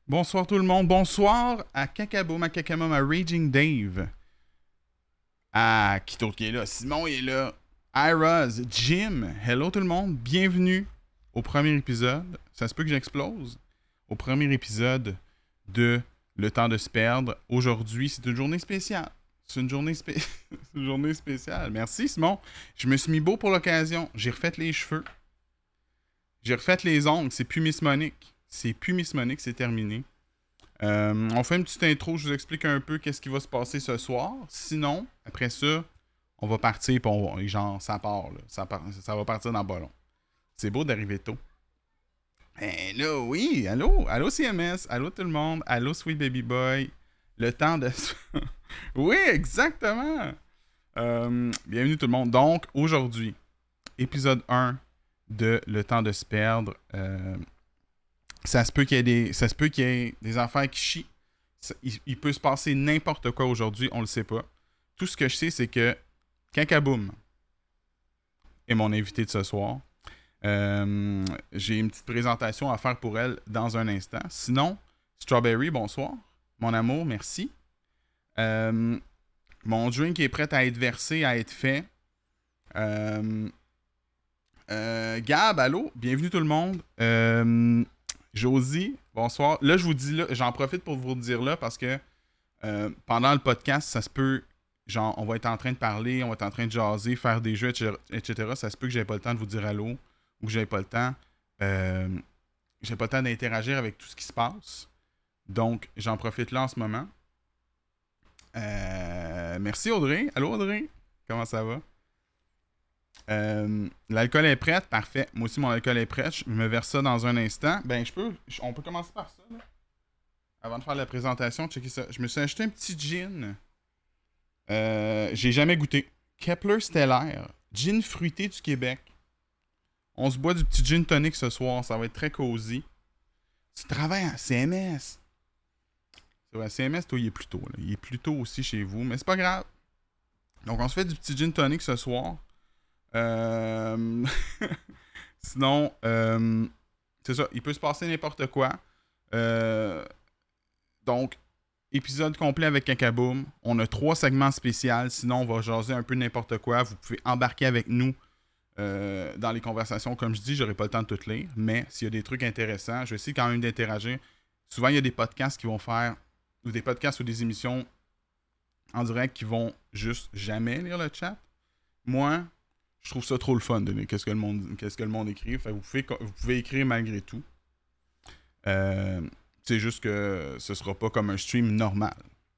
Bonsoir tout le monde. Bonsoir à Kakaboom, à Kakamom, à Raging Dave. À qui d'autre qui est là? Simon est là. Iraz, Jim. Hello tout le monde. Bienvenue au premier épisode. Ça se peut que j'explose. Au premier épisode de Le temps de se perdre. Aujourd'hui, c'est une journée spéciale. C'est une journée, une journée spéciale. Merci Simon. Je me suis mis beau pour l'occasion. J'ai refait les cheveux. J'ai refait les ongles. C'est plus Miss Monique. C'est plus Miss Monique, c'est terminé. On fait une petite intro, je vous explique un peu qu'est-ce qui va se passer ce soir. Sinon, après ça, on va partir, puis genre, ça part, là. Ça va partir dans le ballon. C'est beau d'arriver tôt. Eh là, oui, allô? Allô CMS, allô tout le monde, allô Sweet Baby Boy. Le temps de... Oui, exactement! Bienvenue tout le monde. Donc, aujourd'hui, épisode 1 de Le temps de se perdre. Ça se peut qu'il y ait des affaires qui chient. Il peut se passer n'importe quoi aujourd'hui, on le sait pas. Tout ce que je sais, c'est que Kakaboom est mon invité de ce soir. J'ai une petite présentation à faire pour elle dans un instant. Sinon, Strawberry, bonsoir. Mon amour, merci. Mon drink est prêt à être versé, à être fait. Gab, allô? Bienvenue tout le monde. Josie, bonsoir. Là, je vous dis là, j'en profite pour vous le dire là parce que pendant le podcast, ça se peut, genre, on va être en train de parler, on va être en train de jaser, faire des jeux, etc. Ça se peut que j'aie pas le temps de vous dire allô ou que j'ai pas le temps. J'ai pas le temps d'interagir avec tout ce qui se passe. Donc, j'en profite là en ce moment. Merci Audrey. Allô Audrey? Comment ça va? L'alcool est prêt, parfait. Moi aussi, mon alcool est prêt. Je me verse ça dans un instant. Ben, on peut commencer par ça, là. Avant de faire la présentation, checker ça. Je me suis acheté un petit gin. J'ai jamais goûté. Kepler Stellaire. Gin fruité du Québec. On se boit du petit gin tonic ce soir. Ça va être très cosy. Tu travailles à CMS. C'est vrai, CMS, toi, il est plus tôt, là. Il est plus tôt aussi chez vous, mais c'est pas grave. Donc, on se fait du petit gin tonic ce soir. Sinon, c'est ça, il peut se passer n'importe quoi. Donc, épisode complet avec Kakaboom. On a 3 segments spéciaux. Sinon, on va jaser un peu n'importe quoi. Vous pouvez embarquer avec nous dans les conversations. Comme je dis, j'aurai pas le temps de tout lire. Mais s'il y a des trucs intéressants, je vais essayer quand même d'interagir. Souvent, il y a des podcasts qui vont faire, ou des podcasts ou des émissions en direct qui vont juste jamais lire le chat. Moi, je trouve ça trop le fun de lire qu'est-ce que le monde écrit. Fait que vous pouvez écrire malgré tout. C'est juste que ce sera pas comme un stream normal.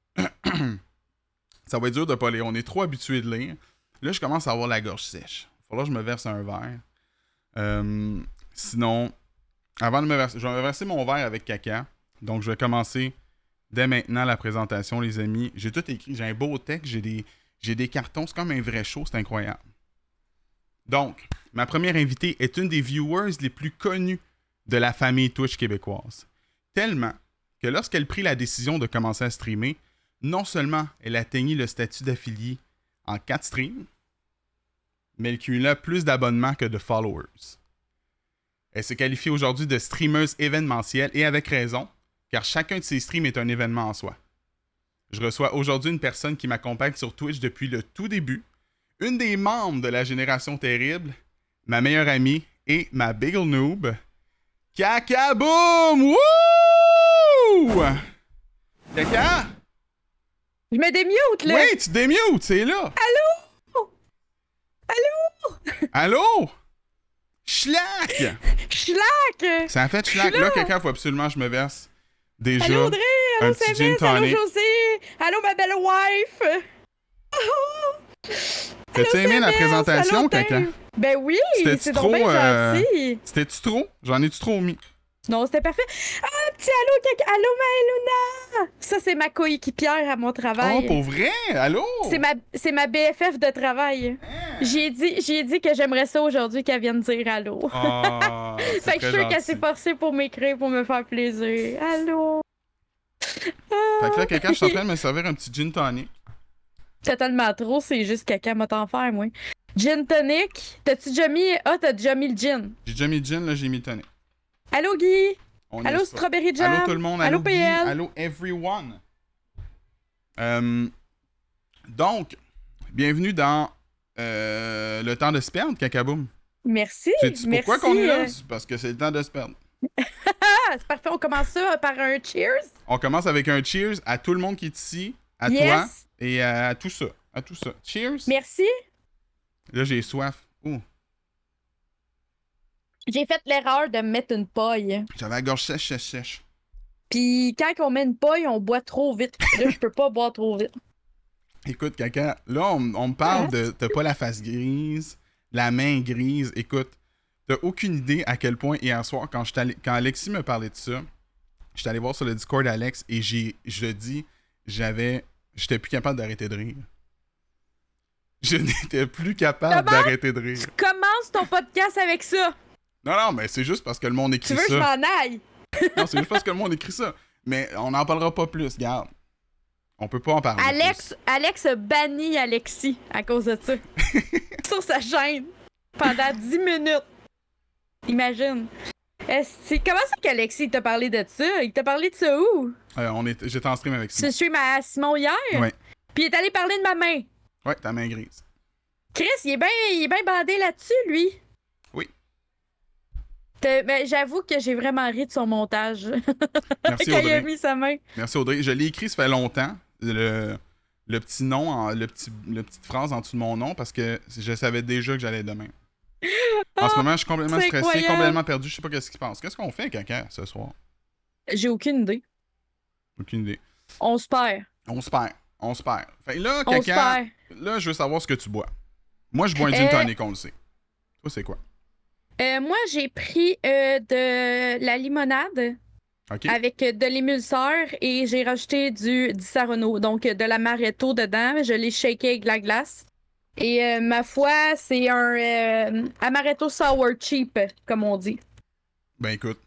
Ça va être dur de pas lire. On est trop habitué de lire. Là, je commence à avoir la gorge sèche. Il va falloir que je me verse un verre. Sinon, avant de me verser, je vais me verser mon verre avec caca. Donc, je vais commencer dès maintenant la présentation, les amis. J'ai tout écrit. J'ai un beau texte. J'ai des cartons. C'est comme un vrai show. C'est incroyable. Donc, ma première invitée est une des viewers les plus connues de la famille Twitch québécoise. Tellement que lorsqu'elle prit la décision de commencer à streamer, non seulement elle atteignit le statut d'affilié en 4 streams, mais elle cumula plus d'abonnements que de followers. Elle se qualifie aujourd'hui de streameuse événementielle et avec raison, car chacun de ses streams est un événement en soi. Je reçois aujourd'hui une personne qui m'accompagne sur Twitch depuis le tout début, une des membres de la génération terrible, ma meilleure amie et ma big ol' noob, Kakaboom! Wouh! Kaka? Je me démute, là! Oui, tu démutes, c'est là! Allô? Allô? Allô? Schlack! Schlack! Ça a fait schlack. Là, Kaka, faut absolument que je me verse déjà Allô, Audrey? Allô, un petit gin Sévis? Allô, tonic. José? Allô, ma belle wife? Oh! T'as-tu aimé la présentation, Allô, Kaka? Dave? Ben oui, C'était-tu c'est trop, donc bien gentil. C'était-tu trop? J'en ai-tu trop mis? Non, c'était parfait. Ah, petit allô, Kaka. Allô, Maëluna! Ça, c'est ma coéquipière à mon travail. Oh, pour vrai? Allô? C'est ma BFF de travail. Hein? J'ai dit que j'aimerais ça aujourd'hui qu'elle vienne dire allô. Ah, c'est Fait que je très suis sûre qu'elle gentil. s'est forcée pour m'écrire pour me faire plaisir. Allô? Fait que là, Kaka, je suis en train de me servir un petit gin tonic. C'est tellement trop, c'est juste caca, m'a t'en faire, moi. Gin tonic. T'as-tu déjà mis... Ah, t'as déjà mis le gin. J'ai déjà mis le gin, là, j'ai mis le tonic. Allô, Guy? Allô, Strawberry Jam. Allô tout le monde. Allô, Guy, PL. allô everyone. Donc, bienvenue dans le temps de se perdre, Cacaboum. Merci. Sais-tu merci. pourquoi qu'on est là? C'est parce que c'est le temps de se perdre. Ah, c'est parfait. On commence ça par un cheers. On commence avec un cheers à tout le monde qui est ici, à Yes. toi et à tout ça. À tout ça. Cheers. Merci. Là, j'ai soif. Ouh. J'ai fait l'erreur de mettre une paille. J'avais la gorge sèche. Puis quand on met une paille, on boit trop vite. Là, je peux pas boire trop vite. Écoute, Caca, là, on me parle de t'as pas la face grise, la main grise. Écoute, t'as aucune idée à quel point hier soir, quand Alexis me parlait de ça, j'étais allé voir sur le Discord d'Alex et j'étais plus capable d'arrêter de rire. Je n'étais plus capable d'arrêter de rire. Tu commences ton podcast avec ça. Non, mais c'est juste parce que le monde écrit Tu ça. veux que je m'en aille? Non, c'est juste parce que le monde écrit ça. Mais on n'en parlera pas plus, regarde. On peut pas en parler. Alex a banni Alexis à cause de ça. Sur sa chaîne. Pendant 10 minutes. Imagine. Comment ça qu'Alexis t'a parlé de ça? Il t'a parlé de ça où? J'étais en stream avec Simon. Tu stream à Simon hier? Ouais. Puis il est allé parler de ma main. Ouais, ta main grise. Chris, il est bien bandé là-dessus, lui. Oui. Ben, j'avoue que j'ai vraiment ri de son montage. Merci quand Audrey. il a mis sa main. Merci Audrey. Je l'ai écrit, ça fait longtemps. Le petit nom, la petite phrase en dessous de mon nom, parce que je savais déjà que j'allais demain. En ce moment, je suis complètement c'est stressé, incroyable. complètement perdu. Je sais pas qu'est-ce qui se passe. Qu'est-ce qu'on fait, Caca, ce soir? J'ai aucune idée. Aucune idée. On se perd. On se perd. Fait que là, On se Caca, perd. là, je veux savoir ce que tu bois. Moi, je bois un gin tonic, on le sait. Toi, c'est quoi? Moi, j'ai pris de la limonade OK? avec de l'émulseur et j'ai rajouté du Sarano, donc de l'amaretto dedans. Je l'ai shaké avec de la glace. Et ma foi, c'est un amaretto sour cheap, comme on dit. Ben écoute.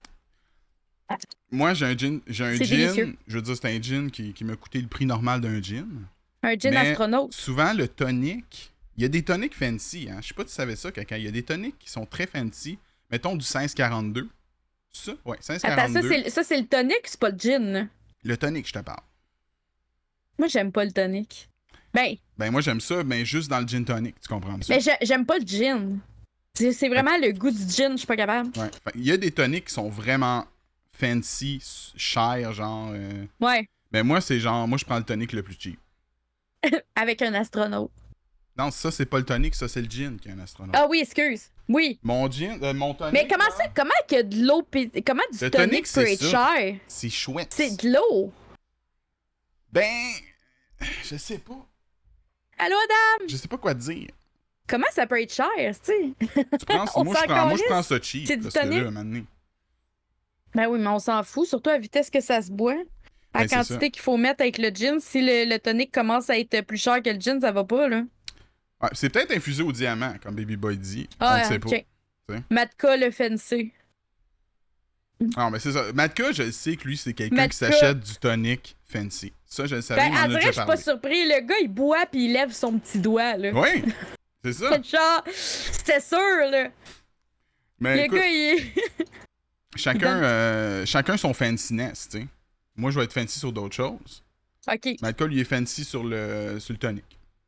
Moi, j'ai un gin. Délicieux. Je veux dire, c'est un gin qui m'a coûté le prix normal d'un gin. Un gin Mais astronaute. souvent, le tonic, il y a des tonics fancy. Hein? Je sais pas si tu savais ça, Caca. Il y a des tonics qui sont très fancy. Mettons du 1642. Ça? Ouais, 1642. Attends, ça, c'est le tonic, c'est pas le gin. Là. Le tonic, je te parle. Moi, j'aime pas le tonic. Ben, moi, j'aime ça, mais juste dans le gin tonic. Tu comprends ça? Mais j'aime pas le gin. C'est vraiment le goût du gin, je suis pas capable. Ouais. Fait, il y a des tonics qui sont vraiment fancy, chers, genre. Ouais, Ben, moi, c'est genre. Moi, je prends le tonic le plus cheap. avec un astronaute. Non, ça, c'est pas le tonic, ça, c'est le gin qui est un astronaute. Ah oui, excuse. Oui. Mon gin, mon tonic. Mais comment là, ça, comment que de l'eau, comment du Le tonic, tonic, peut c'est être ça. cher? C'est chouette. C'est de l'eau. Ben. Je sais pas. Allô, Adam? Je sais pas quoi te dire. Comment ça peut être cher, tu sais? Tu prends, On moi, s'en je calisse. prends ça cheap. C'est du Parce que tonic? là, maintenant. Ben oui, mais on s'en fout, surtout à la vitesse que ça se boit. À la Ben, c'est quantité qu'il faut mettre avec le gin. Si le tonic commence à être plus cher que le gin, ça va pas, là. Ouais, c'est peut-être infusé au diamant, comme Baby Boy dit. On Ah, ne sait pas. ok. sais. Matka le fancy. Non, mais c'est ça. Matka, je sais que lui, c'est quelqu'un Matka. qui s'achète du tonic fancy. Ça, je le savais, Ben, il m'en à a vrai, déjà je suis parlé. pas surpris. Le gars, il boit puis il lève son petit doigt, là. Oui, c'est ça. Genre, c'était sûr, là. Mais Le écoute, gars, il est. chacun son fanciness, tu sais. Moi, je vais être fancy sur d'autres choses. OK. Matka, lui, est fancy sur le tonic.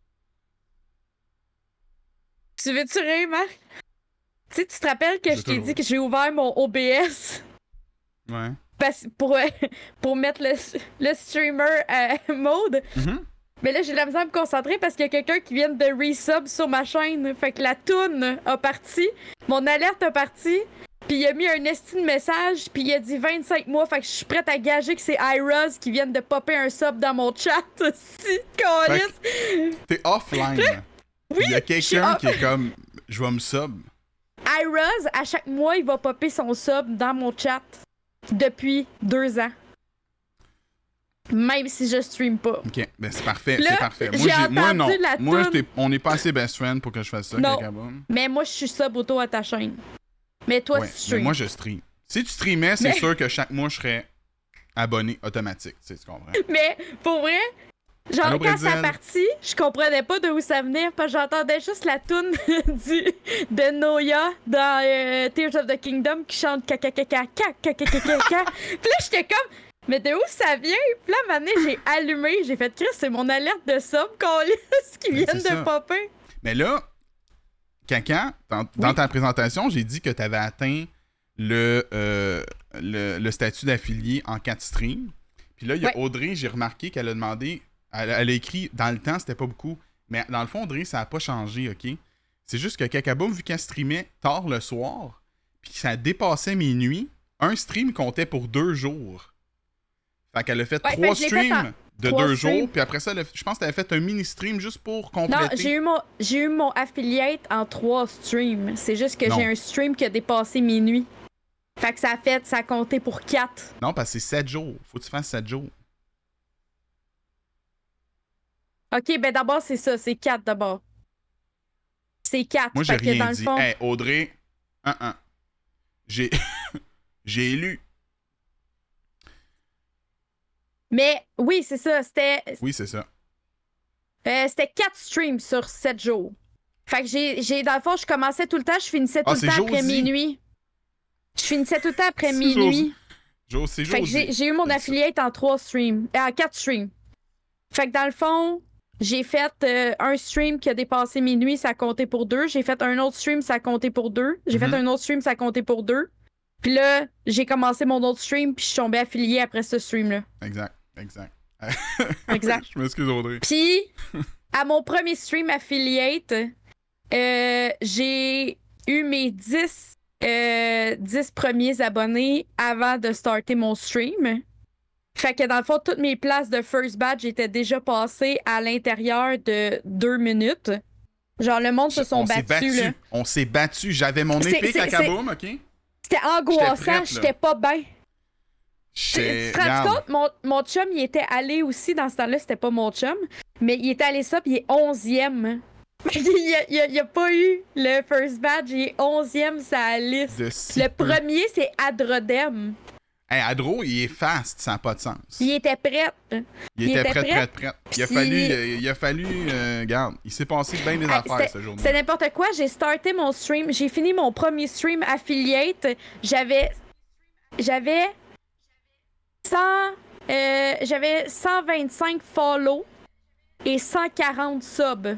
Tu veux-tu rire, Marc? Tu sais, tu te rappelles que Je je t'ai toujours. dit que j'ai ouvert mon OBS Ouais. pour mettre le streamer mode? Mhm. Mais là, j'ai de la misère à me concentrer parce qu'il y a quelqu'un qui vient de resub sur ma chaîne. Fait que la toune a parti, mon alerte a parti, puis il a mis un esti de message, puis il a dit 25 mois. Fait que je suis prête à gager que c'est Iros qui vient de popper un sub dans mon chat. Si, câlisse. T'es offline. Oui, il y a je suis quelqu'un off. qui est comme, je vais me sub. Iros, à chaque mois, il va popper son sub dans mon chat depuis 2 ans. Même si je stream pas. Ok, ben c'est parfait, Là, c'est parfait. j'ai Moi non. entendu la Moi, toune. on n'est pas assez best friend pour que je fasse ça, Non. Cacaboum. Mais moi, je suis sub auto à ta chaîne. Mais toi, Ouais, tu mais stream. moi je stream. Si tu streamais, c'est Mais- sûr que chaque mois je serais abonné automatique, tu sais, tu comprends? Mais pour vrai, Genre, Allô, quand Brésil? ça partit, je comprenais pas d'où ça venait, parce que j'entendais juste la toune de Noya dans Tears of the Kingdom qui chante kakakakaka. Puis là, j'étais comme, mais de où ça vient? Puis là, à un moment donné, j'ai allumé, j'ai fait, Chris, c'est mon alerte de sub qui viennent de ça. popper. Mais là, Caca, dans ta présentation, j'ai dit que tu avais atteint le statut d'affilié en 4 streams. Puis là, il y a Audrey, j'ai remarqué qu'elle a demandé, elle a écrit, dans le temps, c'était pas beaucoup. Mais dans le fond, Audrey, ça n'a pas changé, OK? C'est juste que Cacaboom, vu qu'elle streamait tard le soir, puis que ça dépassait minuit, un stream comptait pour 2 jours. Fait qu'elle a fait 3 streams de 2 jours, puis après ça, je pense qu'elle a fait un mini-stream juste pour compléter. Non, j'ai eu mon affiliate en 3 streams. C'est juste que j'ai un stream qui a dépassé minuit. Fait que ça a compté pour 4. Non, parce que c'est 7 jours. Faut que tu fasses 7 jours. OK, ben d'abord, c'est ça. C'est 4 d'abord. C'est 4. Moi, j'ai rien dans dit. Le fond... Hey, Audrey, j'ai lu. Mais oui, c'est ça. Oui, c'est ça. C'était 4 streams sur 7 jours. Fait que dans le fond, je commençais tout le temps, je finissais tout le temps après minuit. Je finissais tout le temps après minuit. C'est fait que j'ai eu mon affiliate en 3 streams. 4 streams. Fait que dans le fond, j'ai fait un stream qui a dépassé minuit, ça a compté pour 2. J'ai fait un autre stream, ça a compté pour 2. J'ai fait un autre stream, ça a compté pour 2. Puis là, j'ai commencé mon autre stream, puis je suis tombée affiliée après ce stream-là. Exact. Je m'excuse, Audrey. Puis, à mon premier stream affiliate, j'ai eu mes 10 premiers abonnés avant de starter mon stream. Fait que dans le fond, toutes mes places de first badge étaient déjà passées à l'intérieur de 2 minutes. Genre, le monde se sont battus. Là. On s'est battus. J'avais mon épée Cacaboom, OK? C'était angoissant, j'étais pas bien. Tu te rends compte, mon chum, il était allé aussi dans ce temps-là, c'était pas mon chum, mais il était allé ça, puis il est 11e. il a pas eu le first badge, il est 11e sa liste. Le premier, c'est Adrodem. Hey, Adro, il est fast, ça n'a pas de sens. Il était prêt. Il était prêt. Il a fallu regarde, il s'est passé bien des affaires ce jour-là. C'est n'importe quoi, j'ai starté mon stream, j'ai fini mon premier stream affiliate, j'avais 125 follow et 140 subs.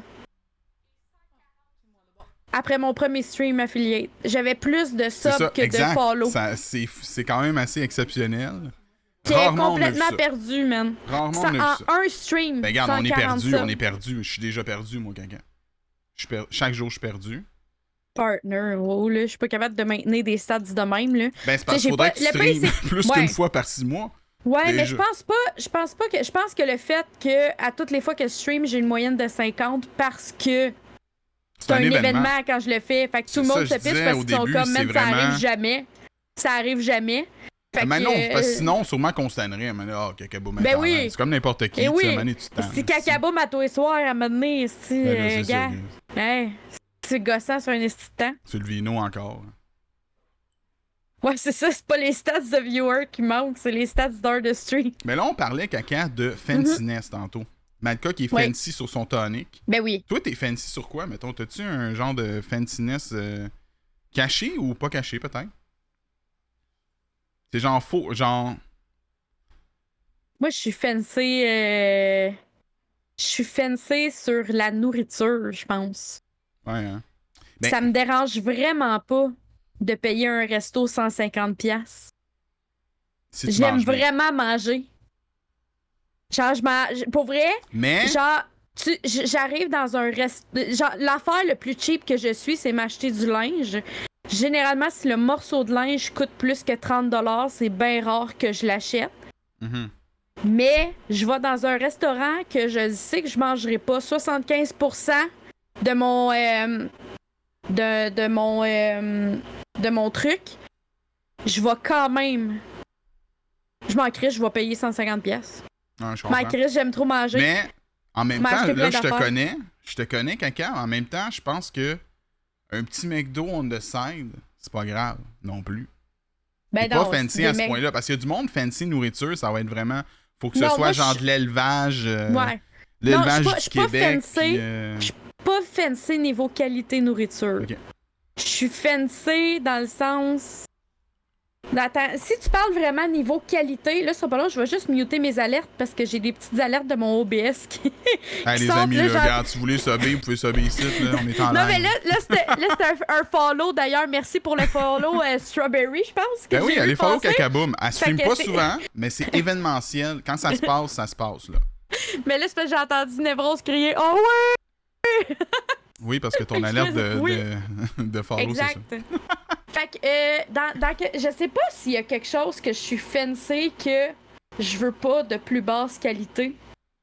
Après mon premier stream affiliate. J'avais plus de subs que de follow. C'est quand même assez exceptionnel. J'ai complètement perdu, man. Rarement on a vu ça. En un stream. Ben regarde, on est perdu. Je suis déjà perdu, moi, Caca. Chaque jour, je suis perdu. Partner, wow, là, je suis pas capable de maintenir des stats de même, là. Ben, c'est parce qu'il faudrait que tu streames plus qu'une fois par 6 mois. Ouais, déjà. Mais je pense que le fait que à toutes les fois que je stream, j'ai une moyenne de 50 parce que c'est un événement quand je le fais. Fait que tout le monde se piche parce qu'ils sont comme, même ça arrive jamais. Ça arrive jamais. Mais non, parce que sinon, sûrement qu'on se tannerait. Cacaboum, ben oui. C'est comme n'importe qui. Oui. Si Cacaboum à tous les soirs, à un moment donné, gars. C'est gossant sur un esti de temps. C'est le vino encore. Ouais, c'est ça, c'est pas les stats de viewer qui manquent, c'est les stats d'heure de stream. Mais là, on parlait, Caca, de fanciness tantôt. Malka qui est fancy sur son tonic. Ben oui. Toi, t'es fancy sur quoi, mettons? T'as-tu un genre de fanciness caché ou pas caché, peut-être? C'est genre faux, genre... Moi, je suis fancy... Je suis fancy sur la nourriture, je pense. Ouais, hein? Ben... Ça me dérange vraiment pas de payer un resto 150$. Si j'aime vraiment manger. Genre, pour vrai, mais... genre, j'arrive dans un resto... Genre, l'affaire le plus cheap que je suis, c'est m'acheter du linge. Généralement, si le morceau de linge coûte plus que 30$, c'est bien rare que je l'achète. Mm-hmm. Mais je vais dans un restaurant que je sais que je mangerai pas 75% de mon... de mon truc. Je vais quand même... Je m'en crisse, je vais payer 150$. Ouais, je comprends. Chris, j'aime trop manger. Mais en même temps, là, je te connais, Caca. En même temps, je pense que un petit McDo on the side, c'est pas grave non plus. Ben non, pas fancy à ce point-là. Parce qu'il y a du monde fancy nourriture, ça va être vraiment. Faut que ce soit genre de l'élevage. Ouais. L'élevage Non, du je suis pas Québec. fancy. Puis, Je suis pas fancy niveau qualité nourriture. Ok. Je suis fancy dans le sens. Attends, si tu parles vraiment niveau qualité, là, sur pas long, je vais juste muter mes alertes parce que j'ai des petites alertes de mon OBS qui. Hey, les sortent, amis, là, là, genre- regarde, si vous voulez subber, vous pouvez subber ici, là, on est en Non, live. mais là c'était un follow d'ailleurs. Merci pour le follow Strawberry, je pense. Que Ben oui, j'ai allez vu follow passer. Cacaboom. Elle se Fait filme que pas c'est- souvent, mais c'est événementiel. Quand ça se passe, là. Mais là, c'est parce que j'ai entendu Névrose crier oh ouais! Oui, parce que ton Fait que alerte oui. de follow, c'est ça. Exact. Fait que, je sais pas s'il y a quelque chose que je suis fancy que je veux pas de plus basse qualité.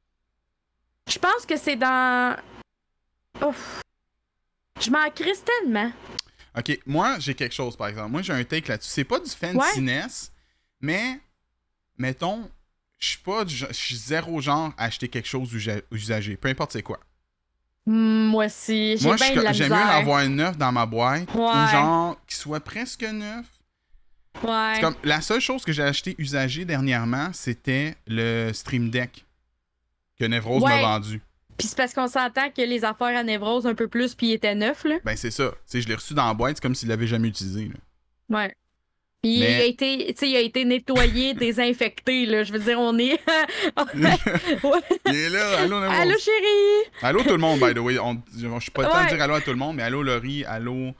Je pense que c'est dans. Ouf. Je m'en crisse tellement. Ok, moi, j'ai quelque chose, par exemple. Moi, j'ai un take là-dessus. C'est pas du fanciness, mais, mettons, je suis zéro genre à acheter quelque chose usagé, peu importe c'est quoi. Moi aussi, j'ai Moi, bien de la j'aime mieux misère. l'avoir un neuf dans ma boîte, ou Ouais. genre, qui soit presque neuf. Ouais. C'est comme, la seule chose que j'ai acheté usagé dernièrement, c'était le Stream Deck que Nevrose m'a Ouais. vendu. Puis c'est parce qu'on s'entend que les affaires à Névrose un peu plus, puis ils étaient neufs, là. Ben, c'est ça. Tu sais, je l'ai reçu dans la boîte, c'est comme s'il l'avait jamais utilisé. Là. Ouais. Puis Mais- il a été nettoyé, désinfecté, là. Je veux dire, on est. Ouais. Il est là, allô Nevrose. Allô, chérie! Allô tout le monde, by the way. Je suis pas le temps de Ouais. dire allô à tout le monde, mais allô Laurie, allô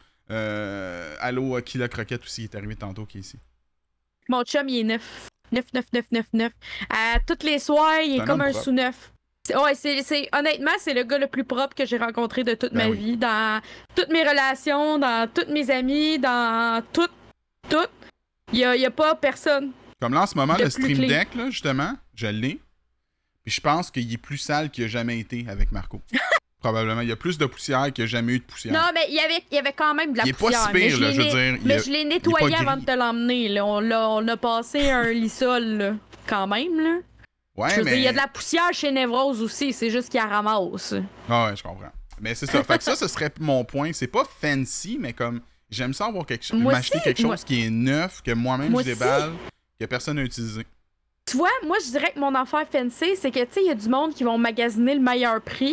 Killa Croquette aussi, il est arrivé tantôt qui est ici. Mon chum, il est neuf. Neuf. À toutes les soirs, il C'est est un comme homme un propre. sous-neuf. Honnêtement, c'est le gars le plus propre que j'ai rencontré de toute Ben ma oui. vie. Dans toutes mes relations, dans toutes mes amies, dans tout. Il y a pas personne. Comme là en ce moment, De le plus Stream clean. Deck, là, justement, je l'ai. Puis je pense qu'il est plus sale qu'il a jamais été avec Marco. Probablement. Il y a plus de poussière qu'il n'y a jamais eu de poussière. Non, mais il y avait quand même de la il est pas poussière. si mais pire, là, je veux dire. Mais je l'ai nettoyé pas avant gris. de te l'emmener. Là. On a passé un lissol, là, quand même. Là. Ouais, Je veux mais... dire, il y a de la poussière chez Névrose aussi. C'est juste qu'il la ramasse. Ah ouais, je comprends. Mais c'est ça. Fait que ça, ce serait mon point. C'est pas fancy, mais comme j'aime ça avoir Moi m'acheter aussi, quelque chose moi- qui est neuf, que moi-même Moi je aussi. déballe, que personne n'a utilisé. Tu vois, moi, je dirais que mon affaire fancy, c'est que, tu sais, il y a du monde qui vont magasiner le meilleur prix.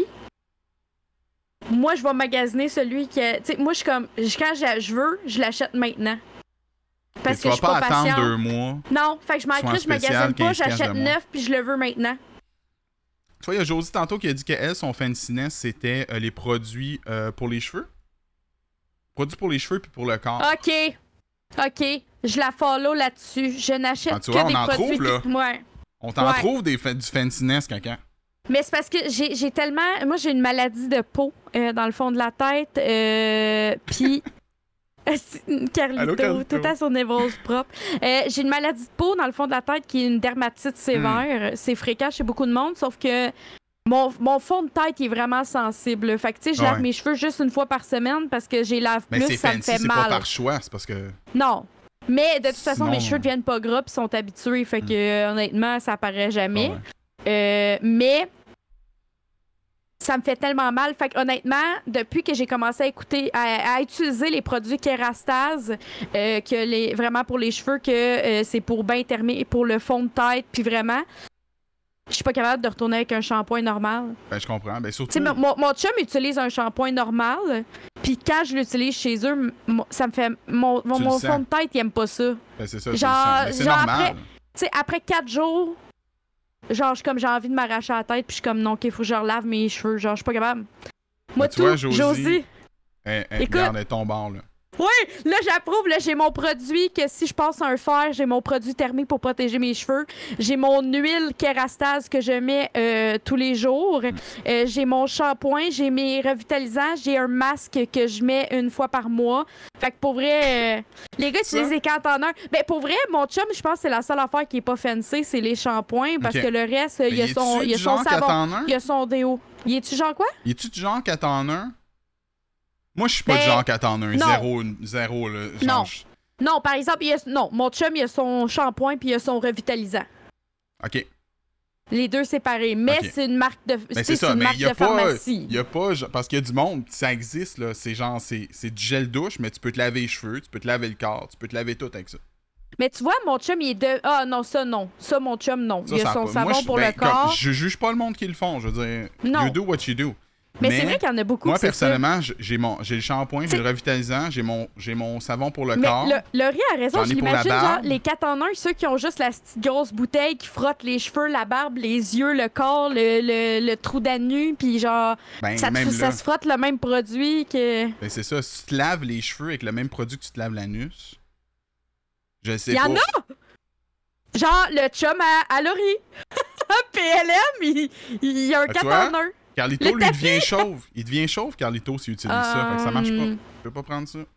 Moi, je vais magasiner celui qui... Tu sais, moi, je suis comme... Quand je veux, je l'achète maintenant. Parce Et que tu je vas suis pas pas attendre patiente. 2 mois. Non, fait que je m'en Soit en crisse, je spécial, magasine pas, 15 piastres j'achète de moins. neuf, puis je le veux maintenant. Tu vois, il y a Josie tantôt qui a dit qu'elle, son fanciness, c'était les produits pour les cheveux. Produits pour les cheveux puis pour le corps. OK, je la follow là-dessus. Je n'achète Ah, tu que vois, on des en produits... trouve, là. Ouais. On t'en Ouais. trouve du fanciness, caca. Mais c'est parce que j'ai tellement... Moi, j'ai une maladie de peau dans le fond de la tête. Puis... Allô, Carlito, Carlito. tout à son névrose propre. J'ai une maladie de peau dans le fond de la tête qui est une dermatite sévère. C'est fréquent chez beaucoup de monde, sauf que mon fond de tête il est vraiment sensible. Fait que tu sais, je lave Ouais. mes cheveux juste une fois par semaine parce que j'ai lave Mais plus, c'est ça me fancy, fait c'est pas mal. par choix, c'est parce que... Non. Mais de toute façon, mes Sinon- cheveux deviennent pas gras puis sont habitués. Fait que honnêtement, ça paraît jamais. Ah ouais. Mais ça me fait tellement mal. Fait que honnêtement, depuis que j'ai commencé à utiliser les produits Kerastase, vraiment pour les cheveux, que c'est pour bien terminer, pour le fond de tête, puis vraiment, je suis pas capable de retourner avec un shampoing normal. Ben, je comprends. Ben, surtout... Tu sais, mon chum utilise un shampoing normal, puis quand je l'utilise chez eux, ça me fait. Mon le sens. fond de tête, il aime pas ça. Ben, c'est ça, tu genre- le sens. Mais c'est genre normal. Tu sais, après 4 jours, genre, j'ai envie de m'arracher la tête, puis je suis comme, non, OK, faut que je relave mes cheveux. Genre, je suis pas capable. Moi, tu vois, tout, Josie. Écoute. Regarde, elle est ton bord, là. Oui, là, j'approuve. Là, j'ai mon produit que si je passe un fer, j'ai mon produit thermique pour protéger mes cheveux. J'ai mon huile Kerastase que je mets tous les jours. J'ai mon shampoing, j'ai mes revitalisants, j'ai un masque que je mets une fois par mois. Fait que pour vrai, les gars Ça? utilisent les 4 en 1. Ben, pour vrai, mon chum, je pense que c'est la seule affaire qui est pas fancy, c'est les shampoings. Parce Ok. que le reste, il y a Mais son, es-tu il y a du son genre 4 savon, en 1? il y a son déo. Y est-tu genre quoi? Es-tu du genre 4 en 1? Moi, je suis pas Ben, du genre 4 en 1. non. Zéro, là. Non. Genre, Non, par exemple, mon chum, il a son shampoing puis il a son revitalisant. OK. Les deux séparés. Mais Ok. c'est une marque de, Ben, c'est c'est ça, une mais marque il y a de pas... pharmacie. Y a pas... Parce qu'il y a du monde, ça existe, là. C'est genre... C'est du gel douche, mais tu peux te laver les cheveux, tu peux te laver le corps, tu peux te laver tout avec ça. Mais tu vois, mon chum, il est de. Ah non, ça, non. Ça, mon chum, non. Ça, Il a ça son pas- savon moi, pour le corps. je juge pas le monde qui le font. Je veux dire, Non. you do what you do. Mais c'est vrai qu'il y en a beaucoup. Moi, c'est ça. personnellement, j'ai le shampoing, j'ai le revitalisant, j'ai mon savon pour le Mais corps. Laurie a raison, J'en je ai pour la l'imagine, genre, barbe. les 4 en 1, ceux qui ont juste la petite grosse bouteille qui frottent les cheveux, la barbe, les yeux, le corps, le trou d'anu, puis genre, Ben, ça même là, se frotte le même produit que. ben c'est ça. Si tu te laves les cheveux avec le même produit que tu te laves l'anus, je sais Il y pas. en a! Genre, le chum à Laurie. PLM, il y a un Ah, 4 tu vois? en 1. Carlito, Le lui, tapis. devient chauve. Il devient chauve, Carlito, s'il utilise ça. Fait que ça marche pas. Tu peux pas prendre ça.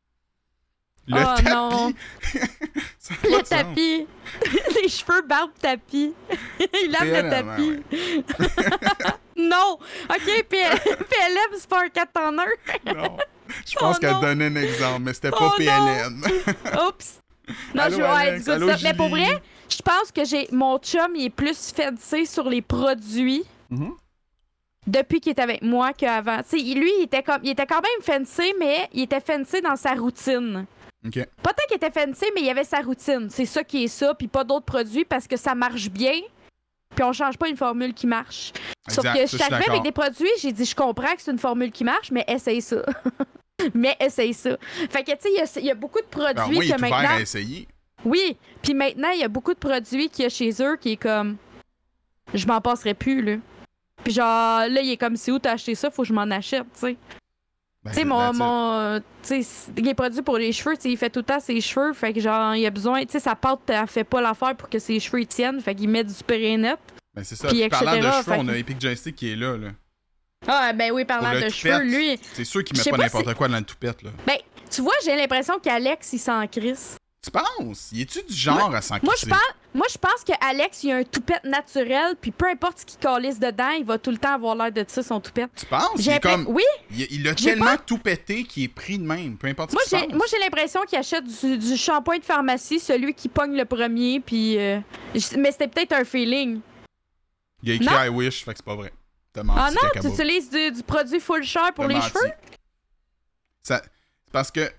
Le Oh, tapis! non. Ça a pas de Le sens. tapis. Les cheveux, barbe, tapis. Il lave le PLM, tapis. Non! OK, PLM, c'est pas un 4 en 1. Non. Je pense Oh, qu'elle non. donnait un exemple, mais c'était pas Oh, PLM. Oups! Non, Allô, je Alex, dire allô, ça. Mais pour Julie. vrai, je pense que mon chum, il est plus fancy sur les produits Mhm. depuis qu'il est avec moi qu'avant. Tu sais, lui, il était quand même fancy, mais il était fancy dans sa routine. OK. Pas tant qu'il était fancy, mais il y avait sa routine. C'est ça qui est ça, puis pas d'autres produits parce que ça marche bien. Puis on change pas une formule qui marche. Sauf Exact, que ça, je suis je suis arrivée d'accord. avec des produits, j'ai dit, je comprends que c'est une formule qui marche, mais essaye ça. Mais essaye ça. Fait que, tu sais, il y a beaucoup de produits Alors, moi, il est que ouvert maintenant. à essayer. Oui, puis maintenant, il y a beaucoup de produits qu'il y a chez eux qui est comme. Je m'en passerai plus, là. Puis genre, là, il est comme, c'est où t'as acheté ça, faut que je m'en achète, tu sais. Ben, Tu sais, tu sais, les produits pour les cheveux, tu sais, il fait tout le temps ses cheveux, fait que genre, il a besoin, tu sais, sa pâte, elle fait pas l'affaire pour que ses cheveux ils tiennent, fait qu'il met du Spray-Net. Ben, c'est ça. Puis Puis parlant de etc., cheveux, fait on que- a Epic Joystick qui est là. Ah, ben oui, parlant Pour le de toupette. cheveux, lui. C'est sûr qu'il Je met sais pas pas n'importe quoi dans le toupette, là. Ben, tu vois, j'ai l'impression qu'Alex, il s'en crisse. Tu penses? Y es-tu du genre à s'en Moi, crisser? je pense que Alex, il a un toupette naturel, puis peu importe ce qu'il calisse dedans, il va tout le temps avoir l'air de ça, son toupette. Tu penses? Il J'ai est comme... Oui, Il a J'ai tellement tout pété qu'il est pris de même, peu importe moi ce qui se passe. j'ai l'impression qu'il achète du shampoing de pharmacie, celui qui pogne le premier, puis. Mais c'était peut-être un feeling. Il a écrit Non. I wish, fait que c'est pas vrai. T'as menti, Ah non, tu Cacabo. utilises du produit full cher pour T'as les menti. cheveux? C'est parce que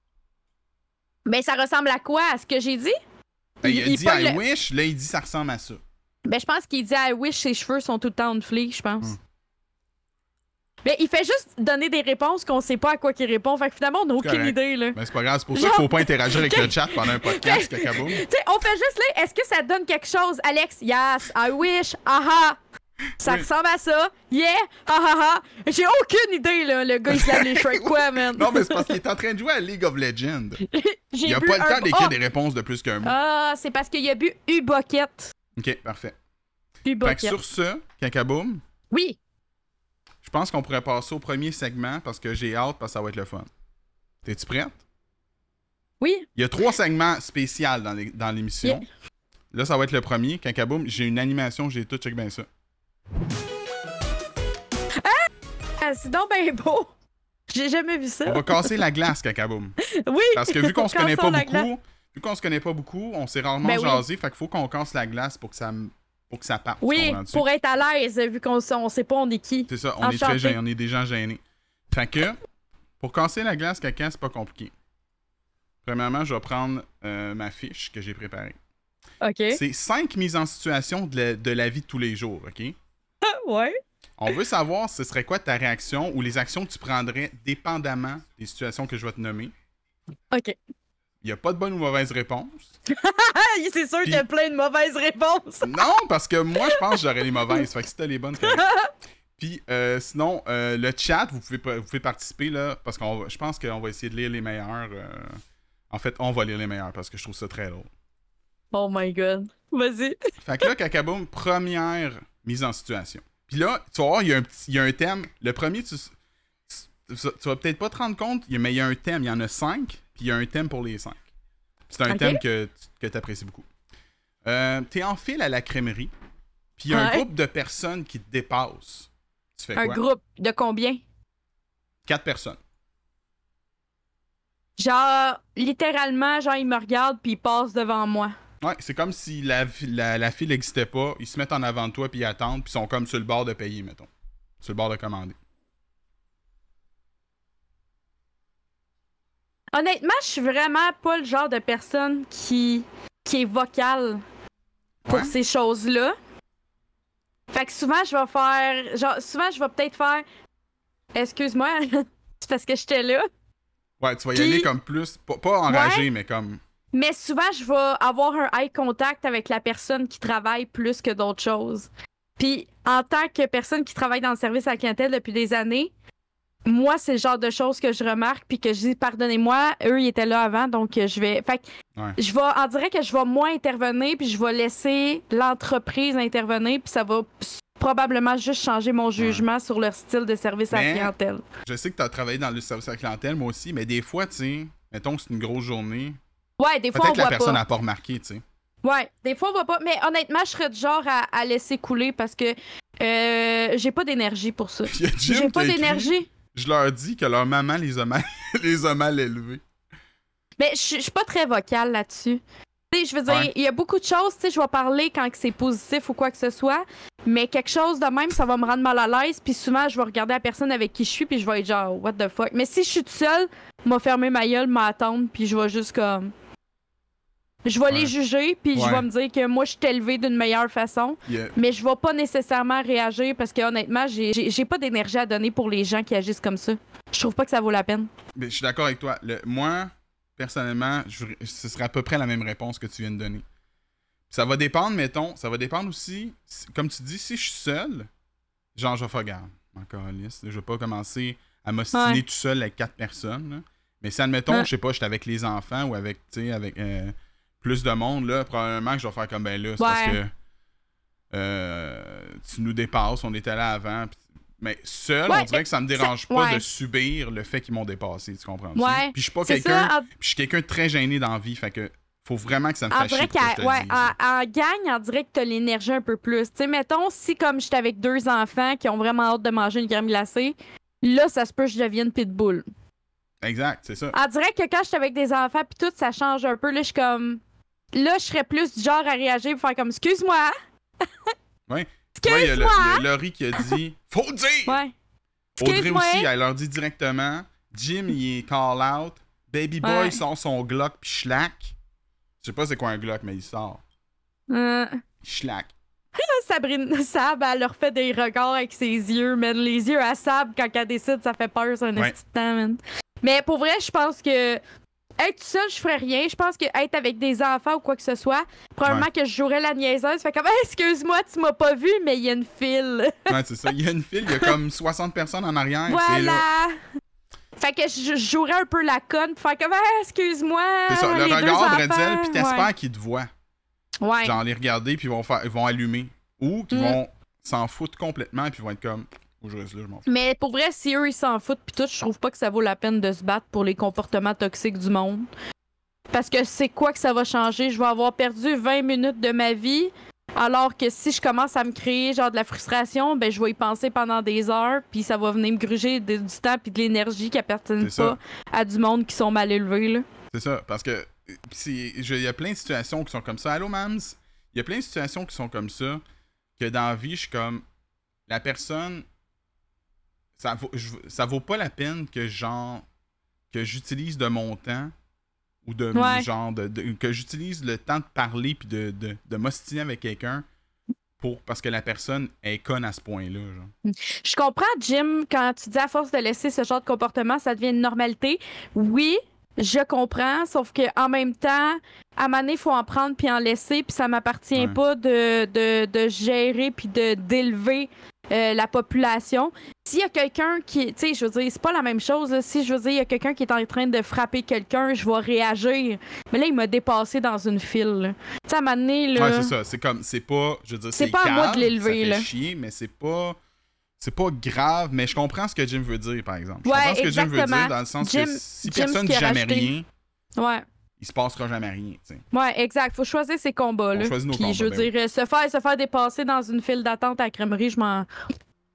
Ben, ça ressemble à quoi, à ce que j'ai dit? ben, il a dit pogne I le- wish, là il dit ça ressemble à ça. Ben, je pense qu'il dit I wish ses cheveux sont tout le temps enflés, je pense. Hmm. Mais il fait juste donner des réponses qu'on sait pas à quoi qu'il répond. Fait que finalement, on n'a aucune correct. idée, là. Ben c'est pas grave, c'est pour ça Genre- qu'il faut pas interagir avec le chat pendant un podcast, Cacabo. Tu sais, on fait juste là, est-ce que ça donne quelque chose? Alex, yes, I wish, aha. Ça Oui. ressemble à ça, yeah, ha ha ha. J'ai aucune idée, là, le gars, il se lave les cheveux avec quoi, man? Non, mais c'est parce qu'il est en train de jouer à League of Legends. J'ai Il a bu pas le temps un- d'écrire Oh! des réponses de plus qu'un mot. Ah, c'est parce qu'il a bu U-Bucket. Ok, parfait. Fait que U-Bucket. sur ce, Cacaboum, Oui. je pense qu'on pourrait passer au premier segment parce que j'ai hâte parce que ça va être le fun. T'es-tu prête? Oui. Il y a 3 segments spéciaux dans l'émission. Yeah. Là, ça va être le premier. Cacaboum, j'ai une animation, j'ai tout, check bien ça. Ah, c'est donc bien beau. J'ai jamais vu ça. On va casser la glace, Cacaboum. Oui. Parce que vu qu'on se connaît pas Cassons la glace. beaucoup, on s'est rarement Ben oui. jasé, fait qu'il faut qu'on casse la glace pour que ça parte. tu Oui, comprends-tu? pour être à l'aise, vu qu'on sait pas on est qui. C'est ça, on est Enchanté. très gênés, on est des gens gênés. Fait que, pour casser la glace, Caca, c'est pas compliqué. Premièrement, je vais prendre ma fiche que j'ai préparée. OK. C'est 5 mises en situation de la vie de tous les jours, OK? Ouais. On veut savoir ce serait quoi ta réaction ou les actions que tu prendrais dépendamment des situations que je vais te nommer. OK. Il n'y a pas de bonne ou mauvaise réponse. Ah, c'est sûr qu'il y a plein de mauvaises réponses. Non, parce que moi, je pense que j'aurais les mauvaises. Fait que si t'as les bonnes, c'est correct. Puis sinon, le chat, vous pouvez participer là, parce que je pense qu'on va essayer de lire les meilleurs. En fait, on va lire les meilleurs parce que je trouve ça très drôle. Oh my god. Vas-y. Fait que là, Cacaboum, première mise en situation. Puis là, tu vas voir, il y a un thème. Le premier, tu vas peut-être pas te rendre compte, mais il y a un thème. Il y en a 5, puis il y a un thème pour les 5. C'est un Ok. thème que tu apprécies beaucoup. T'es en file à la crèmerie, puis il y a un Ouais. groupe de personnes qui te dépassent. Tu fais Un quoi? groupe de combien? 4 personnes. Genre, littéralement, genre, ils me regardent puis ils passent devant moi. Ouais, c'est comme si la file n'existait pas. Ils se mettent en avant de toi, puis ils attendent, puis ils sont comme sur le bord de payer, mettons. Sur le bord de commander. Honnêtement, je suis vraiment pas le genre de personne qui est vocale pour Ouais. ces choses-là. Fait que souvent, je vais faire... Genre, souvent, je vais peut-être faire... Excuse-moi, c'est parce que j'étais là. Ouais, tu vas y Puis- aller comme plus, pas enragé, mais comme... Mais souvent, je vais avoir un eye contact avec la personne qui travaille plus que d'autres choses. Puis, en tant que personne qui travaille dans le service à la clientèle depuis des années, moi, c'est le genre de choses que je remarque puis que je dis, pardonnez-moi, eux, ils étaient là avant, donc je vais... Fait que Ouais. je vais... On dirait que je vais moins intervenir puis je vais laisser l'entreprise intervenir puis ça va probablement juste changer mon jugement sur leur style de service à la Mais- clientèle. Je sais que tu as travaillé dans le service à la clientèle, moi aussi, mais des fois, tu sais, mettons que c'est une grosse journée, Ouais, des fois, on peut-être que la voit personne pas. n'a pas remarqué, tu sais. Ouais, des fois, on voit pas. Mais honnêtement, je serais du genre à laisser couler parce que j'ai pas d'énergie pour ça. Il y a Jim J'ai qui pas a écrit, d'énergie. je leur dis que leur maman les a mal élevés. Mais je suis pas très vocale là-dessus. Tu sais, je veux dire, Ouais. il y a beaucoup de choses, tu sais, je vais parler quand que c'est positif ou quoi que ce soit, mais quelque chose de même, ça va me rendre mal à l'aise, puis souvent, je vais regarder la personne avec qui je suis, puis je vais être genre, what the fuck. Mais si je suis toute seule, m'a fermé ma gueule, m'attendre, puis je vais juste comme... Je vais Ouais. les juger, puis je Ouais. vais me dire que moi, je suis élevée d'une meilleure façon. Il y a- Mais je vais pas nécessairement réagir parce que honnêtement, j'ai pas d'énergie à donner pour les gens qui agissent comme ça. Je trouve pas que ça vaut la peine. Mais je suis d'accord avec toi. Moi, personnellement, ce serait à peu près la même réponse que tu viens de donner. Ça va dépendre, mettons, ça va dépendre aussi, comme tu dis, si je suis seul, genre, je vais faire garde. Encore liste. Je vais pas commencer à m'ostiner Ouais. tout seul avec 4 personnes. Là. Mais si, admettons, Ouais. je sais pas, j'étais avec les enfants ou avec, tu sais, avec plus de monde, là, probablement que je vais faire comme, ben là, c'est parce Ouais. que tu nous dépasses, on était là avant. Mais seul, Ouais, on dirait que ça me dérange ça- pas ouais. de subir le fait qu'ils m'ont dépassé, tu comprends? Ouais. Puis je suis pas C'est quelqu'un. ça, Puis je suis quelqu'un de très gêné dans la vie, fait que faut vraiment que ça me en fasse chier dirait pour que je te le ouais, dise. en gang, on dirait que t'as l'énergie un peu plus. Tu sais, mettons, si comme j'étais avec 2 enfants qui ont vraiment hâte de manger une crème glacée, là, ça se peut que je devienne pitbull. Exact, c'est ça. On dirait que quand j'étais avec des enfants puis tout, ça change un peu. Là, je suis comme... Là, je serais plus du genre à réagir pour faire comme « Excuse-moi! Ouais. Tu vois, il y a Excuse-moi! Laurie qui a dit « Faut le dire! » Ouais. Audrey Excuse-moi. aussi, elle leur dit directement. Jim, il est call out. Baby Boy Ouais. sort son Glock puis schlack. Je sais pas c'est quoi un Glock, mais il sort. Il schlack. Sabrine Sab, elle leur fait des regards avec ses yeux, man. Les yeux à Sab, quand elle décide, ça fait peur, c'est un Ouais. esti de temps, man. Mais pour vrai, je pense que être seule, je ferais rien. Je pense que être avec des enfants ou quoi que ce soit, probablement que je jouerais la niaiseuse. Fait comme, hey, excuse-moi, tu m'as pas vu, mais il y a une file. Ouais, c'est ça. Il y a une file, il y a comme 60 personnes en arrière. C'est là. Voilà! Fait que je jouerais un peu la conne, pour faire comme, hey, excuse-moi. C'est ça. Le les deux regard, enfants. Bretzel, puis t'espères qu'ils te voient. Ouais. Genre les regarder puis ils vont allumer ou qu'ils vont s'en foutre complètement puis ils vont être comme oh, je reste là, je m'en fous. Mais pour vrai, si eux, ils s'en foutent pis tout, je trouve pas que ça vaut la peine de se battre pour les comportements toxiques du monde. Parce que c'est quoi que ça va changer? Je vais avoir perdu 20 minutes de ma vie, alors que si je commence à me créer genre de la frustration, ben je vais y penser pendant des heures, puis ça va venir me gruger du temps puis de l'énergie qui appartiennent C'est pas à du monde qui sont mal élevés, là. C'est ça parce que il y a plein de situations qui sont comme ça. Allô Mams, il y a plein de situations qui sont comme ça que dans la vie, je suis comme la personne ça vaut pas la peine que j'utilise de mon temps ou de Ouais. genre que j'utilise le temps de parler puis de m'ostiner avec quelqu'un parce que la personne est conne à ce point-là. Genre. Je comprends, Jim, quand tu dis à force de laisser ce genre de comportement, ça devient une normalité. Oui, je comprends, sauf que en même temps, à un moment donné, il faut en prendre puis en laisser, puis ça m'appartient Ouais. pas de gérer puis d'élever la population. S'il y a quelqu'un qui, tu sais, je veux dire, c'est pas la même chose. Là. Si je veux dire, il y a quelqu'un qui est en train de frapper quelqu'un, je vais réagir. Mais là, il m'a dépassé dans une file. là. Tu sais, à un moment donné, là. Ouais, c'est ça. C'est comme, c'est pas, je veux dire, C'est pas à moi de l'élever, ça là. fait chier, mais c'est pas grave. Mais je comprends ce que Jim veut dire, par exemple. Je Ouais, comprends ce que Jim veut exactement. dire dans le sens Jim- que si Jim, personne ce dit qu'il a jamais rajouté. rien, Ouais. il se passera jamais rien, tu sais. Ouais, exact. Faut choisir ses combats. On Là. choisit nos Puis, combats, je veux ben dire, se faire dépasser dans une file d'attente à la crèmerie, je m'en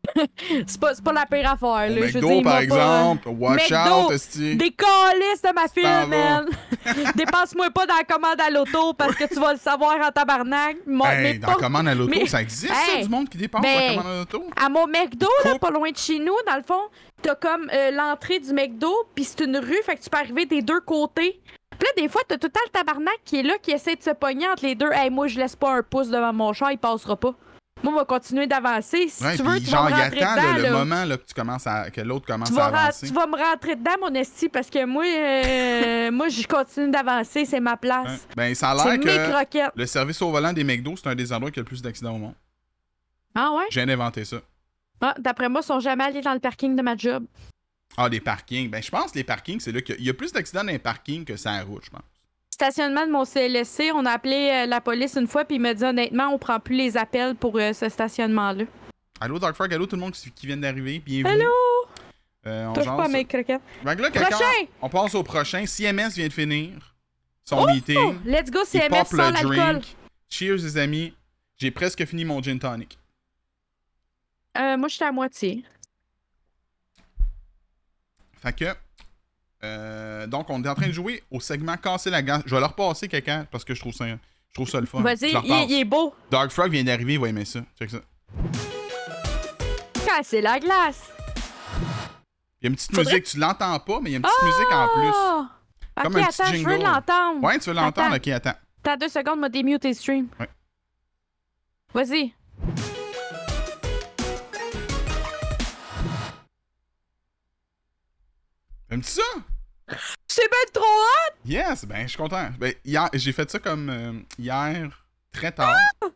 C'est pas la pire affaire, Au là. Je veux McDo, dire, par ils m'ont pas, exemple, watch McDo, out, esti. des calices de ma fille, t'en vas. man! Dépense-moi pas dans la commande à l'auto parce que tu vas le savoir en tabarnak. Mais Hey, dans la pas- commande à l'auto, mais- ça existe, ça, Hey, du monde qui dépense ben, la commande à l'auto? À mon McDo, là, Coupe. pas loin de chez nous, dans le fond, t'as comme l'entrée du McDo, puis c'est une rue, fait que tu peux arriver des deux côtés. Puis là, des fois, t'as tout le temps le tabarnak qui est là, qui essaie de se pogner entre les deux. Hey, moi, je laisse pas un pouce devant mon char, il passera pas. Moi, on va continuer d'avancer. Si Ouais, tu veux, puis tu vas genre, me il rentrer attend dedans, le là. moment là, que, que l'autre commence Tu à vas, avancer. tu vas me rentrer dedans, mon esti, parce que moi, moi, je continue d'avancer, c'est ma place. Ouais. Ben, ça a C'est l'air mes que croquettes. le service au volant des McDo, c'est un des endroits qui a le plus d'accidents au monde. Ah ouais? J'ai inventé ça. Ah, d'après moi, ils sont jamais allés dans le parking de ma job. Ah, des parkings. Ben, je pense que les parkings, c'est là qu'il y a plus d'accidents dans les parkings que ça route, je pense. Stationnement de mon CLSC, on a appelé la police une fois, puis il m'a dit honnêtement, on prend plus les appels pour ce stationnement-là. Allô, Dark Frog, allô, tout le monde qui vient d'arriver. Bienvenue. Allô? On Touche jase. pas à mes croquettes. Fait que là, Prochain! on passe au prochain. CMS vient de finir son meeting. Let's go, Il CMS pop sans le l'alcool. drink. Cheers, les amis. J'ai presque fini mon gin tonic. Moi, j'étais à moitié. Fait que... donc, on est en train de jouer au segment Casser la glace. Je vais leur passer quelqu'un parce que je trouve ça le fun. Vas-y, Je leur passe. il est beau. Dark Frog vient d'arriver, il va aimer ça. Check ça. Casser la glace. Il y a une petite Faudrait- musique, tu l'entends pas, mais il y a une petite musique en plus. Ah! Comme Ok, un petit attends, je veux jingle. l'entendre. Ouais, tu veux l'entendre? Attends. Ok, attends. T'as 2 secondes, m'a démute tes stream. Ouais. Vas-y. Aimes-tu ça? C'est ben trop hot! Yes, ben je suis content. Ben, hier, j'ai fait ça comme hier, très tard.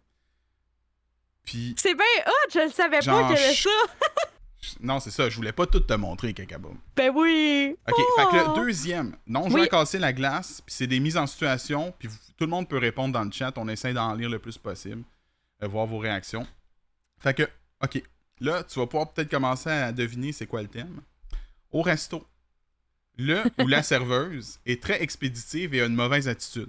Puis, C'est ben hot! Je le savais Genre, pas qu'il y avait ça. non, c'est ça, je voulais pas tout te montrer, Kakaboom. Ben oui! Ok, Oh! fait que le deuxième, non, je vais Oui. casser la glace, puis c'est des mises en situation, puis tout le monde peut répondre dans le chat, on essaie d'en lire le plus possible, voir vos réactions. Fait que, ok, là, tu vas pouvoir peut-être commencer à deviner c'est quoi le thème. Au resto, le ou la serveuse est très expéditive et a une mauvaise attitude.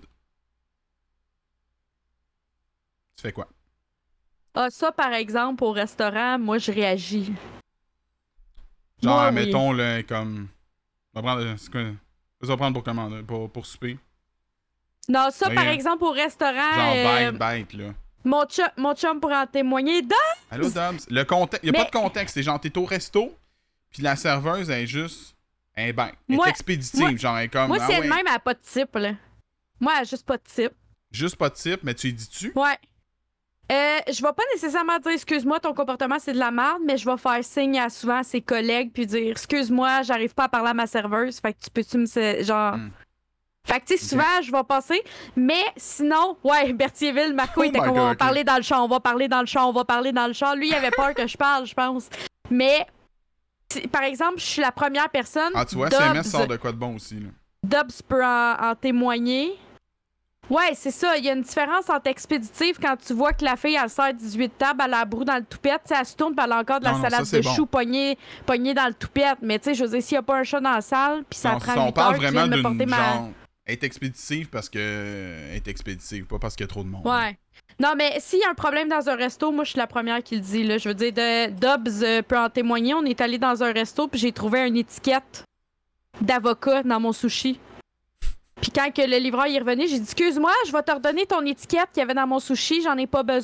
Tu fais quoi? Ah, ça, par exemple, au restaurant, moi, je réagis. Genre, Moi, oui. mettons, là, comme... On va prendre... C'est quoi? Ça va prendre pour commander, pour souper. Non, ça, Oui, par hein. exemple, au restaurant, Genre, bête, là. mon chum pourrait en témoigner. Allô, Dobbs? Le contexte... Il n'y a Mais- pas de contexte. C'est genre, t'es au resto, puis la serveuse, elle est juste... Elle est bête. Elle Moi- est expéditive. moi- genre, elle est comme... Moi, ah c'est ouais, elle même, elle a pas de type, là. Moi, elle a juste pas de type. juste pas de type, mais tu lui dis-tu? Ouais. Je vais pas nécessairement dire excuse-moi, ton comportement c'est de la merde, mais je vais faire signe souvent à ses collègues puis dire excuse-moi, j'arrive pas à parler à ma serveuse, fait que tu peux-tu me. Genre. Hmm. Fait que tu sais, souvent je vais passer, mais sinon, ouais, Berthierville, Marco Oh était my comme God, on va ok. parler dans le champ, on va parler dans le champ, on va parler dans le champ. Lui, il avait peur que je parle, je pense. Mais, par exemple, je suis la première personne. Ah, tu vois, Dobbs- CMS sort de quoi de bon aussi, là. Dobbs peut en témoigner. Ouais, c'est ça. Il y a une différence entre expéditive quand tu vois que la fille, elle sert 18 tables, elle a la broue dans le toupette, tu sais, elle se tourne, puis elle a encore de la Non, non, salade ça, c'est de bon. choux pognée dans le toupette. Mais tu sais, je veux dire, s'il n'y a pas un chat dans la salle, puis ça Non, prend ça, on 8 parle heures, tu vraiment viens de me d'une porter ma... genre... Elle est expéditive parce que... Elle est expéditive, pas parce qu'il y a trop de monde. Ouais. Non, mais s'il y a un problème dans un resto, moi, je suis la première qui le dit, là. Je veux dire, Dobbs peut en témoigner. On est allé dans un resto, puis j'ai trouvé une étiquette d'avocat dans mon sushi. Puis quand que le livreur y est revenu, j'ai dit « Excuse-moi, je vais te redonner ton étiquette qu'il y avait dans mon sushi, j'en ai pas besoin. »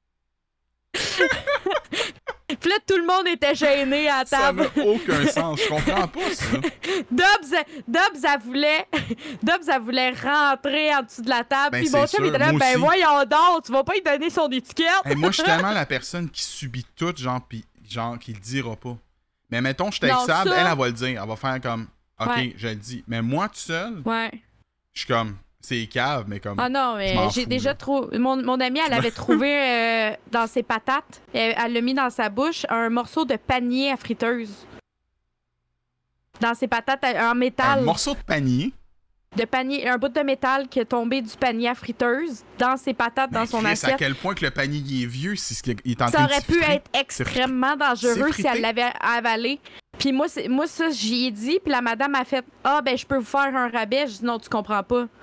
Puis là, tout le monde était gêné à la Ça table. n'a aucun sens. Je comprends pas ça. Dobbs, elle voulait rentrer en dessous de la table. Ben, Puis mon c'est chum sûr, était là, moi ben aussi. voyons donc, tu vas pas lui donner son étiquette. Hey, moi, je suis tellement la personne qui subit tout, genre, pis, genre, qui le dira pas. Mais mettons, je suis avec Non, Sab, ça- elle va le dire. Elle va faire comme, OK, Ouais. je le dis. Mais moi, tout seul, Ouais. je suis comme, c'est cave, mais comme. Ah non, Je mais m'en j'ai fous, déjà là. trouvé. Mon amie, elle avait trouvé dans ses patates, elle l'a mis dans sa bouche, un morceau de panier à friteuse. Dans ses patates en métal. Un morceau de panier. De panier, un bout de métal qui est tombé du panier à friteuse dans ses patates, dans Mais son Chris, à assiette. quel point que le panier il est vieux, si il est en Ça train de aurait se pu filtrer. être extrêmement dangereux si frité? elle l'avait avalé. Puis moi, ça, j'y ai dit, puis la madame a fait « Ah, ben, je peux vous faire un rabais. » Je dis « Non, tu comprends pas.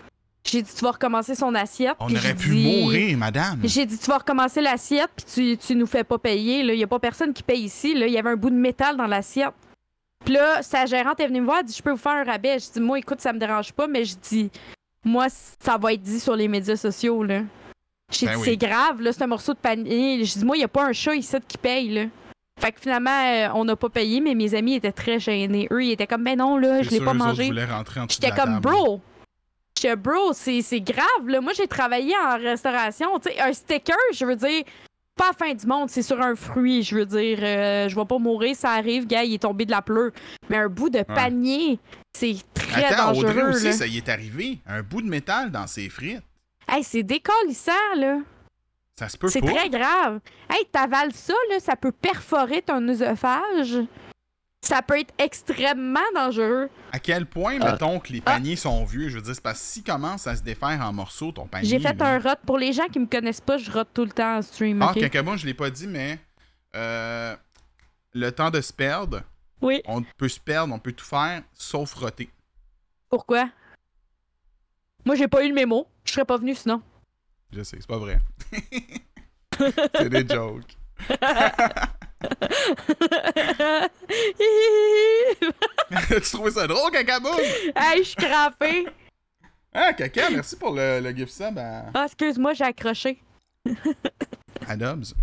J'ai dit, tu vas recommencer son assiette. On puis aurait j'ai pu dit- mourir, madame. J'ai dit, tu vas recommencer l'assiette, puis tu nous fais pas payer. Il y a pas personne qui paye ici. Là. Il y avait un bout de métal dans l'assiette. Puis là, sa gérante est venue me voir, elle dit, je peux vous faire un rabais. Je dis, moi, écoute, ça me dérange pas, mais je dis, moi, ça va être dit sur les médias sociaux, là. J'ai Ben dit, oui. c'est grave, là, c'est un morceau de panier. Je dis, moi, il y a pas un chat ici qui paye, là. Fait que finalement, on n'a pas payé, mais mes amis étaient très gênés. Eux, ils étaient comme, ben non, là, je l'ai sûr, pas eux autres mangé. voulaient rentrer en dessous de J'étais la comme, table. bro. J'étais, bro, c'est grave, là. Moi, j'ai travaillé en restauration. Tu sais, un sticker, je veux dire, pas à la fin du monde, c'est sur un fruit. Je veux dire, je vais pas mourir, ça arrive, gars, il est tombé de la pleure. Mais un bout de panier, c'est très Attends, dangereux. Audrey aussi, là. ça y est arrivé. Un bout de métal dans ses frites. Hey, c'est décalissant, là. Ça se peut C'est pas. très grave. Hey, t'avales ça, là, ça peut perforer ton œsophage. Ça peut être extrêmement dangereux. À quel point, mettons, que les paniers sont vieux? Je veux dire, c'est parce que s'ils commencent à se défaire en morceaux, ton panier... J'ai fait là- un rot. Pour les gens qui me connaissent pas, je rote tout le temps en stream. Ah, ok? Cacabon, je l'ai pas dit, mais... le temps de se perdre, Oui. on peut se perdre, on peut tout faire, sauf roter. Pourquoi? Moi, j'ai pas eu le mémo. Je serais pas venu sinon. Je sais, c'est pas vrai. C'est des jokes. Tu trouvais ça drôle, Cacaboum? Hey, je suis crampée. Ah, Caca, merci pour le gift sub Ah, excuse-moi, j'ai accroché. à Dobbs.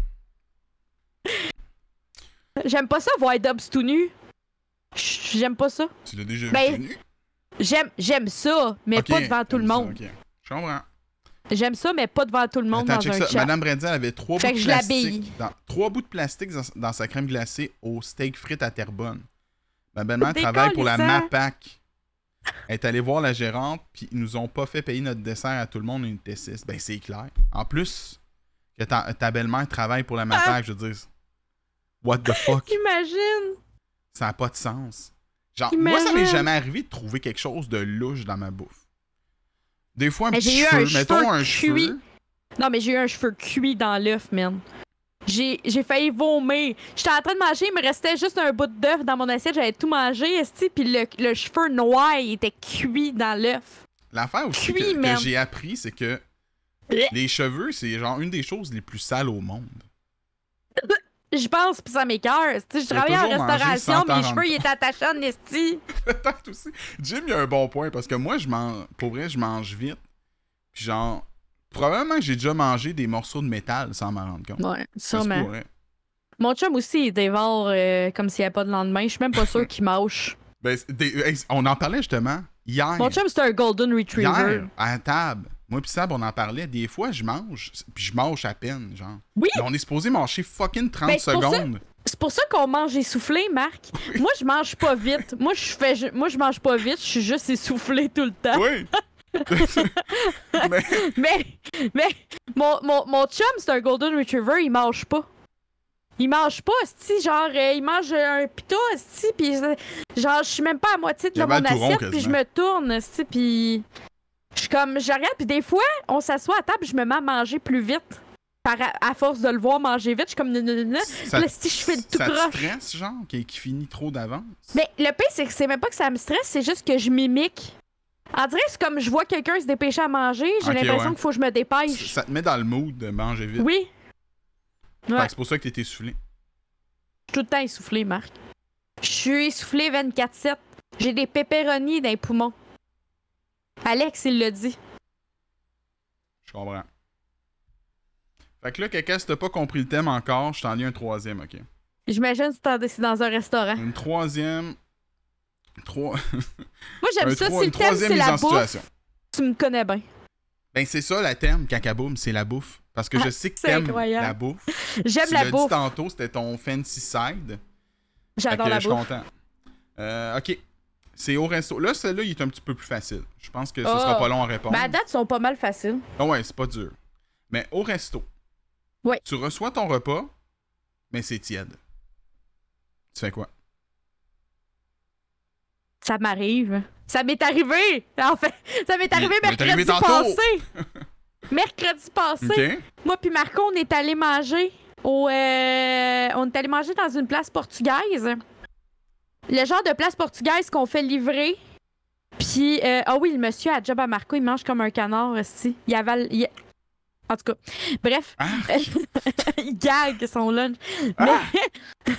J'aime pas ça, voir Dobbs tout nu. J'aime pas ça. Tu l'as déjà Ben, vu? J'aime ça, mais Ok, pas devant tout le t'aimes ça, monde. ok. Je comprends. J'aime ça, mais pas devant tout le monde Attends, dans check un ça. chat. Madame Brady, elle avait 3 bouts Fait de que je plastique. l'habille. 3 bouts de plastique dans sa crème glacée au steak frites à Terrebonne. Ma belle-mère Décalissant. travaille pour la MAPAC. Elle est allée voir la gérante, puis ils nous ont pas fait payer notre dessert à tout le monde, une T6. Ben, c'est clair. En plus, que ta belle-mère travaille pour la MAPAC, je veux dire. What the fuck? Imagine! Ça n'a pas de sens. Genre, moi, ça m'est Imagine. jamais arrivé de trouver quelque chose de louche dans ma bouffe. Des fois, un Mais petit j'ai eu cheveu, un mettons cheveu un cuit. cheveu. Non, mais j'ai eu un cheveu cuit dans l'œuf, man. J'ai failli vomir. J'étais en train de manger, il me restait juste un bout d'œuf dans mon assiette. J'avais tout mangé, esti, puis le cheveu noir, il était cuit dans l'œuf. L'affaire aussi Cuit, que man. j'ai appris, c'est que les cheveux, c'est genre une des choses les plus sales au monde. Je pense, puis ça m'écoeure. Tu sais, je Tu vas travaillais en toujours manger restauration, sans t'en mes rendre cheveux, ils étaient attachés en esti. Peut-être aussi. Jim, il a un bon point, parce que moi, pour vrai, je mange vite. Puis genre, probablement que j'ai déjà mangé des morceaux de métal sans m'en rendre compte. Ouais, Ça se sûrement. pourrait. Mon chum aussi, il dévore comme s'il n'y avait pas de lendemain. Je suis même pas sûre qu'il mâche. Ben, on en parlait justement hier. Mon chum, c'est un Golden Retriever. Hier, à la table. Moi pis Sab, on en parlait. Des fois, je mange, puis je mange à peine, genre. Oui. Mais on est supposé manger fucking 30 Ben, c'est pour ça- secondes. C'est pour ça qu'on mange essoufflé, Marc. Moi, je mange pas vite. Moi, je mange pas vite. Je suis juste essoufflé tout le temps. Oui. Mais, Mais mon chum, c'est un Golden Retriever, il mange pas. Il mange pas, sti, genre, il mange un pita, sti, pis genre, je suis même pas à moitié de Il a mon mal tout rond, assiette, puis je quasiment. me tourne, sti, pis je suis comme, je regarde, pis des fois, on s'assoit à table, je me mets à manger plus vite. À force de le voir manger vite, je suis comme, ça, là, si je fais le tout ça te croche. stresse, genre, qui finit trop d'avance? Mais le pire, c'est que c'est même pas que ça me stresse, c'est juste que je mimique. On dirait que c'est comme je vois quelqu'un se dépêcher à manger, j'ai Ok, l'impression ouais. qu'il faut que je me dépêche. Ça te met dans le mood de manger vite. Oui. Fait Ouais. que c'est pour ça que t'es essoufflé. Je suis tout le temps essoufflé, Marc. Je suis essoufflé 24/7. J'ai des pépéronis dans les poumons. Alex, il l'a dit. Je comprends. Fait que là, Caca, si t'as pas compris le thème encore, je t'en lis un troisième, ok? J'imagine que c'est dans un restaurant. Une troisième... Moi, j'aime ça. Si Une le thème, troisième c'est mise la en situation. bouffe, tu me connais bien. Ben, c'est ça, le thème, Cacaboum, c'est la bouffe. Parce que je sais que c'est t'aimes incroyable. la bouffe. J'aime Tu la l'as dit bouffe. tantôt, c'était ton fancy side. J'adore Fait que la je suis bouffe. content. OK. C'est au resto. Là, celui-là, il est un petit peu plus facile. Je pense que ce Oh. sera pas long à répondre. Ben, à date, ils sont pas mal faciles. Ah ouais, c'est pas dur. Mais au resto, Ouais. tu reçois ton repas, mais c'est tiède. Tu fais quoi? Ça m'arrive. Ça m'est arrivé. En fait, ça m'est arrivé Ça m'est arrivé mercredi tantôt. passé. Mercredi passé. OK? Moi puis Marco, on est allé manger on est allé manger dans une place portugaise. Le genre de place portugaise qu'on fait livrer Puis, ah oui, le monsieur à job à Marco, il mange comme un canard, aussi. Il avale. En tout cas, bref, il gague son lunch. Mais...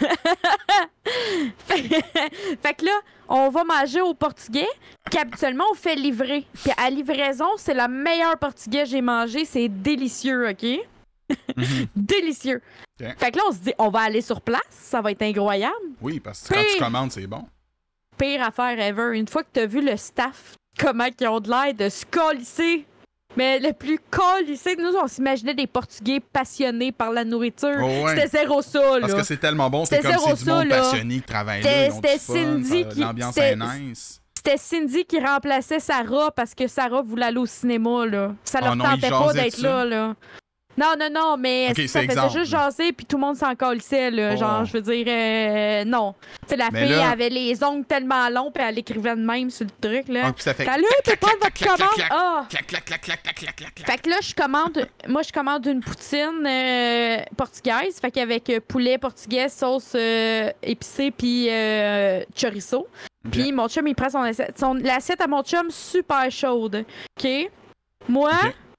fait que là, on va manger au portugais, puis habituellement, on fait livrer. Puis à livraison, c'est le meilleur portugais que j'ai mangé. C'est délicieux, OK? Délicieux. Okay. Fait que là, on se dit, on va aller sur place, ça va être incroyable. Oui, parce que quand tu commandes, c'est bon. Pire affaire ever. Une fois que t'as vu le staff, comment ils ont de l'air de se colisser. Mais le plus colissé, nous, on s'imaginait des Portugais passionnés par la nourriture. Oh ouais. C'était zéro ça, là. Parce que c'est tellement bon, c'est comme c'est du monde passionné qui travaille là. C'était Cindy qui... L'ambiance est nice. C'était Cindy qui remplaçait Sarah parce que Sarah voulait aller au cinéma, là. Ça leur tentait pas d'être là. Non, mais okay, ça faisait juste jaser puis tout le monde s'en colissait, là. Genre, je veux dire, non. Tu sais, la fille avait les ongles tellement longs puis elle écrivait de même sur le truc, là. Ah, puis ça fait allô, t'es pas votre commande? Ah! Clac, clac, clac, clac, clac, clac, clac. Fait que là, je commande une poutine portugaise, fait qu'avec poulet portugais, sauce épicée puis chorizo. Puis mon chum, il prend l'assiette à mon chum super chaude. OK? Moi,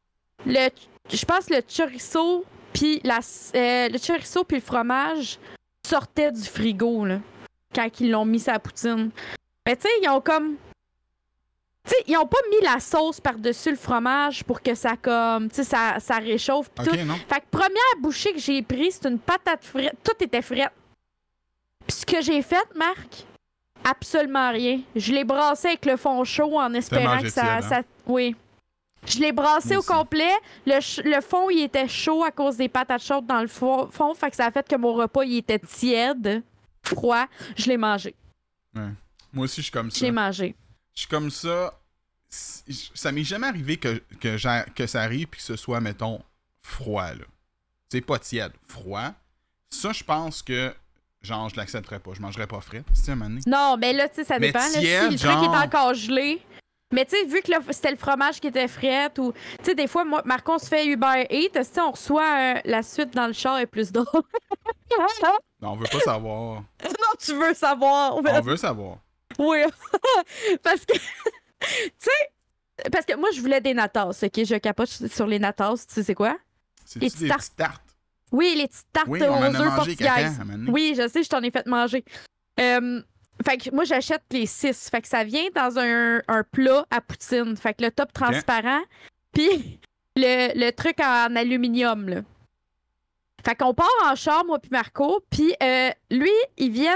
je pense le chorizo puis le fromage sortaient du frigo là, quand ils l'ont mis sur la poutine. Mais tu sais, ils ont comme... Tu sais, ils ont pas mis la sauce par-dessus le fromage pour que ça comme... Tu sais, ça réchauffe pis tout. Non. Fait que première bouchée que j'ai prise, c'est une patate frite. Tout était frais. Puis ce que j'ai fait, Marc, absolument rien. Je l'ai brassé avec le fond chaud en espérant que ça... Oui. Je l'ai brassé au complet. Le fond, il était chaud à cause des patates chaudes dans le fond. Fait que ça a fait que mon repas, il était tiède, froid. Je l'ai mangé. Ouais. Moi aussi, je suis comme ça. Je l'ai mangé. Je suis comme ça. Ça m'est jamais arrivé que ça arrive et que ce soit, mettons, froid, là. C'est pas tiède, froid. Ça, je pense que, genre, je l'accepterais pas. Je mangerais pas frais. C'est un moment donné. Non, mais là, tu sais, ça dépend. Tiède, si le truc est encore gelé... Mais tu sais, vu que c'était le fromage qui était frais, ou... Tu sais, des fois, moi, Marco, on se fait Uber Eats, on reçoit la suite dans le char et plus drôle. Non, on veut pas savoir. Non, tu veux savoir. On veut savoir. Oui. Parce que... tu sais... Parce que moi, je voulais des natas, OK? Je capote sur les natas. Tu sais c'est quoi? C'est des petites tartes. Oui, les petites tartes aux œufs portugaises. Oui, je sais, je t'en ai fait manger. Fait que moi, j'achète les 6. Fait que ça vient dans un plat à poutine. Fait que le top transparent, puis le truc en aluminium, là. Fait qu'on part en char, moi puis Marco, puis lui, ils viennent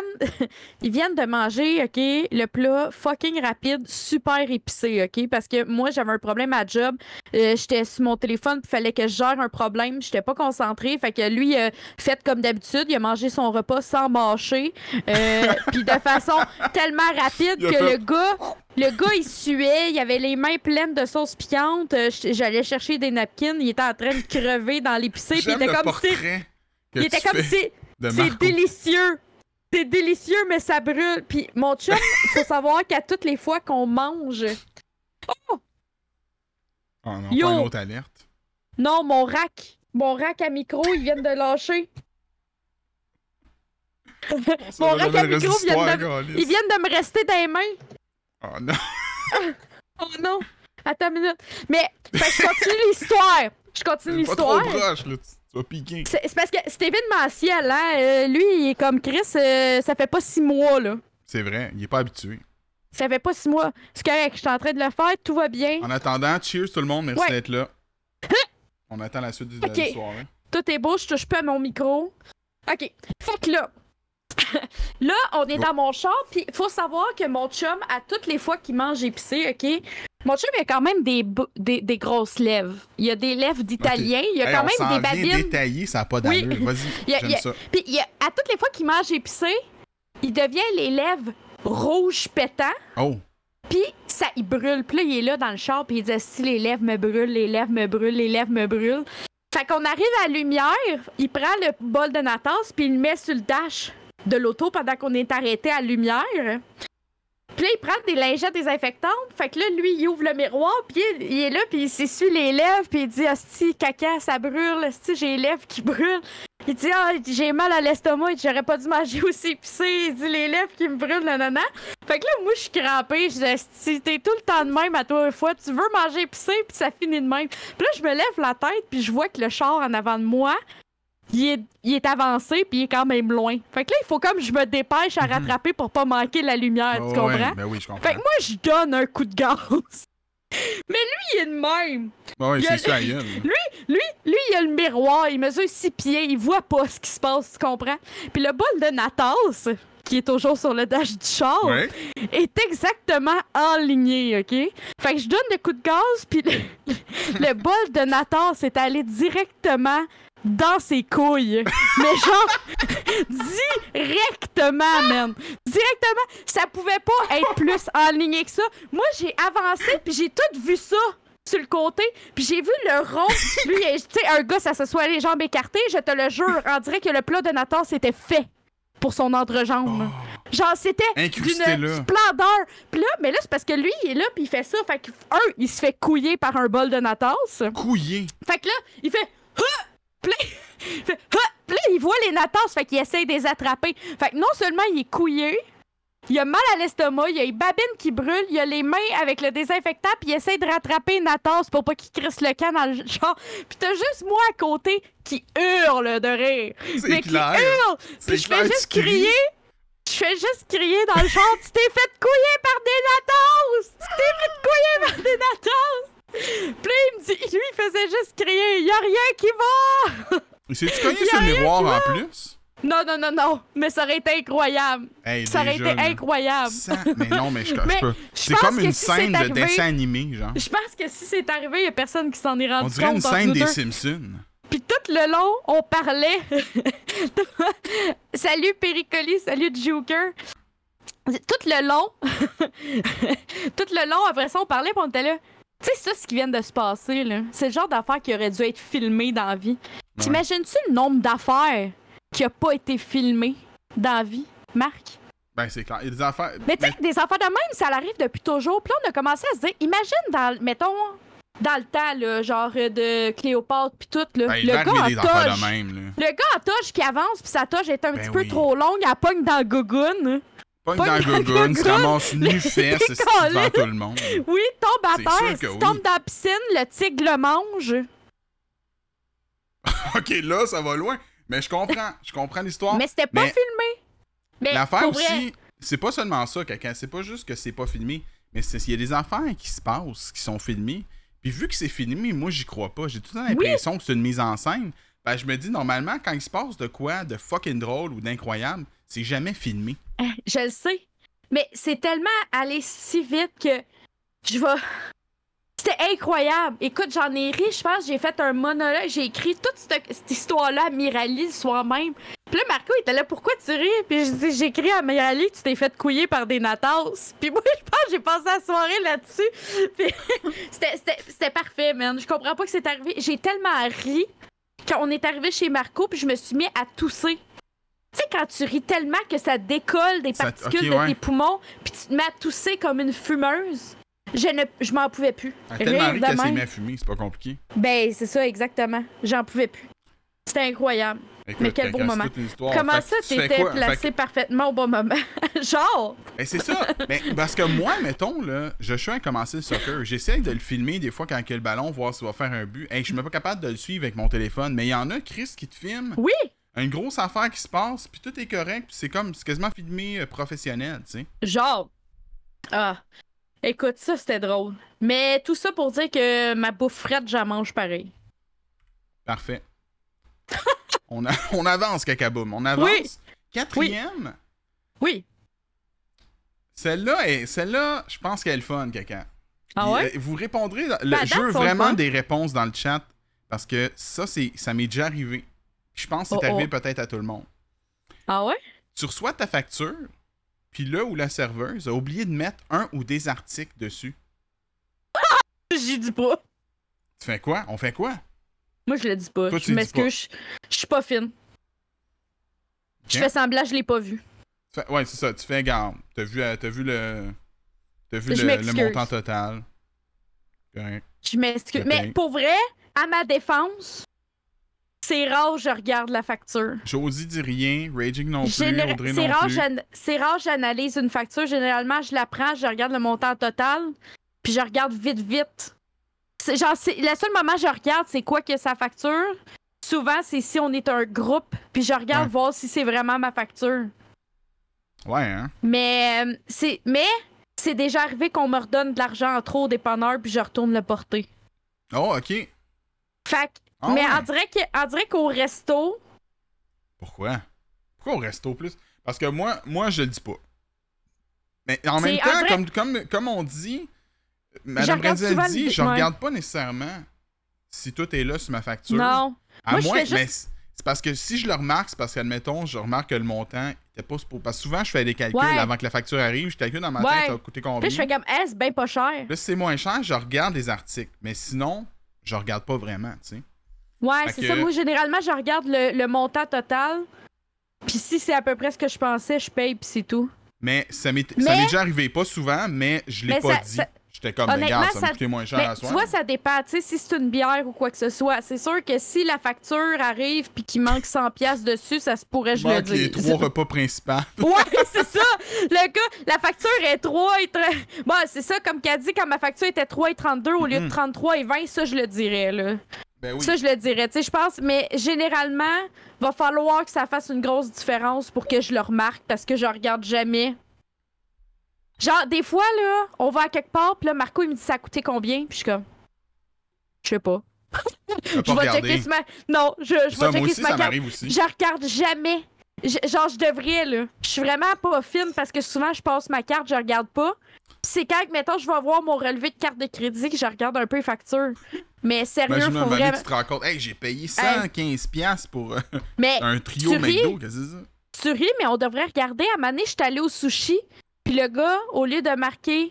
de manger, OK, le plat fucking rapide, super épicé, OK, parce que moi, j'avais un problème à job. J'étais sur mon téléphone, puis fallait que je gère un problème. J'étais pas concentrée. Fait que lui, fait comme d'habitude, il a mangé son repas sans mâcher, puis de façon tellement rapide que le gars, il suait, il avait les mains pleines de sauce piquante. J'allais chercher des napkins, il était en train de crever dans l'épicé, puis il était comme si... Il était comme si... C'est délicieux. C'est délicieux, mais ça brûle. Puis mon chum, il faut savoir qu'à toutes les fois qu'on mange... Oh! Oh non, pas une autre alerte. Non, mon rack à micro, ils viennent de lâcher. Mon rack à micro, ils viennent de me rester dans les mains. Oh non. Oh non. Attends une minute. Mais, je continue l'histoire. Je continue l'histoire. Pas trop proche, là. Tu vas piquer. C'est parce que c'est événementiel, hein. Lui, il est comme Chris, ça fait pas 6 mois, là. C'est vrai, il est pas habitué. Ça fait pas 6 mois. C'est correct, je suis en train de le faire, tout va bien. En attendant, cheers tout le monde, merci d'être là. On attend la suite de la soirée. Tout est beau, je touche pas à mon micro. OK. Fait que là... là, on est dans mon char, puis il faut savoir que mon chum, à toutes les fois qu'il mange épicé, OK, mon chum, il a quand même des grosses lèvres. Il a des lèvres d'italien, il a quand même des babines. Détaillé, ça n'a pas d'allure. Oui. Vas-y, j'aime ça. Puis à toutes les fois qu'il mange épicé, il devient les lèvres rouges pétants. Oh! Puis ça, il brûle. Puis là, il est là dans le char, puis il dit « Si les lèvres me brûlent, les lèvres me brûlent, les lèvres me brûlent. » Fait qu'on arrive à la lumière, il prend le bol de natas, puis il le met sur le dash de l'auto pendant qu'on est arrêté à la lumière. Puis là, il prend des lingettes désinfectantes. Fait que là, lui, il ouvre le miroir, puis il est là, puis il s'essuie les lèvres, puis il dit « Asti, caca, ça brûle. Asti, j'ai les lèvres qui brûlent. » Il dit « Ah, j'ai mal à l'estomac. J'aurais pas dû manger aussi épicé. » Il dit « Les lèvres qui me brûlent, nanana. » Fait que là, moi, je suis crampée. Je dis « Asti, t'es tout le temps de même à toi une fois. Tu veux manger épicé, puis ça finit de même. » Puis là, je me lève la tête, puis je vois que le char en avant de moi, il est avancé, puis il est quand même loin. Fait que là, il faut comme je me dépêche à rattraper pour pas manquer la lumière, tu comprends? Ouais, ben oui, je comprends. Fait que moi, je donne un coup de gaz. Mais lui, il est de même. Oui, c'est ça, il y a. Lui, il a le miroir, il mesure 6 pieds, il voit pas ce qui se passe, tu comprends? Puis le bol de Natas, qui est toujours sur le dash du char, est exactement aligné, OK? Fait que je donne le coup de gaz, puis le bol de Natas est allé directement dans ses couilles. Mais genre, directement, man. Directement. Ça pouvait pas être plus aligné que ça. Moi, j'ai avancé, puis j'ai tout vu ça sur le côté, puis j'ai vu le rond. Lui, tu sais, un gars, ça se soit les jambes écartées, je te le jure, on dirait que le plat de Nathan c'était fait pour son entrejambe. Genre, c'était d'une splendeur. Puis là, mais là, c'est parce que lui, il est là, puis il fait ça. Fait que, il se fait couiller par un bol de Natas. Couiller? Fait que là, il fait... Puis là, il voit les Natas, fait qu'il essaye de les attraper. Fait que non seulement il est couillé, il a mal à l'estomac, il a les babines qui brûlent, il a les mains avec le désinfectant, puis il essaie de rattraper Natas pour pas qu'il crisse le camp dans le genre. Puis t'as juste moi à côté qui hurle de rire. Mais clair. qui hurle! Puis je fais juste crier. Je fais juste crier dans le char, tu t'es fait couiller par des Natas! Tu t'es fait couiller par des Natas! Puis il me dit, lui, il faisait juste crier, y a rien qui va! Il s'est-tu cogné sur le miroir en plus? Non, mais ça aurait été incroyable. Hey, ça aurait été incroyable. Mais non, mais je peux. C'est comme une scène de dessin animé, genre. Je pense que si c'est arrivé, il y a personne qui s'en est rendu compte. On dirait une scène des Simpsons. Puis tout le long, on parlait. Salut Péricoli, salut Joker. Tout le long, après ça, on parlait, puis on était là. Tu sais, ça, ce qui vient de se passer, là, c'est le genre d'affaires qui aurait dû être filmé dans la vie. Ouais. T'imagines-tu le nombre d'affaires qui n'a pas été filmé dans la vie, Marc? Ben, c'est clair. Il y a des affaires... Mais tu sais, des affaires de même, ça arrive depuis toujours. Puis là, on a commencé à se dire, imagine, mettons, dans le temps, là, genre de Cléopâtre puis tout, là, ben, le gars en toge, le gars en toge qui avance, puis sa toge est un petit peu trop longue, elle pogne dans le gougoune. Pogne dans le gougoune, tu ramasses nu-fesse devant tout le monde. Oui, tombe à terre, si tombe dans la piscine, le tigre le mange. OK, là, ça va loin. Mais je comprends l'histoire. Mais c'était pas filmé. Mais l'affaire aussi, c'est pas seulement ça, Caca. C'est pas juste que c'est pas filmé, mais il y a des affaires qui se passent, qui sont filmées. Puis vu que c'est filmé, moi, j'y crois pas. J'ai tout le temps l'impression que c'est une mise en scène. Ben, je me dis, normalement, quand il se passe de quoi de fucking drôle ou d'incroyable, c'est jamais filmé. Je le sais. Mais c'est tellement allé si vite que je vais... C'était incroyable. Écoute, j'en ai ri, je pense, j'ai fait un monologue, j'ai écrit toute cette histoire-là à Mirali le soir même. Puis là, Marco, il était là, pourquoi tu ris? Puis je dis, j'ai écrit à Mirali que tu t'es fait couiller par des Natas. Puis moi, je pense que j'ai passé la soirée là-dessus. Puis c'était parfait, man. Je comprends pas que c'est arrivé. J'ai tellement ri quand on est arrivé chez Marco, puis je me suis mis à tousser. Tu sais, quand tu ris tellement que ça décolle des particules de tes poumons, puis tu te mets à tousser comme une fumeuse. Je m'en pouvais plus. Tellement ri qu'elle s'est mis à fumer, c'est pas compliqué. Ben, c'est ça, exactement. J'en pouvais plus. C'était incroyable. Écoute, mais quel beau moment. Comment ça, t'étais placé parfaitement au bon moment? Genre! Ben, c'est ça. Ben, parce que moi, mettons, là, Joshua a commencé le soccer. J'essaie de le filmer des fois quand il y a le ballon, voir s'il va faire un but. Hey, je suis même pas capable de le suivre avec mon téléphone. Mais il y en a, Chris, qui te filme. Oui! Une grosse affaire qui se passe, puis tout est correct, puis c'est quasiment filmé professionnel, tu sais. Genre! Ah! Écoute, ça, c'était drôle. Mais tout ça pour dire que ma bouffe frette, j'en mange pareil. Parfait. on avance, Cacaboum. On avance. Oui. Quatrième. Oui. Celle-là, je pense qu'elle est fun, Caca. Ah ouais? Vous répondrez... je veux vraiment des réponses dans le chat, parce que ça m'est déjà arrivé. Je pense que c'est arrivé peut-être à tout le monde. Ah ouais? Tu reçois ta facture, puis là où la serveuse a oublié de mettre un ou des articles dessus. J'y dis pas. Tu fais quoi? On fait quoi? Moi, je le dis pas. Je m'excuse. Je suis pas fine. Okay. Je fais semblant, je l'ai pas vu. Ouais, c'est ça. Tu fais garde. T'as vu le... T'as vu Je le m'excuse. montant total. Correct. Je m'excuse. Je Mais paye. pour vrai, à ma défense, c'est rare que je regarde la facture. Josie dit rien, Raging non plus, Audrey C'est non rare, plus. c'est rare que j'analyse une facture. Généralement, je la prends, je regarde le montant total, puis je regarde vite. C'est genre, le seul moment que je regarde, c'est quoi que sa facture. Souvent, c'est si on est un groupe, puis je regarde voir si c'est vraiment ma facture. Ouais, hein? Mais c'est déjà arrivé qu'on me redonne de l'argent en trop au dépanneur, puis je retourne le porter. Oh, ok. Fait que, Ah mais ouais. on dirait qu'au resto, Pourquoi? Pourquoi au resto plus? Parce que moi je le dis pas. Mais en C'est- même on temps, dirait- comme on dit, Madame regarde Brésil souvent dit, le- je ouais. regarde pas nécessairement si tout est là sur ma facture. non. À Moi, je moins, fais juste- mais c'est parce que si je le remarque, c'est parce qu'admettons, je remarque que le montant était pas supposé. Parce que souvent, je fais des calculs Ouais. avant que la facture arrive, je calcule dans ma Ouais. tête, ça va coûter combien. Puis je fais comme, c'est bien pas cher. Là, si c'est moins cher, je regarde les articles. Mais sinon, je regarde pas vraiment, tu sais. Ouais, Fait c'est que- ça. Moi, généralement, je regarde le montant total. Puis si c'est à peu près ce que je pensais, je paye, puis c'est tout. Mais ça m'est Mais- déjà arrivé, pas souvent, mais je l'ai Mais pas ça- dit. ça- J'étais comme, ben, Honnêtement, regarde, ça m'a coûté moins cher mais à tu soir. vois, ça dépend. Tu sais, si c'est une bière ou quoi que ce soit, c'est sûr que si la facture arrive puis qu'il manque 100$ dessus, ça se pourrait, je le Il y a dis. 3 repas principaux. Ouais, c'est ça. Le gars, la facture est 3 et... Bon, c'est ça, comme qu'a dit, quand ma facture était 3,32 au lieu de 33,20, ça, je le dirais, là. Ben oui. Ça, je le dirais. Tu sais, je pense, mais généralement, va falloir que ça fasse une grosse différence pour que je le remarque parce que je regarde jamais. Genre, des fois, là, on va à quelque part, puis là, Marco, il me dit ça a coûté combien, puis je suis comme, je sais pas. T'as Je pas vais regardé. checker sur ma. Non, je Ça, vais moi checker aussi, sur ma ça carte. m'arrive aussi. Je regarde jamais. Genre, je devrais, là. Je suis vraiment pas fine parce que souvent, je passe ma carte, je regarde pas. Puis c'est quand, mettons, je vais voir mon relevé de carte de crédit que je regarde un peu les factures. Mais sérieux, Imagine un faut moment donné, vraiment. tu te rends compte, hey, j'ai payé 115$ pour Mais un trio tu ris? McDo, qu'est-ce que c'est ça? tu ris, mais on devrait regarder. À un moment donné, je suis allée au sushi, puis le gars, au lieu de marquer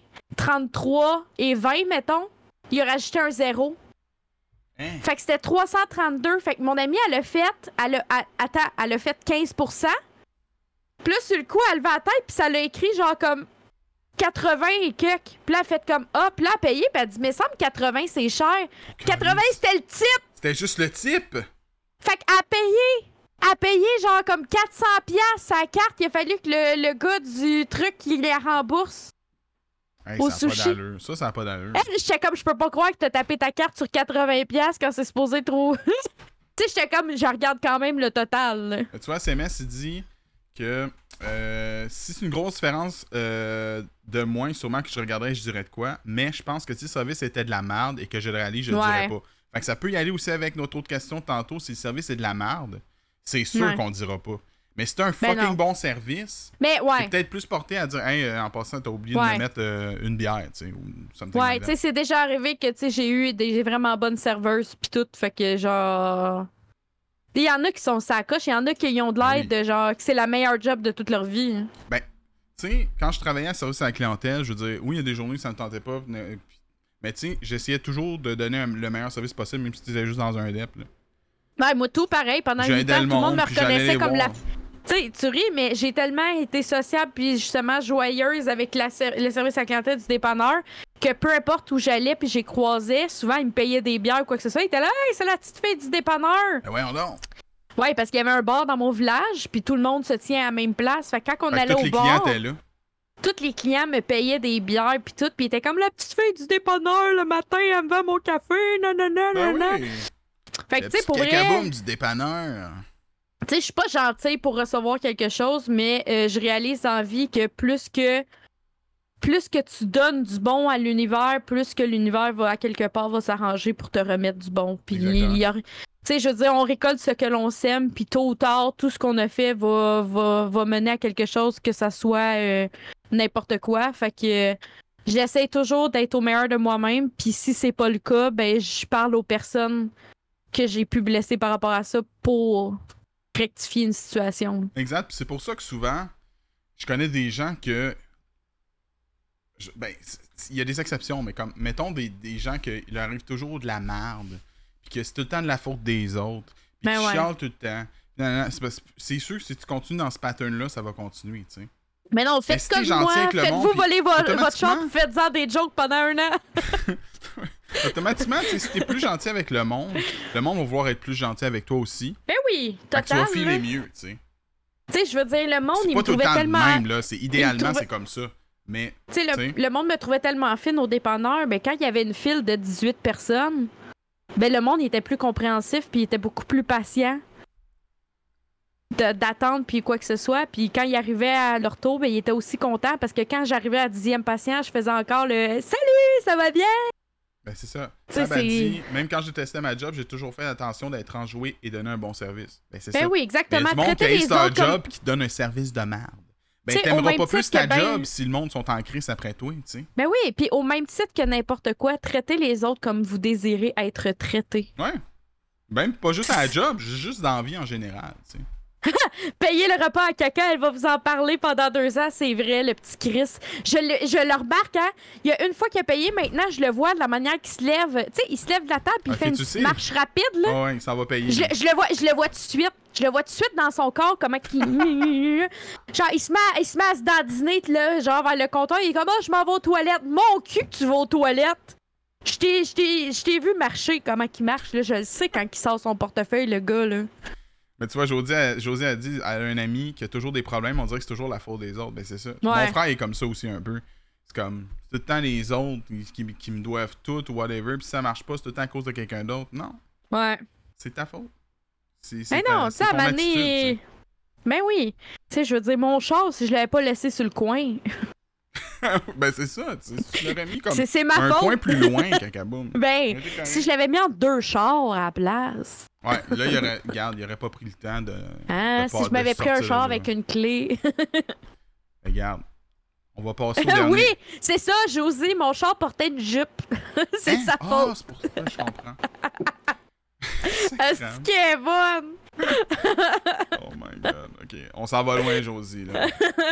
33 et 20, mettons, il a rajouté un 0. Hein? Fait que c'était 332. Fait que mon amie, elle a fait. Elle a fait 15%. Puis là, sur le coup, elle va à la tête, puis ça l'a écrit genre comme 80 et quelques. Puis là, elle a fait comme ah, puis là, elle a payé, puis elle dit, mais semble 80, c'est cher. 80, c'était le type. C'était juste le type. Fait qu'elle a payé genre comme 400$ sa carte. Il a fallu que le gars du truc, il les rembourse. Hey, Au ça a pas sushi. d'allure. Ça a pas d'allure. Elle, j'étais comme, je peux pas croire que t'as tapé ta carte sur 80$ quand c'est supposé trop. Tu sais, j'étais comme, je regarde quand même le total. Là. Tu vois, CMS, il dit que si c'est une grosse différence de moins, sûrement que je regarderais, je dirais de quoi. Mais je pense que si le service était de la merde et que je le réalise, je le dirais pas. Fait que ça peut y aller aussi avec notre autre question tantôt. Si le service est de la merde, c'est sûr qu'on le dira pas. Mais si c'est un fucking bon service, Mais ouais. c'est peut-être plus porté à dire hey, en passant, t'as oublié de me mettre une bière, tu sais. Ou something Ouais, like tu that. sais, c'est déjà arrivé que, tu sais, j'ai eu des vraiment bonnes serveuses pis tout, fait que genre... Il y en a qui sont sacoches, il y en a qui ont de l'aide, de genre, que c'est la meilleure job de toute leur vie. Hein. Ben, tu sais, quand je travaillais à service à la clientèle, je veux dire, oui, il y a des journées où ça me tentait pas, mais tu sais, j'essayais toujours de donner le meilleur service possible, même si tu étais juste dans un DEP. Là. Ouais, moi, tout pareil, pendant 8 ans, J'aidais tout le monde me puis j'allais reconnaissait les comme la... voir. Tu sais, tu ris, mais j'ai tellement été sociable puis justement joyeuse avec le service à la clientèle du dépanneur que peu importe où j'allais puis j'ai croisé, souvent ils me payaient des bières ou quoi que ce soit, ils étaient là, hey, c'est la petite fille du dépanneur. Ben voyons donc. Ouais, parce qu'il y avait un bar dans mon village puis tout le monde se tient à la même place. Fait que quand on Fait que allait tous au les bar, clients étaient là. tous les clients me payaient des bières puis tout, puis ils étaient comme la petite fille du dépanneur le matin, elle me vend mon café, nanana, Ben nanana. oui. Fait que Le tu sais petit pour vrai, cacaboum du dépanneur. tu sais, je suis pas gentille pour recevoir quelque chose, mais je réalise en vie que plus que tu donnes du bon à l'univers, plus que l'univers va à quelque part va s'arranger pour te remettre du bon. Puis tu sais, je veux dire, on récolte ce que l'on sème, puis tôt ou tard, tout ce qu'on a fait va mener à quelque chose, que ça soit n'importe quoi. Fait que j'essaie toujours d'être au meilleur de moi-même, puis si c'est pas le cas, ben je parle aux personnes que j'ai pu blesser par rapport à ça pour rectifier une situation. Exact. Puis c'est pour ça que souvent, je connais des gens que. Ben, il y a des exceptions, mais comme, mettons des gens qu'il leur arrive toujours de la merde, puis que c'est tout le temps de la faute des autres, puis Ben qu'ils ouais. chialent tout le temps. Non, c'est sûr que si tu continues dans ce pattern-là, ça va continuer, tu sais. Mais non, Mais faites si t'es comme gentil moi, avec le monde, faites-vous puis voler votre automatiquement- char, puis faites-en des jokes pendant un an. Automatiquement, tu sais, si t'es plus gentil avec le monde va vouloir être plus gentil avec toi aussi. Ben oui, Fait que tu total. vas filer mieux, tu sais. Tu sais, je veux dire, le monde, C'est il pas me tout le trouvait temps tellement... de même, là. C'est idéalement, trouvait- c'est comme ça. Mais, Tu sais, T'sais. le monde me trouvait tellement fine au dépanneur, ben quand il y avait une file de 18 personnes, ben le monde il était plus compréhensif puis il était beaucoup plus patient d'attendre puis quoi que ce soit. Puis quand il arrivait à leur tour, ben il était aussi content parce que quand j'arrivais à 10e patient, je faisais encore le « Salut, ça va bien? ben c'est ça. Tu sais, Sab a c'est- dit, même quand je testais ma job, j'ai toujours fait attention d'être enjoué et donner un bon service. Ben c'est » Ben ça. oui, Mais il y exactement. a du monde qui Traiter a les leur autres comme... job qui te donne un service de merde. Ben T'sais, au t'aimeras même pas plus titre ta que ben- job si le monde sont en crise après toi, tu sais. Ben oui, puis au même titre que n'importe quoi, traitez les autres comme vous désirez être traités. Ouais. Même pas juste à la job, juste dans la vie en général, tu sais. Payez le repas à caca, elle va vous en parler pendant 2 ans, c'est vrai, le petit Chris. Je le remarque, hein. Il y a une fois qu'il a payé, maintenant, je le vois de la manière qu'il se lève. Tu sais, il se lève de la table puis Ok, il fait tu une sais. petite marche rapide, là. Ah ouais, ça va payer. Je le vois tout de suite. Je le vois tout de suite dans son corps, comment qu'il... Genre, il se met à se dandiner, là, genre, vers le comptoir. Il est comme, oh, je m'en vais aux toilettes. Mon cul que tu vas aux toilettes. Je t'ai vu marcher, comment qu'il marche, là. Je le sais quand il sort son portefeuille, le gars, là. Mais tu vois, Josée a dit, elle a un ami qui a toujours des problèmes, on dirait que c'est toujours la faute des autres. Ben c'est ça. Mon frère est comme ça aussi un peu. C'est comme, c'est tout le temps les autres qui me doivent tout ou whatever, puis si ça marche pas, c'est tout le temps à cause de quelqu'un d'autre. Non, Ouais. c'est ta faute. C'est Mais ta- non, tu sais, c'est à ton un moment attitude, donné... tu sais. Ben oui. Tu sais, je veux dire, mon char, si je l'avais pas laissé sur le coin, Ben c'est ça, tu sais, si tu l'aurais mis comme c'est ma un faute. coin plus loin, cacaboum. Ben, si je l'avais mis en 2 chars à la place. Ouais, là, regarde, il aurait pas pris le temps de. Hein, si je m'avais pris un char avec une clé. Regarde, on va passer au dernier. Oui, c'est ça, Josie, mon char portait une jupe. C'est Hein? sa Ah, faute. c'est pour ça que je comprends. Est-ce qu'elle est bonne? Oh my god, ok. On s'en va loin, Josie, là.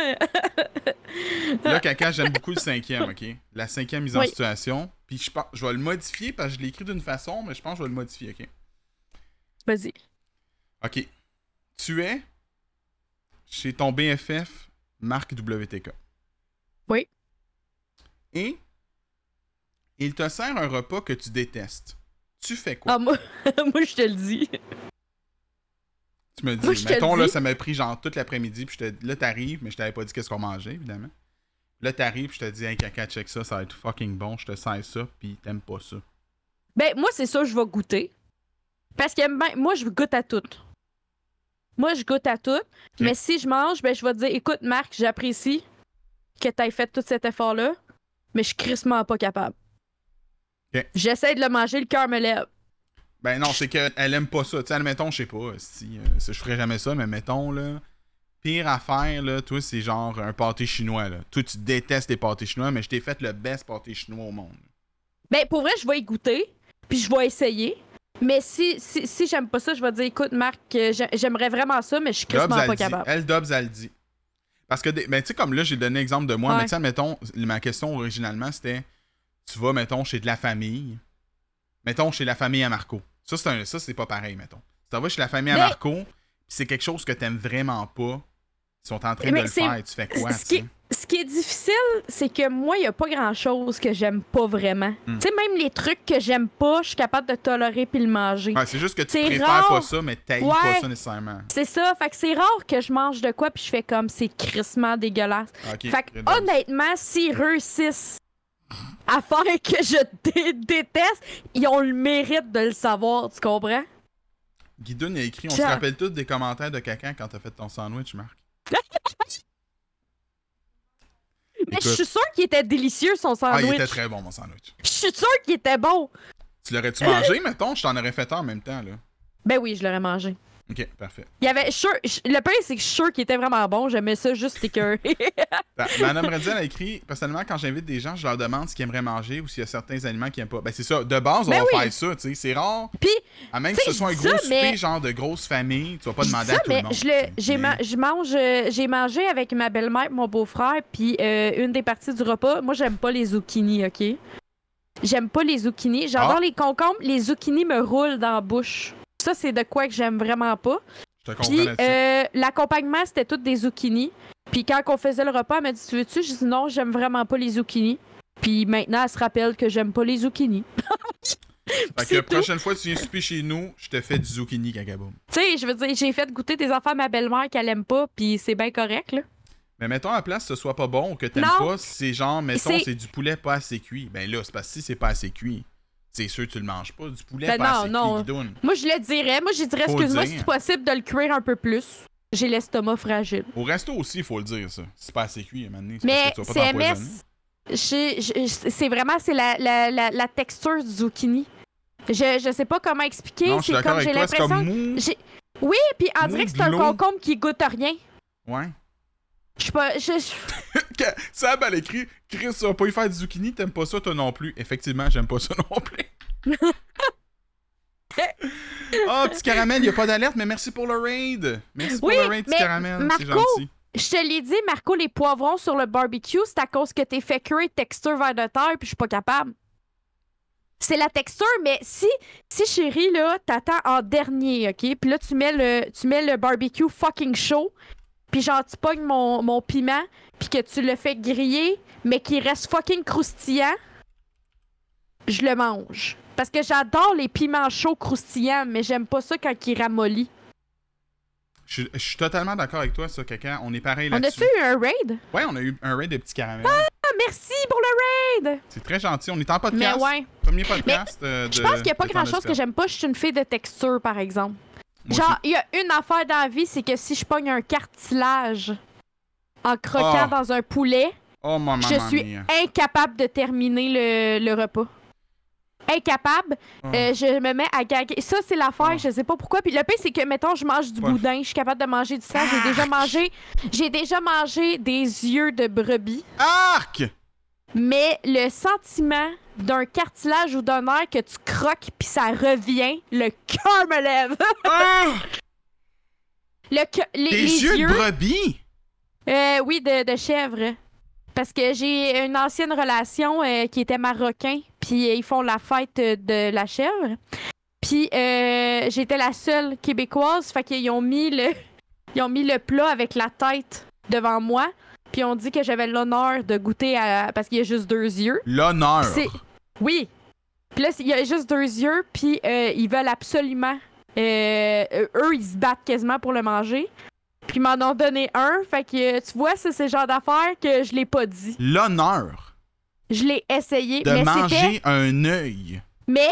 Là, caca, j'aime beaucoup le 5e, ok? La 5e mise en Oui. situation. Puis je vais le modifier parce que je l'ai écrit d'une façon, mais je pense que je vais le modifier, ok? Vas-y. Ok. Tu es chez ton BFF, Marc WTK. Oui. Et il te sert un repas que tu détestes. Tu fais quoi? Ah, moi, je te le dis. Tu me dis, moi, je te mettons, le là, dis. ça m'a pris genre toute l'après-midi, puis là, t'arrives, mais je t'avais pas dit qu'est-ce qu'on mangeait, évidemment. Là, t'arrives, puis je te dis, hey, caca, check ça, ça va être fucking bon, je te sers ça, puis t'aimes pas ça. Ben, moi, c'est ça, je vais goûter. Parce que ben, moi, je goûte à tout. Moi, je goûte à tout. Mais si je mange, ben, je vais te dire, écoute, Marc, j'apprécie que tu aies fait tout cet effort-là, mais je suis crissement pas capable. Ok. J'essaie de le manger, le cœur me lève. Ben non, c'est qu'elle aime pas ça. Tu sais, admettons, je sais pas, si je ferais jamais ça, mais mettons, là, pire affaire, là, toi, c'est genre un pâté chinois, là. Toi, tu détestes les pâtés chinois, mais je t'ai fait le best pâté chinois au monde. Ben, pour vrai, je vais y goûter, puis je vais essayer. Mais si j'aime pas ça, je vais dire, écoute, Marc, j'aimerais vraiment ça, mais je suis crissement pas capable. Elle, Dobbs, elle dit. Parce que, ben, tu sais, comme là, j'ai donné l'exemple de moi, Ouais. mais tu sais, mettons, ma question originalement, c'était, tu vas, mettons, chez de la famille. Mettons, chez la famille à Marco. Ça, c'est pas pareil, mettons. Tu vas chez la famille à Mais- Marco, pis c'est quelque chose que t'aimes vraiment pas. Ils sont en train Mais de le c'est- faire, tu fais quoi, tu sais? Ce qui est difficile, c'est que moi, il n'y a pas grand-chose que j'aime pas vraiment. Tu sais, même les trucs que j'aime pas, je suis capable de tolérer puis le manger. Ouais, c'est juste que tu C'est préfères rare. pas ça, mais t'haïs Ouais. pas ça nécessairement. C'est ça, fait que c'est rare que je mange de quoi puis je fais comme c'est crissement dégueulasse. Ok, Fait que très bien. honnêtement, s'ils réussissent à faire que je déteste, ils ont le mérite de le savoir, tu comprends? Guidoune a écrit, on se Tiens. rappelle tous des commentaires de caca quand t'as fait ton sandwich, Marc. Mais je Écoute. suis sûre qu'il était délicieux son Ah, il sandwich. était très bon, mon sandwich. Je suis sûre qu'il était bon. Tu l'aurais-tu mangé, mettons? Je t'en aurais fait un en même temps, là. Ben oui, je l'aurais mangé. Ok, parfait. Il y avait le pire, c'est que je suis sûre qu'il était vraiment bon. J'aimais ça juste écœuré. Madame Redzel a écrit, personnellement, quand j'invite des gens, je leur demande ce qu'ils aimeraient manger ou s'il y a certains aliments qu'ils aiment pas. Ben c'est ça, de base, Ben on va oui. faire ça, tu sais. C'est rare. Puis, À même Tu sais, que ce soit un je dis gros ça, souper, mais- genre de grosse famille, tu vas pas je dis demander ça, à tout mais le monde. tu sais. Mais- j'ai mangé avec ma belle-mère, mon beau-frère, puis une des parties du repas. Moi, j'aime pas les zucchinis, OK? J'aime pas les zucchinis. J'adore Ah. les concombres. Les zucchinis me roulent dans la bouche. Ça, c'est de quoi que j'aime vraiment pas. Je te comprends Puis, là-dessus. l'accompagnement, c'était toutes des zucchinis. Puis quand on faisait le repas, elle m'a dit tu veux-tu? J'ai dit non, j'aime vraiment pas les zucchini. Puis maintenant, elle se rappelle que j'aime pas les zucchini. Fait que la prochaine fois que tu viens souper chez nous, je te fais du zucchini cagaboum. Tu sais, je veux dire, j'ai fait goûter des affaires à ma belle-mère qu'elle aime pas, puis c'est bien correct, là. Mais mettons à la place que ce soit pas bon ou que t'aimes Non. pas, c'est genre, mettons, c'est du poulet pas assez cuit. Ben là, c'est parce que si c'est pas assez cuit, c'est sûr que tu le manges pas. Du poulet Ben pas non, assez non. cuit, guidoune. Moi, je le dirais. Moi, je dirais, Faut excuse-moi, le si dire. c'est possible de le cuire un peu plus. J'ai l'estomac fragile. Au resto aussi, il faut le dire, ça. Si c'est pas assez cuit, à un moment donné, c'est Mais parce que tu vas pas t'empoisonner. c'est vraiment, c'est la texture du zucchini. Je sais pas comment expliquer. Non, je suis c'est d'accord comme, avec j'ai toi, c'est comme l'impression... mou. Oui, puis on Mou dirait que de c'est un l'eau. concombre qui goûte à rien. Ouais. Je sais pas... Sab, elle écrit Chris, tu vas pas y faire du zucchini, t'aimes pas ça, toi non plus. Effectivement, j'aime pas ça non plus. Oh, petit caramel, y a pas d'alerte, mais merci pour le raid. Merci pour Oui, le raid, petit mais caramel. C'est Marco, gentil. je te l'ai dit, Marco, les poivrons sur le barbecue, c'est à cause que t'es fait cuire texture vers de terre, puis je suis pas capable. C'est la texture, mais si chérie, là, t'attends en dernier, OK? Puis là, tu mets le barbecue fucking chaud, puis genre, tu pognes mon piment, puis que tu le fais griller, mais qu'il reste fucking croustillant, je le mange. Parce que j'adore les piments chauds croustillants, mais j'aime pas ça quand il ramollit. Je suis totalement d'accord avec toi, ça, Caca. On est pareil On là-dessus. a-tu eu un raid? Ouais, on a eu un raid de petits caramels. Ah, merci pour le raid! C'est très gentil. On est en Mais podcast. ouais. Premier podcast de. Je pense qu'il n'y a pas de grand-chose Temps que j'aime pas. Je suis une fille de texture, par exemple. Moi Genre, il y a une affaire dans la vie, c'est que si je pogne un cartilage en croquant Oh. dans un poulet, Oh, maman, je suis incapable de terminer le repas. Incapable. Oh. Je me mets à gaguer. Ça, c'est l'affaire, Oh. je sais pas pourquoi. Puis le pire, c'est que, mettons, je mange du Ouais. boudin, je suis capable de manger du sang. J'ai déjà mangé des yeux de brebis. Arc! Mais le sentiment d'un cartilage ou d'un nerf que tu croques puis ça revient, le cœur me lève. Ah! Les Des yeux de brebis! Oui, de chèvre. Parce que j'ai une ancienne relation qui était marocain, puis ils font la fête de la chèvre. Puis j'étais la seule québécoise, fait qu'ils ont mis le plat avec la tête devant moi, puis on dit que j'avais l'honneur de goûter parce qu'il y a juste 2 yeux. L'honneur! Oui. Puis là, il y a juste 2 yeux, puis ils veulent absolument... eux, ils se battent quasiment pour le manger. Puis ils m'en ont donné un. Fait que, tu vois, ça, c'est le genre d'affaire que je l'ai pas dit. L'honneur Je l'ai essayé, de mais manger un œil. Mais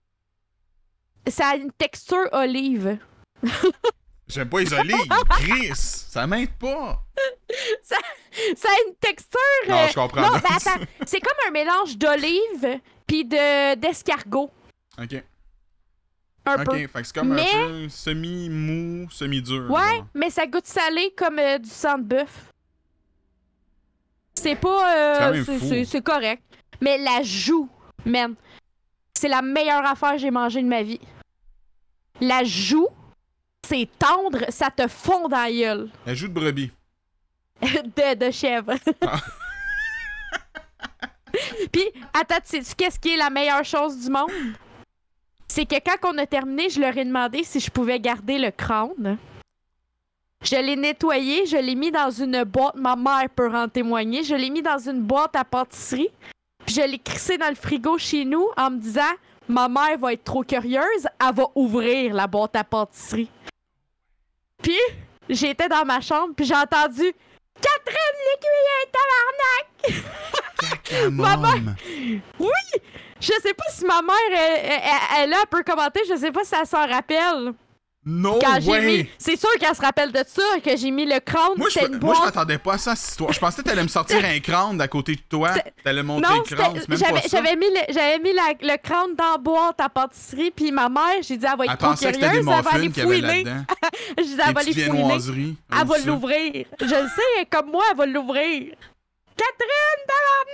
ça a une texture olive. J'aime pas les olives. Chris! Ça m'aide pas. Ça a une texture... Non, je comprends. Non, là. mais attends. C'est comme un mélange d'olive puis d'escargot. Ok. Un Ok, peu. fait que c'est comme Mais- un peu semi-mou, semi-dur. Ouais, genre. mais ça goûte salé comme du sang de bœuf. C'est pas... C'est quand même fou. c'est correct. Mais la joue, man, c'est la meilleure affaire que j'ai mangée de ma vie. La joue, c'est tendre, ça te fond dans la gueule. Elle joue de brebis. de chèvre. Ah. Puis, attends, sais-tu qu'est-ce qui est la meilleure chose du monde? C'est que quand on a terminé, je leur ai demandé si je pouvais garder le crâne. Je l'ai nettoyé, je l'ai mis dans une boîte, ma mère peut en témoigner, je l'ai mis dans une boîte à pâtisserie, puis je l'ai crissé dans le frigo chez nous en me disant, ma mère va être trop curieuse, elle va ouvrir la boîte à pâtisserie. Puis, j'étais dans ma chambre, puis j'ai entendu « Catherine Lécuyer, tabarnak! » Maman. Oui! Je sais pas si ma mère, elle a un peu commenté, je sais pas si elle s'en rappelle. No Quand j'ai way! mis... C'est sûr qu'elle se rappelle de ça, que j'ai mis le crâne, Moi, c'était une je boîte. m'attendais pas à ça, cette histoire. Je pensais que t'allais me sortir un crâne d'à côté de toi. T'allais monter Non, le crâne. C'est même pas ça. j'avais mis le crâne dans la boîte à pâtisserie, puis ma mère, j'ai dit, elle va être Elle trop pensait que c'était des curieuse, elle va muffins aller qu'il y avait fouiner. là-dedans. Je dis, Des elle va aller petites fouiner. viennoiseries. Elle va ça. l'ouvrir. Je le sais, comme moi, elle va l'ouvrir. Catherine,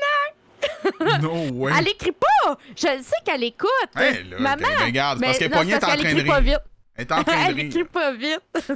No way. elle écrit pas! Je le sais qu'elle écoute. Hey, là, Maman! regarde, Mais parce qu'elle non, pognée est c'est en parce train qu'elle de écrit pas rire. vite. Elle est en train de Elle rire. écrit pas vite.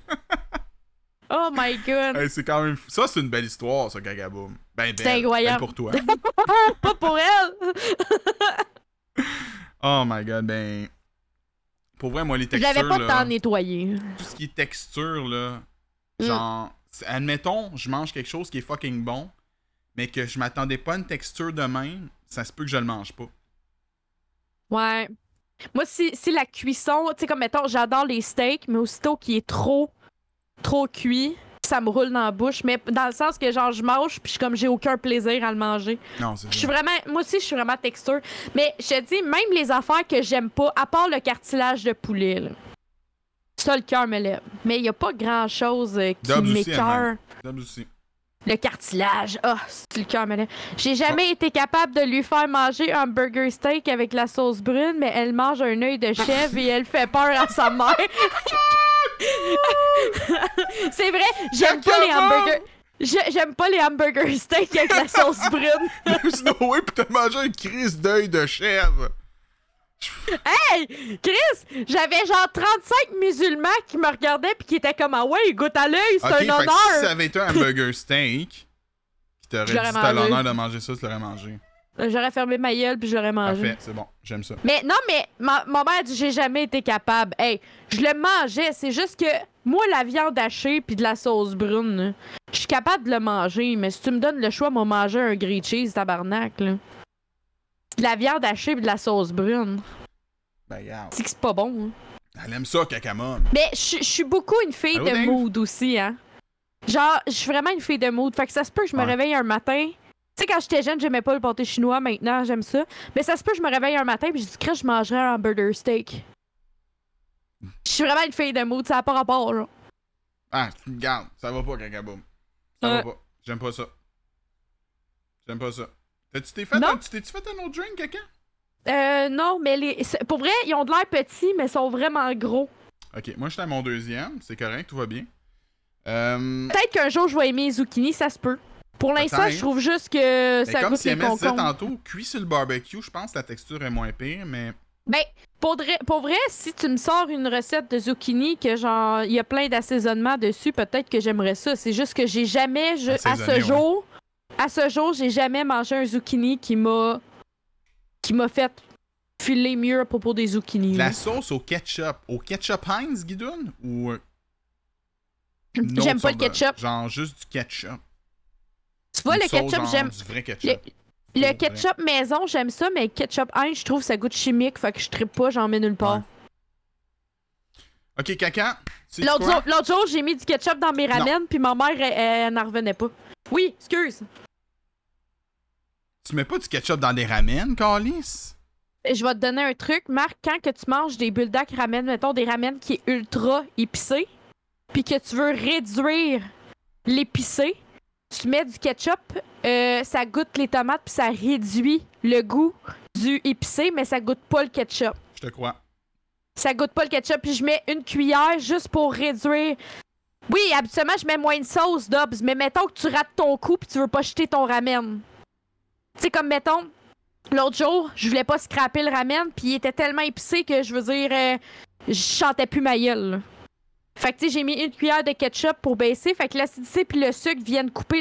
Oh my god. Hey, c'est quand même... Ça, c'est une belle histoire, ça, Gagaboum. Ben, C'est belle. incroyable. Belle pour toi. Pas pour elle. Oh my god, ben... Pour vrai, moi, les Je textures, l'avais pas là, tant nettoyé. tout ce qui est texture, là, Mm. genre... Admettons, je mange quelque chose qui est fucking bon, mais que je m'attendais pas à une texture de même, ça se peut que je le mange pas. Ouais. Moi, si la cuisson, tu sais, comme mettons, j'adore les steaks, mais aussitôt qu'il est trop cuit, ça me roule dans la bouche. Mais dans le sens que, genre, je mange, puis j'ai aucun plaisir à le manger. Non, c'est ça. Je suis vraiment. Moi aussi, je suis vraiment texture. Mais je te dis, même les affaires que j'aime pas, à part le cartilage de poulet, là, ça, le cœur me lève. Mais il y a pas grand-chose qui Dubs aussi, m'écœure. Dubs aussi. Le cartilage, c'est le cœur me lève. J'ai jamais été capable de lui faire manger un burger steak avec la sauce brune, mais elle mange un œil de chèvre et elle fait peur à sa mère. C'est vrai, j'aime pas les hamburgers. J'aime pas les hamburger steak avec la sauce brune. There's no way pis t'as mangé une crise d'œil de chèvre. Hey! Chris! J'avais genre 35 musulmans qui me regardaient pis qui étaient comme ah ouais, il goûte à l'œil, c'est un honneur! Si ça avait été un hamburger steak, qui t'aurait dit t'as l'honneur de manger ça, tu l'aurais mangé. J'aurais fermé ma gueule puis je l'aurais mangé. Parfait, c'est bon, j'aime ça. Mais non, mais ma mère dit j'ai jamais été capable. Hey, je le mangeais, c'est juste que moi, la viande hachée puis de la sauce brune, je suis capable de le manger, mais si tu me donnes le choix, moi, manger un grilled cheese, tabarnak, là. De la viande hachée pis de la sauce brune. Ben, regarde. C'est que c'est pas bon, hein. Elle aime ça, Kakamon. Mais je suis beaucoup une fille de mood aussi, hein. Genre, je suis vraiment une fille de mood. Fait que ça se peut que je me réveille un matin. Tu sais, quand j'étais jeune, j'aimais pas le pâté chinois. Maintenant, j'aime ça. Mais ça se peut que je me réveille un matin pis je dis que je mangerais un hamburger steak. Je suis vraiment une fille de mood. Ça n'a pas rapport, là. Ah, regarde, ça va pas, Kakaboom. Ça va pas. J'aime pas ça. J'aime pas ça. T'es-tu fait un autre drink, Kaka? Non, mais pour vrai, ils ont de l'air petits, mais ils sont vraiment gros. Ok, moi j'étais à mon deuxième, c'est correct, tout va bien. Peut-être qu'un jour je vais aimer les zucchini, ça se peut. Pour l'instant, je trouve juste que ça goûte les concombres. Comme si tantôt, cuit sur le barbecue, je pense que la texture est moins pire, mais... Ben, pour vrai, si tu me sors une recette de zucchini que genre, il y a plein d'assaisonnements dessus, peut-être que j'aimerais ça. C'est juste que j'ai jamais, à ce jour, j'ai jamais mangé un zucchini qui m'a fait filer mieux à propos des zucchini. La sauce au ketchup Heinz, Guidoune? Ou... J'aime pas le ketchup. Genre juste du ketchup. Tu vois, le ketchup, j'aime... Du vrai ketchup. Le ketchup maison, j'aime ça, mais le ketchup Heinz, je trouve que ça goûte chimique, fait que je trippe pas, j'en mets nulle part. Ouais. Ok, Kaka, l'autre jour, j'ai mis du ketchup dans mes ramen, puis ma mère, elle n'en revenait pas. Oui, excuse. Tu mets pas du ketchup dans des ramen, Carlis? Je vais te donner un truc, Marc. Quand que tu manges des bulldog ramen, mettons des ramen qui est ultra épicé, puis que tu veux réduire l'épicé, tu mets du ketchup, ça goûte les tomates, puis ça réduit le goût du épicé, mais ça goûte pas le ketchup. Je te crois. Ça goûte pas le ketchup, puis je mets une cuillère juste pour réduire... Oui, habituellement, je mets moins de sauce, Dobbs, mais mettons que tu rates ton coup puis tu veux pas jeter ton ramen. Tu sais, comme mettons, l'autre jour, je voulais pas scraper le ramen, puis il était tellement épicé que, je veux dire, je chantais plus ma gueule. Fait que, tu sais, j'ai mis une cuillère de ketchup pour baisser, fait que l'acidité puis le sucre viennent couper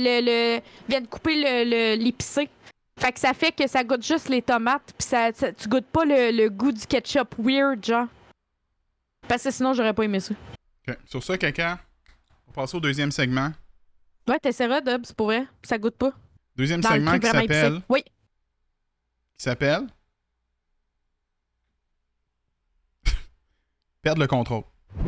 l'épicé. Fait que ça fait que ça goûte juste les tomates, puis tu goûtes pas le goût du ketchup weird, genre. Parce que sinon, j'aurais pas aimé ça. Ok, sur ça, Kaka, on va passer au deuxième segment. Ouais, t'essaieras, Dubs, pour vrai, ça goûte pas. Deuxième segment qui s'appelle... Oui. Qui s'appelle... Perdre le contrôle.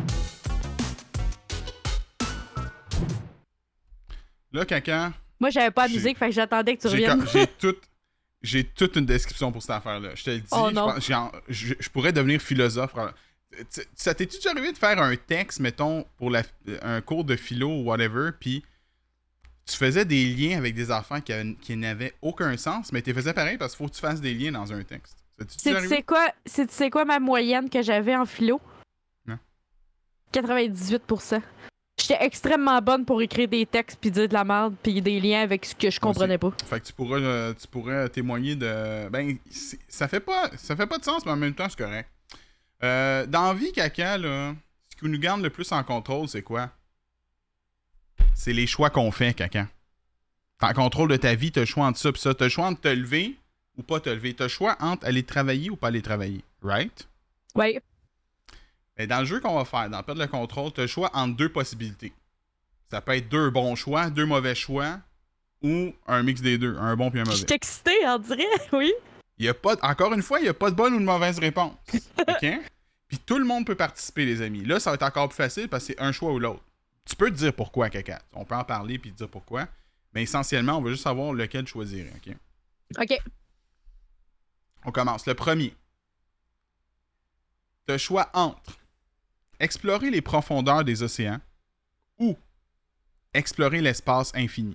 Là, Kaka... Moi, j'avais pas de musique, fait que j'attendais que tu reviennes. J'ai toute une description pour cette affaire-là. Je te le dis, je pourrais devenir philosophe. Ça t'es-tu déjà arrivé de faire un texte, mettons, pour un cours de philo ou whatever, puis tu faisais des liens avec des affaires qui n'avaient aucun sens, mais tu faisais pareil parce qu'il faut que tu fasses des liens dans un texte. Tu sais quoi ma moyenne que j'avais en philo? Non. 98%. J'étais extrêmement bonne pour écrire des textes puis dire de la merde puis des liens avec ce que je comprenais pas. Fait que tu pourrais témoigner de... Ben, ça fait pas de sens, mais en même temps, c'est correct. Dans la vie, Kaka, là, ce qui nous garde le plus en contrôle, c'est quoi? C'est les choix qu'on fait, Kaka. T'es en contrôle de ta vie, t'as le choix entre ça pis ça. T'as le choix entre te lever ou pas te lever. T'as le choix entre aller travailler ou pas aller travailler. Right? Oui. Et dans le jeu qu'on va faire, dans Perdre le contrôle, t'as le choix entre deux possibilités. Ça peut être 2 bons choix, 2 mauvais choix, ou un mix des deux, un bon puis un Je mauvais. suis excitée, on dirait, oui. Encore une fois, il n'y a pas de bonne ou de mauvaise réponse. OK? Puis tout le monde peut participer, les amis. Là, ça va être encore plus facile parce que c'est un choix ou l'autre. Tu peux te dire pourquoi, Caca. On peut en parler puis te dire pourquoi. Mais essentiellement, on veut juste savoir lequel choisir. OK? OK. On commence. Le premier. Tu as le choix entre explorer les profondeurs des océans ou explorer l'espace infini.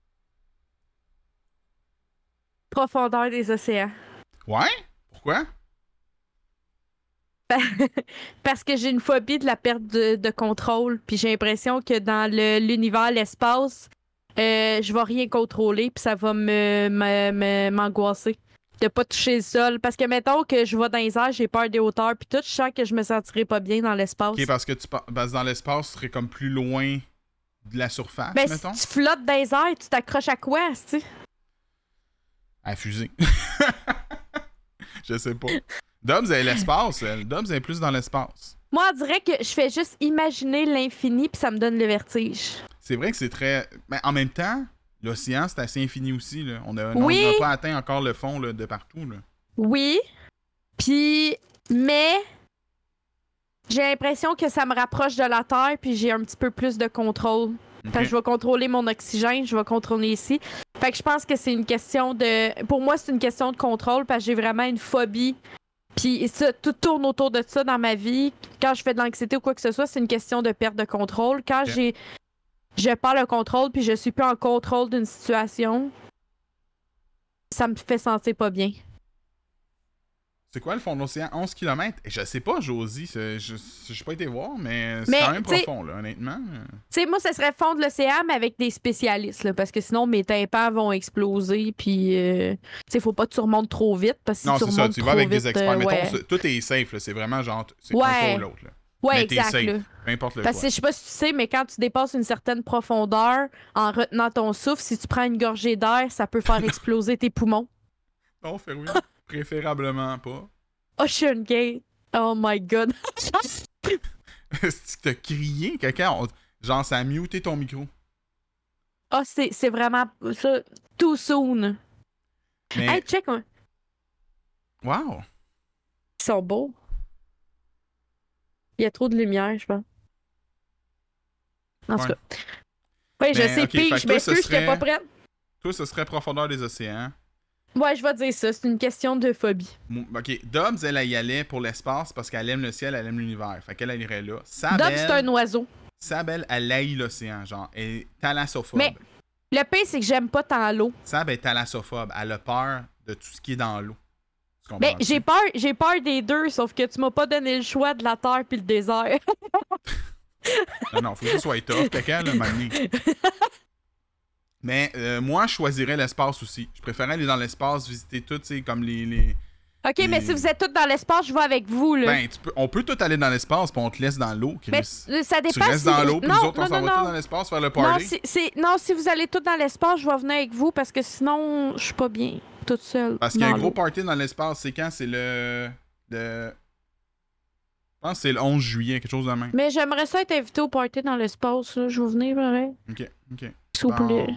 Profondeur des océans. Ouais? Pourquoi? Parce que j'ai une phobie de la perte de contrôle, puis j'ai l'impression que dans l'univers, l'espace, je vais rien contrôler, puis ça va m'angoisser de pas toucher le sol. Parce que mettons que je vais dans les airs, j'ai peur des hauteurs, puis tout, je sens que je me sentirais pas bien dans l'espace. OK, parce que dans l'espace, tu serais comme plus loin de la surface, Ben, mettons. si tu flottes dans les airs, tu t'accroches à quoi, tu sais? À la fusée. Je sais pas. Dobbs, elle est l'espace, elle. Dobbs, elle est plus dans l'espace. Moi, on dirait que je fais juste imaginer l'infini, puis ça me donne le vertige. C'est vrai que c'est très... Mais en même temps, l'océan, c'est assez infini aussi, là. On n'a pas atteint encore le fond là, de partout, là. Oui. Puis... Mais... J'ai l'impression que ça me rapproche de la Terre, puis j'ai un petit peu plus de contrôle. Okay. Fait que je vais contrôler mon oxygène, je vais contrôler ici. Fait que je pense que c'est une question de... Pour moi, c'est une question de contrôle, parce que j'ai vraiment une phobie. Puis ça, tout tourne autour de ça dans ma vie. Quand je fais de l'anxiété ou quoi que ce soit, c'est une question de perte de contrôle. Quand je perds le contrôle, puis je suis plus en contrôle d'une situation, ça me fait sentir pas bien. C'est quoi le fond de l'océan? 11 km? Je sais pas, Josie. Je n'ai pas été voir, mais c'est quand même profond, là, honnêtement. Tu sais, moi, ce serait fond de l'océan, mais avec des spécialistes, là, parce que sinon, mes tympans vont exploser, puis... tu sais, faut pas que tu remontes trop vite, parce que si non, tu c'est ça, remontes tu trop vas avec vite, des experts. Mettons, ouais. tout est safe, là. C'est vraiment genre... C'est un Ouais. pas ou l'autre, là. Ouais, mais exact, t'es safe, là. peu importe le Parce que choix. je sais pas si tu sais, mais quand tu dépasses une certaine profondeur, en retenant ton souffle, si tu prends une gorgée d'air, ça peut faire exploser tes poumons. Non, oui. Préférablement pas. Ocean Gate. Oh my god. Est-ce que t'as crié, quelqu'un? Genre, ça a muté ton micro. Ah, c'est vraiment ça. Too soon. Mais... Hey, check. Wow! Ils sont beaux. Il y a trop de lumière, je pense. En tout cas. Oui, je sais, okay, puis je m'excuse, j'étais pas prête. Toi, ce serait profondeur des océans. Ouais, je vais dire ça. C'est une question de phobie. OK. Dobbs, elle y allait pour l'espace parce qu'elle aime le ciel, elle aime l'univers. Fait qu'elle irait là. Dobbs, c'est un oiseau. Sab, elle haït l'océan, genre. Elle est thalassophobe. Mais le pire, c'est que j'aime pas tant l'eau. Sab est thalassophobe. Elle a peur de tout ce qui est dans l'eau. Mais j'ai peur des deux, sauf que tu m'as pas donné le choix de la terre puis le désert. non, faut que ce soit tough, quelqu'un, là, maintenant. Mais moi, je choisirais l'espace aussi. Je préférerais aller dans l'espace, visiter tout, tu sais, comme les... OK, mais si vous êtes tous dans l'espace, je vais avec vous, là. Ben, on peut tout aller dans l'espace, puis on te laisse dans l'eau, Chris. Mais ça dépend. Tu restes dans l'eau, puis nous autres, on s'en va tous dans l'espace faire le party. Non, si vous allez tous dans l'espace, je vais venir avec vous, parce que sinon, je suis pas bien, toute seule. Parce qu'il y a un gros party dans l'espace, c'est quand? C'est le... Je pense que c'est le 11 juillet, quelque chose de même. Mais j'aimerais ça être invité au party dans l'espace, là. Je vais venir, pareil. OK. S'il vous plaît.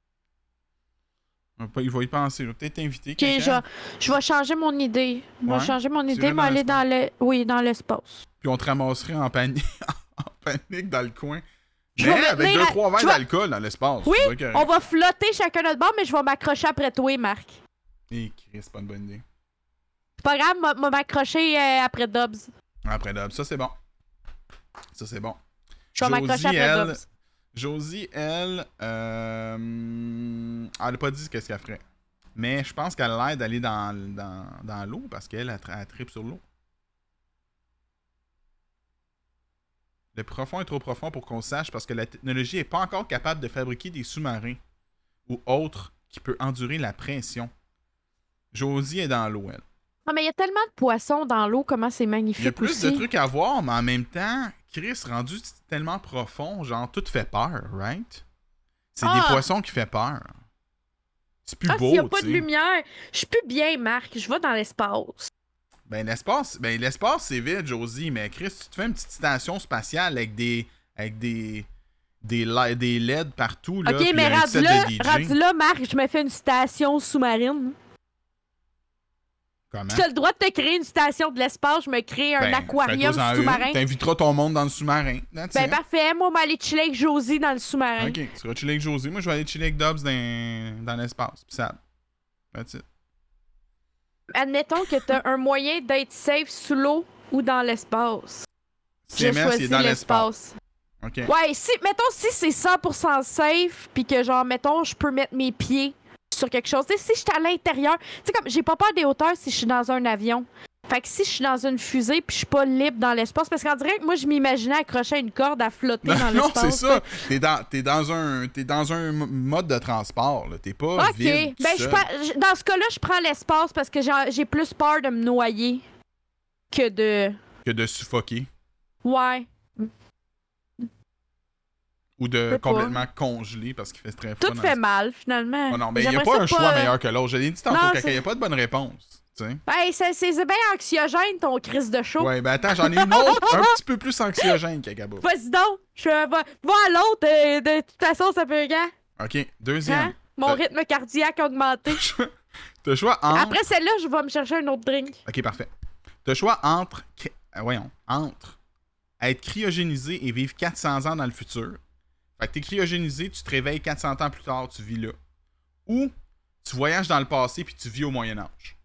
Il va y penser. Je vais peut-être t'inviter. OK, je vais changer mon idée. Je vais changer mon idée, mais aller dans l'espace. Puis on te ramasserait en panique, dans le coin. Mais avec 2-3 verres d'alcool dans l'espace. Oui, on va flotter chacun notre bord, mais je vais m'accrocher après toi, Marc. Chris, c'est pas une bonne idée. C'est pas grave, je vais m'accrocher après Dobbs. Après Dobbs, ça c'est bon. Je vais m'accrocher après Dobbs. Josie, elle a pas dit qu'est-ce qu'elle ferait. Mais je pense qu'elle a l'air d'aller dans l'eau parce qu'elle tripe sur l'eau. Le profond est trop profond pour qu'on sache parce que la technologie n'est pas encore capable de fabriquer des sous-marins ou autres qui peut endurer la pression. Josie est dans l'eau, elle. Ah, mais il y a tellement de poissons dans l'eau, comment c'est magnifique. Il y a plus aussi de trucs à voir, mais en même temps, Chris, rendu tellement profond, genre, tout fait peur, right? C'est des poissons qui fait peur. C'est plus beau, s'il n'y a pas de lumière, je suis plus bien, Marc. Je vais dans l'espace. Ben, l'espace, c'est vide, Josie, mais Chris, tu te fais une petite station spatiale avec des des LED partout. Là, OK, puis mais un set de DJ. rendu là, Marc, je me fais une station sous-marine. Comment? Tu as le droit de te créer une station de l'espace, je me crée un aquarium fais-toi-en sous-marin. une. T'inviteras ton monde dans le sous-marin. Ben parfait, moi, on va aller chiller avec Josie dans le sous-marin. OK, tu vas chiller avec Josie. Moi, je vais aller chiller avec Dobbs dans l'espace. Puis ça. That's it. Admettons que t'as un moyen d'être safe sous l'eau ou dans l'espace. J'ai CMS, choisi il est dans l'espace. OK. Ouais, mettons, si c'est 100% safe, puis que, genre, mettons, je peux mettre mes pieds sur quelque chose. Tu sais, si je suis à l'intérieur, tu sais, comme, j'ai pas peur des hauteurs si je suis dans un avion. Fait que si je suis dans une fusée, puis je suis pas libre dans l'espace, parce qu'en direct, moi, je m'imaginais accrocher à une corde à flotter dans l'espace. Non, c'est ça. T'es dans un mode de transport, là. T'es pas vide. OK. Ben, dans ce cas-là, je prends l'espace parce que j'ai plus peur de me noyer que de... Que de suffoquer. Ouais. Ou de complètement congeler parce qu'il fait très froid. Tout fait mal, finalement. Oh non, mais il n'y a pas un choix meilleur que l'autre. Je l'ai dit tantôt, il n'y a pas de bonne réponse. T'sais. Ben, c'est bien anxiogène, ton crise de chaud. Ouais, ben attends, j'en ai une autre, un petit peu plus anxiogène, Kakabo. Vas-y donc, va à l'autre, de toute façon, ça peut gars. OK, deuxième. Hein? Mon rythme cardiaque a augmenté. T'as le choix entre... Après celle-là, je vais me chercher un autre drink. OK, parfait. T'as le choix entre être cryogénisé et vivre 400 ans dans le futur. Fait que t'es cryogénisé, tu te réveilles 400 ans plus tard, tu vis là. Ou tu voyages dans le passé puis tu vis au Moyen-Âge.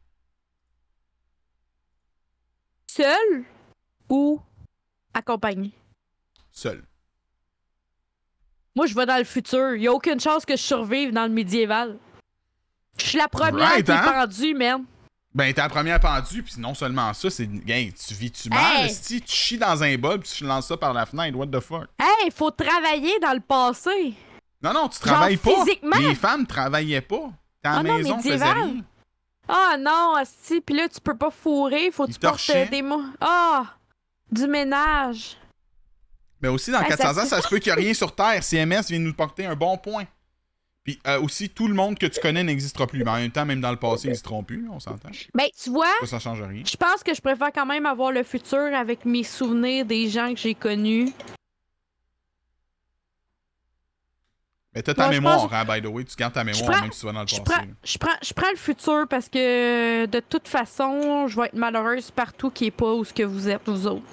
Seul ou accompagné? Seul. Moi, je vais dans le futur. Il n'y a aucune chance que je survive dans le médiéval. Je suis la première qui est pendue, man. Ben, t'es la première pendue, puis non seulement ça, c'est... Hey, tu vis-tu mal? Si tu chies dans un bol, puis tu lances ça par la fenêtre, what the fuck? Hey, faut travailler dans le passé. Non, tu travailles pas. Physiquement. Les femmes travaillaient pas. T'es à la maison, faisais rien. Ah non, asti, puis là, tu peux pas fourrer, faut que tu portes des mots. Ah! Du ménage. Mais aussi, dans 400 ans, ça se peut qu'il n'y a rien sur Terre. CMS vient nous porter un bon point. Puis aussi, tout le monde que tu connais n'existera plus. Mais en même temps, même dans le passé, ils n'existeront plus, on s'entend. Ben, tu vois, ça change rien. Je pense que je préfère quand même avoir le futur avec mes souvenirs des gens que j'ai connus. Mais t'as ta mémoire, hein, by the way. Tu gardes ta mémoire même si tu vas dans le passé. Je prends le futur parce que de toute façon, je vais être malheureuse partout qui est pas où ce que vous êtes, vous autres.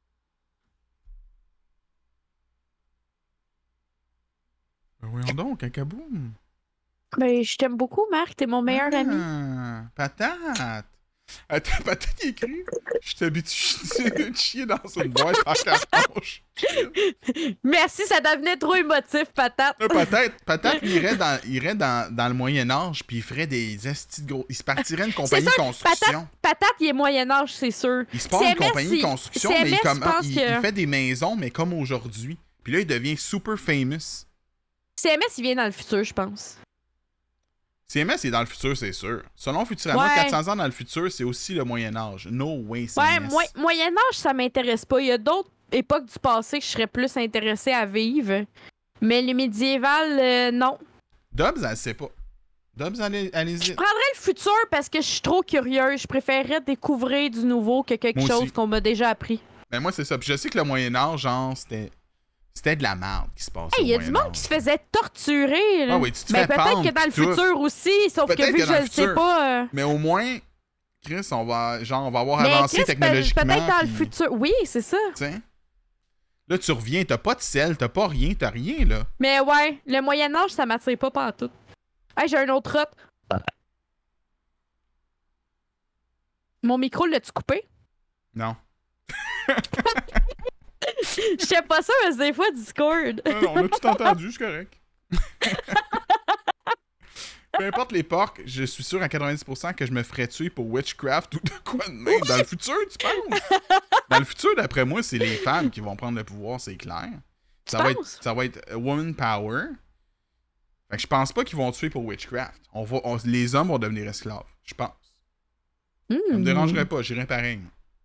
Ben voyons donc, Cacaboum. Ben, je t'aime beaucoup, Marc. T'es mon meilleur ami. Patate. Attends, Patate, il écrit. Je t'habitue de chier dans une boîte en cartouche. Merci, ça devenait trop émotif, Patate. Patate, il irait dans le Moyen-Âge, puis il ferait des estis de gros. Il se partirait une compagnie de construction. Patate, il est Moyen-Âge, c'est sûr. Il se part une compagnie de construction, mais il fait des maisons, mais comme aujourd'hui. Puis là, il devient super famous. CMS, il vient dans le futur, je pense. CMS est dans le futur, c'est sûr. Selon Futurama, 400 ans dans le futur, c'est aussi le Moyen-Âge. No way, CMS. Ouais, Moyen-Âge, ça m'intéresse pas. Il y a d'autres époques du passé que je serais plus intéressée à vivre. Mais le médiéval, non. Dobbs, elle sait pas. Dobbs, allez-y. Je prendrais le futur parce que je suis trop curieuse. Je préférerais découvrir du nouveau que quelque chose qu'on m'a déjà appris. Ben moi, c'est ça. Puis je sais que le Moyen-Âge, genre, c'était de la merde qui se passait. Il y a du monde qui se faisait torturer. Là. Ah oui, tu te fais peut-être que dans le futur aussi, sauf que vu que je le sais pas. Mais au moins, Chris, on va avoir avancé technologiquement. Peut-être dans le futur. Oui, c'est ça. T'sais? Là, tu reviens, t'as pas de sel, t'as rien, là. Mais ouais, le Moyen-Âge, ça m'attire pas pantoute. Hey, j'ai un autre hot. Mon micro, l'as-tu coupé? Non. Je sais pas ça, mais des fois, Discord. Non, on a tout entendu, c'est correct. Peu importe l'époque, je suis sûr à 90% que je me ferais tuer pour witchcraft ou de quoi de même. Dans le futur, tu penses? Dans le futur, d'après moi, c'est les femmes qui vont prendre le pouvoir, c'est clair. Ça va être woman power. Fait que je pense pas qu'ils vont tuer pour witchcraft. Les hommes vont devenir esclaves, je pense. Ça me dérangerait pas, j'irais pareil.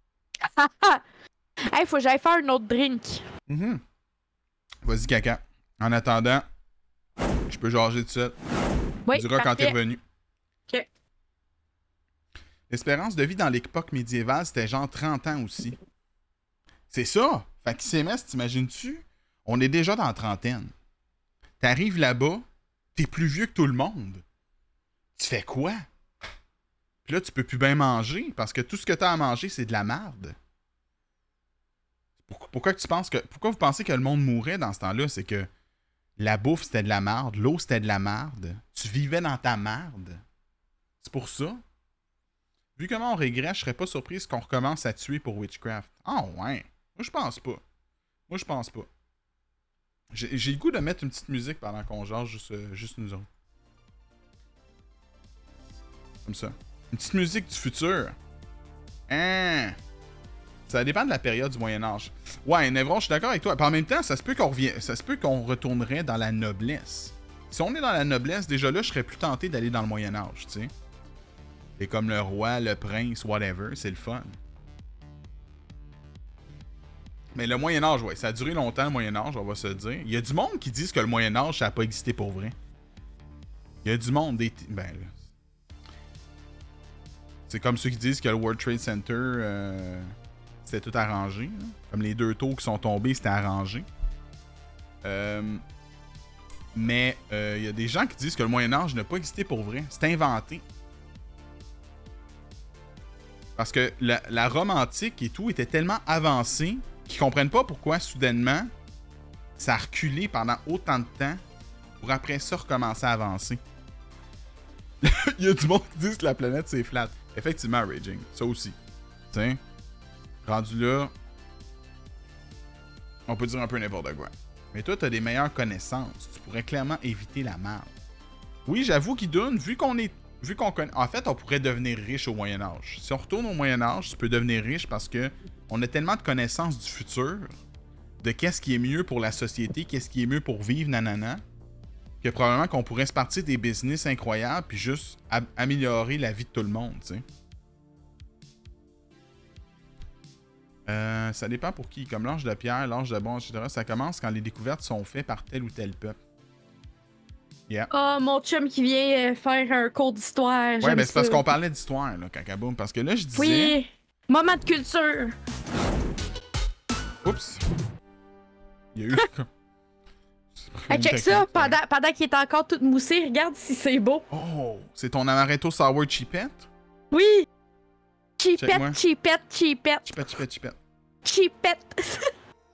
Hey, faut que j'aille faire un autre drink. Vas-y, caca. En attendant, je peux jaser tout seul. Oui, tu diras quand t'es revenu. OK. L'espérance de vie dans l'époque médiévale, c'était genre 30 ans aussi. C'est ça! Fait que CMS, t'imagines-tu? On est déjà dans la trentaine. T'arrives là-bas, t'es plus vieux que tout le monde. Tu fais quoi? Puis là, tu peux plus bien manger parce que tout ce que t'as à manger, c'est de la merde. Pourquoi vous pensez que le monde mourait dans ce temps-là? C'est que la bouffe, c'était de la merde, l'eau, c'était de la merde. Tu vivais dans ta merde. C'est pour ça. Vu comment on régresse, je serais pas surprise qu'on recommence à tuer pour witchcraft. Ah ouais. Moi, je pense pas. J'ai le goût de mettre une petite musique pendant qu'on jase, juste nous autres. Comme ça. Une petite musique du futur. Hein? Ça dépend de la période du Moyen-Âge. Ouais, Nevron, je suis d'accord avec toi. Puis en même temps, ça se peut qu'on retournerait dans la noblesse. Si on est dans la noblesse, déjà là, je serais plus tenté d'aller dans le Moyen-Âge, tu sais. C'est comme le roi, le prince, whatever, c'est le fun. Mais le Moyen-Âge, ouais, ça a duré longtemps, le Moyen-Âge, on va se le dire. Il y a du monde qui disent que le Moyen-Âge, ça n'a pas existé pour vrai. Il y a du monde, ben là. C'est comme ceux qui disent que le World Trade Center, c'était tout arrangé. Là. Comme les 2 tours qui sont tombés, c'était arrangé. Mais il y a des gens qui disent que le Moyen-Âge n'a pas existé pour vrai. C'est inventé. Parce que la Rome antique et tout était tellement avancée qu'ils comprennent pas pourquoi, soudainement, ça a reculé pendant autant de temps pour après ça recommencer à avancer. Il y a du monde qui dit que la planète c'est flat. Effectivement, Raging. Ça aussi. Tiens. Rendu là, on peut dire un peu n'importe quoi. Mais toi, t'as des meilleures connaissances. Tu pourrais clairement éviter la merde. Oui, j'avoue qu'Idun, vu qu'on connaît... En fait, on pourrait devenir riche au Moyen-Âge. Si on retourne au Moyen-Âge, tu peux devenir riche parce que on a tellement de connaissances du futur, de qu'est-ce qui est mieux pour la société, qu'est-ce qui est mieux pour vivre, nanana, que probablement qu'on pourrait se partir des business incroyables puis juste améliorer la vie de tout le monde, tu sais. Ça dépend pour qui. Comme l'âge de pierre, l'âge de bronze, etc. Ça commence quand les découvertes sont faites par tel ou tel peuple. Yeah. Oh, mon chum qui vient faire un cours d'histoire. Ouais, ben c'est parce qu'on parlait d'histoire, là, Cacaboum. Parce que là, je disais... Oui! Moment de culture! Oups! Il y a eu... Hey, check ça! Pendant qu'il est encore tout moussé, regarde si c'est beau. Oh! C'est ton amaretto sour chipette? Oui! Chipette, Check-moi. chipette, chipette. Chipette, chipette, chipette. Chipette.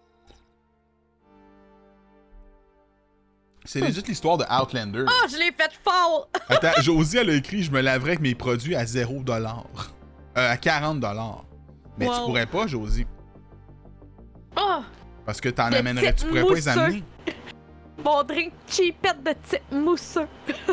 C'est legit l'histoire de Outlander. Oh, je l'ai fait fort! Attends, Josie, elle a écrit « Je me laverais avec mes produits à 0$. À 40$. Mais Wow. tu pourrais pas, Josie. Oh! Parce que t'en Le amènerais... type Tu pourrais pas les mousseux. amener. Mon drink chipette de type mousseux.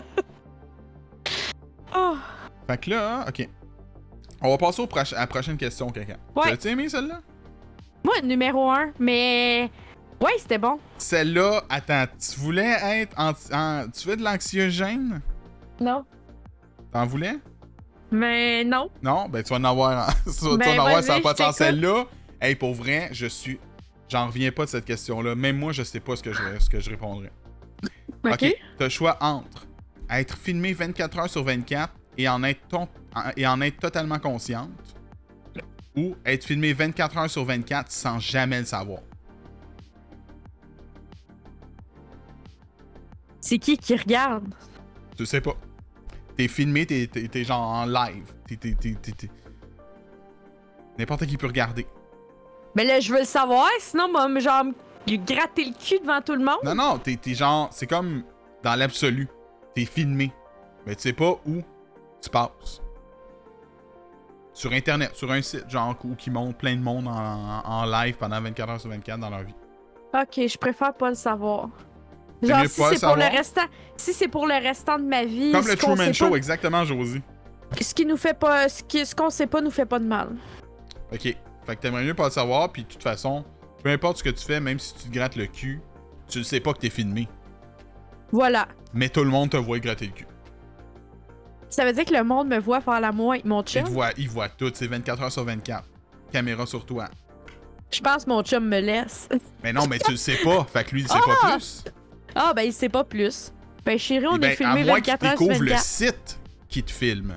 Oh! Fait que là, OK. On va passer à la prochaine question, quelqu'un. Ouais. As-tu aimé celle-là? Moi, numéro 1, mais... Ouais, c'était bon. Celle-là, attends, tu voulais être tu veux de l'anxiogène? Non. T'en voulais? Mais non. Non? Ben, tu vas en avoir... tu vas Ben, en avoir, vas-y, ça va pas je de sens. t'écoute. Celle-là, hey, pour vrai, j'en reviens pas de cette question-là. Même moi, je sais pas ce que je répondrais. OK. OK. T'as le choix entre être filmé 24 heures sur 24 et en être totalement consciente, ou être filmé 24 heures sur 24 sans jamais le savoir. C'est qui regarde? Tu sais pas. T'es filmé, t'es genre en live. N'importe qui peut regarder. Mais là, je veux le savoir, sinon, moi, genre, me gratter le cul devant tout le monde. Non, non, t'es genre... C'est comme dans l'absolu. T'es filmé. Mais tu sais pas où tu passes. Sur Internet, sur un site, genre, où qui montre plein de monde en live pendant 24 heures sur 24 dans leur vie. Ok, je préfère pas le savoir. T'aimes Genre, mieux si pas le c'est pour le savoir? restant... Si c'est pour le restant de ma vie... Comme ce le qu'on Truman sait Show, pas- exactement, Josie. Ce qui nous fait pas... Ce qu'on sait pas nous fait pas de mal. Ok. Fait que t'aimerais mieux pas le savoir, puis de toute façon, peu importe ce que tu fais, même si tu te grattes le cul, tu le sais pas que t'es filmé. Voilà. Mais tout le monde te voit gratter le cul. Ça veut dire que le monde me voit faire l'amour avec mon chum? Il voit tout, c'est 24 heures sur 24. Caméra sur toi. Je pense que mon chum me laisse. Mais non, mais tu le sais pas, fait que lui, il sait pas plus. Ah, ben, il sait pas plus. Ben, chérie, on Eh ben, est filmé à moins qu'il 24 heures sur découvre le 24. site qui te filme.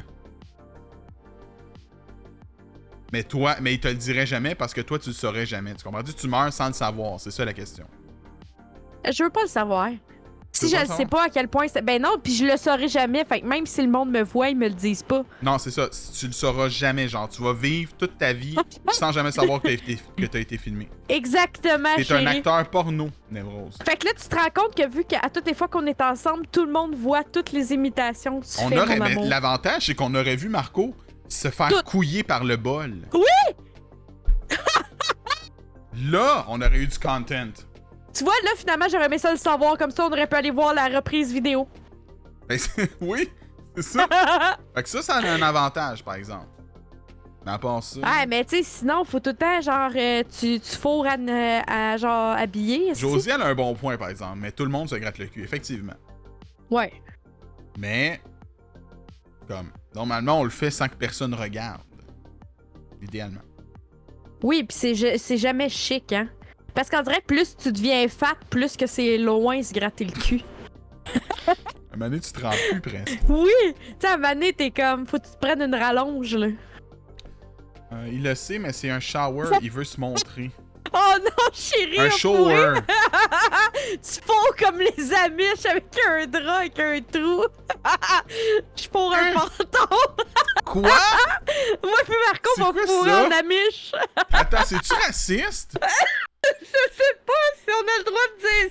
Mais toi, mais il te le dirait jamais parce que toi, tu le saurais jamais. Tu comprends? Tu meurs sans le savoir, c'est ça la question. Je veux pas le savoir. Si je le sais pas à quel point c'est. Ben non, puis je le saurai jamais. Fait que même si le monde me voit, ils me le disent pas. Non, c'est ça. Tu le sauras jamais. Genre, tu vas vivre toute ta vie sans jamais savoir que t'as été filmé. Exactement, T'es chérie. un acteur porno, Névrose. Fait que là, tu te rends compte que vu qu'à toutes les fois qu'on est ensemble, tout le monde voit toutes les imitations que tu fais, mon Mais amour. l'avantage, c'est qu'on aurait vu Marco se faire couiller par le bol. Oui! Là, on aurait eu du content. Tu vois, là, finalement, j'aurais aimé ça le savoir. Comme ça, on aurait pu aller voir la reprise vidéo. Ben, oui, c'est ça. Fait que ça a un avantage, par exemple. Mais à part ça... Ouais, mais tu sais, sinon, faut tout le temps, genre, tu fourres à genre, habiller. Josie, elle a un bon point, par exemple. Mais tout le monde se gratte le cul, effectivement. Ouais. Mais... Comme... Normalement, on le fait sans que personne regarde. Idéalement. Oui, pis c'est jamais chic, hein. Parce qu'on dirait plus tu deviens fat, plus que c'est loin se gratter le cul. À un moment donné, tu te rends plus presque. Oui! Tu sais, à un moment donné, t'es comme, faut que tu te prennes une rallonge, là. Il le sait, mais c'est un shower, il veut se montrer. Oh non, chérie! Un shower! Tu fourres comme les Amish avec un drap, avec un trou. Je fourre un pantalon. Quoi? Moi puis Marco, on va fourrer en Amish. Attends, c'est-tu raciste? Je sais pas si on a le droit de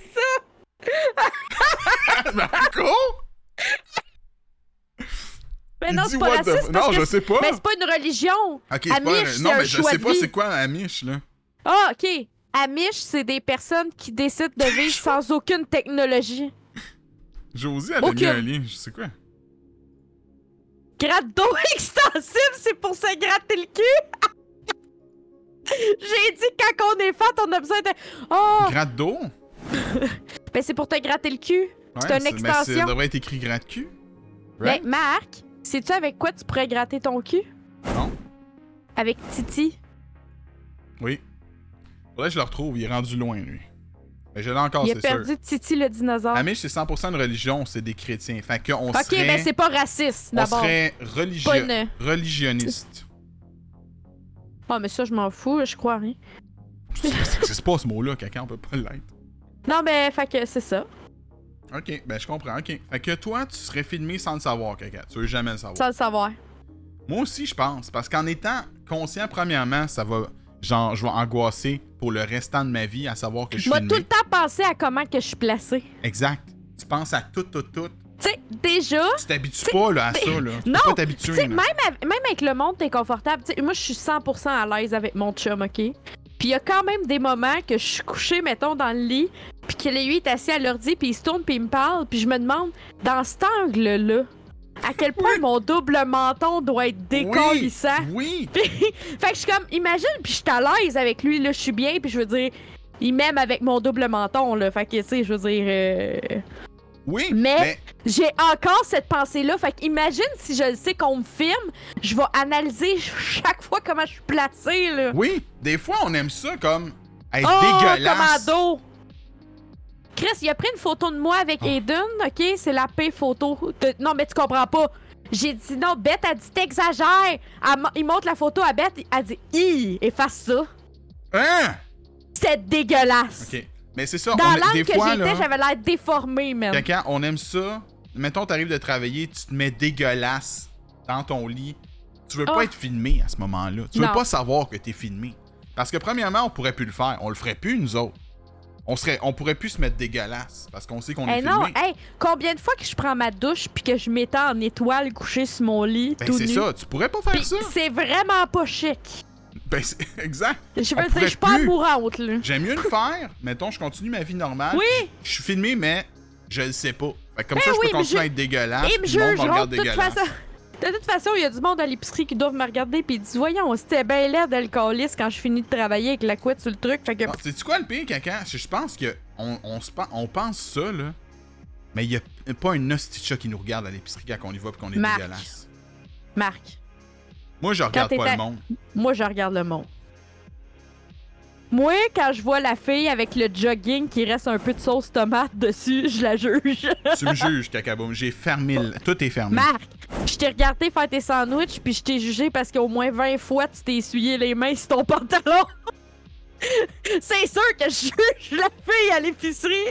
dire ça. Marco? Mais non, c'est pas raciste. Non, je sais pas. Mais c'est pas une religion. Ok, Amish, non, mais je sais de pas vie. c'est quoi un Amish, là. Ah, ok. Amish, c'est des personnes qui décident de vivre sans aucune technologie. Josie, elle a mis un lien, je sais quoi. Gratte d'eau extensive, c'est pour se gratter le cul. J'ai dit quand on est fat, on a besoin de... Oh! Gratte d'eau? Ben c'est pour te gratter le cul. C'est une Mais ça extension. devrait être écrit gratte-cul. Right? Ben, Marc, sais-tu avec quoi tu pourrais gratter ton cul? Non. Avec Titi. Oui. Faudrait que je le retrouve, il est rendu loin, lui. Mais je l'ai encore, c'est sûr. Il a perdu Titi le dinosaure. Amish, c'est 100% une religion, c'est des chrétiens. Fait qu'on ok, serait... ben c'est pas raciste, d'abord. On serait religionniste. Ah, mais ça, je m'en fous, je crois à rien. Ça n'existe pas ce mot-là, caca, on peut pas l'être. Non, ben, fait que c'est ça. Ok, ben je comprends, ok. Fait que toi, tu serais filmé sans le savoir, caca. Tu veux jamais le savoir. Sans le savoir. Moi aussi, je pense. Parce qu'en étant conscient, premièrement, ça va... Genre, je vais angoisser pour le restant de ma vie à savoir que je suis filmé. Moi, tout le temps penser à comment que je suis placée. Exact. Tu penses à tout. Tu sais, déjà... Tu t'habitues pas là, à ça, là. Tu non, peux pas t'habituer, tu sais, là. même avec le monde, t'es confortable. T'sais, moi, je suis 100% à l'aise avec mon chum, OK? Puis il y a quand même des moments que je suis couchée, mettons, dans le lit, puis que lui est assis à l'ordi, puis il se tourne, puis il me parle, puis je me demande, dans cet angle-là, à quel point mon double menton doit être décollissant. Oui! Fait que je suis comme, imagine, puis je suis à l'aise avec lui, là, je suis bien, puis je veux dire, il m'aime avec mon double menton, là. Fait que, tu sais, je veux dire... Oui, mais j'ai encore cette pensée-là. Fait qu'imagine si je le sais qu'on me filme, je vais analyser chaque fois comment je suis placée, là. Oui, des fois, on aime ça comme être Oh, dégueulasse. commando! Chris, il a pris une photo de moi avec Aiden, OK? C'est la paix photo. Non, mais tu comprends pas. J'ai dit non, Beth a dit t'exagères. Il montre la photo à Beth, elle dit hi, efface ça. Hein? C'est dégueulasse. OK. Mais c'est ça, Dans l'angle des que fois, j'étais, là, j'avais l'air déformée, même. Caca, on aime ça. Mettons, t'arrives de travailler, tu te mets dégueulasse dans ton lit. Tu veux pas être filmé à ce moment-là. Tu veux pas savoir que t'es filmé. Parce que premièrement, on pourrait plus le faire. On le ferait plus, nous autres. On pourrait plus se mettre dégueulasse parce qu'on sait qu'on est filmé. Non, combien de fois que je prends ma douche puis que je m'étends en étoile couché sur mon lit, ben tout c'est nu. ça, tu pourrais pas faire Pis ça. c'est vraiment pas chic. Ben exact. Je veux dire, je suis pas amourante, là. J'aime mieux le faire. Mettons, je continue ma vie normale. Oui. Je suis filmé, mais je le sais pas. Fait que comme Ben ça, je oui, peux continuer à être dégueulasse. Et me puis le monde me jugeront regarde de toute dégueulasse. façon. De toute façon, il y a du monde à l'épicerie qui doivent me regarder pis ils disent voyons, c'était bien l'air d'alcooliste quand je finis de travailler avec la couette sur le truc. Fait que. C'est-tu quoi le pire, caca? Je pense que on pense ça, là. Mais il y a pas un hostie de chat qui nous regarde à l'épicerie quand on y va pis qu'on est Marc. dégueulasse. Marc. Moi, je regarde pas le monde. Moi, je regarde le monde. Moi, quand je vois la fille avec le jogging qui reste un peu de sauce tomate dessus, je la juge. Tu me juges, cacaboum. J'ai fermé. Tout est fermé. Marc, je t'ai regardé faire tes sandwichs puis je t'ai jugé parce qu'au moins 20 fois tu t'es essuyé les mains sur ton pantalon. C'est sûr que je juge la fille à l'épicerie.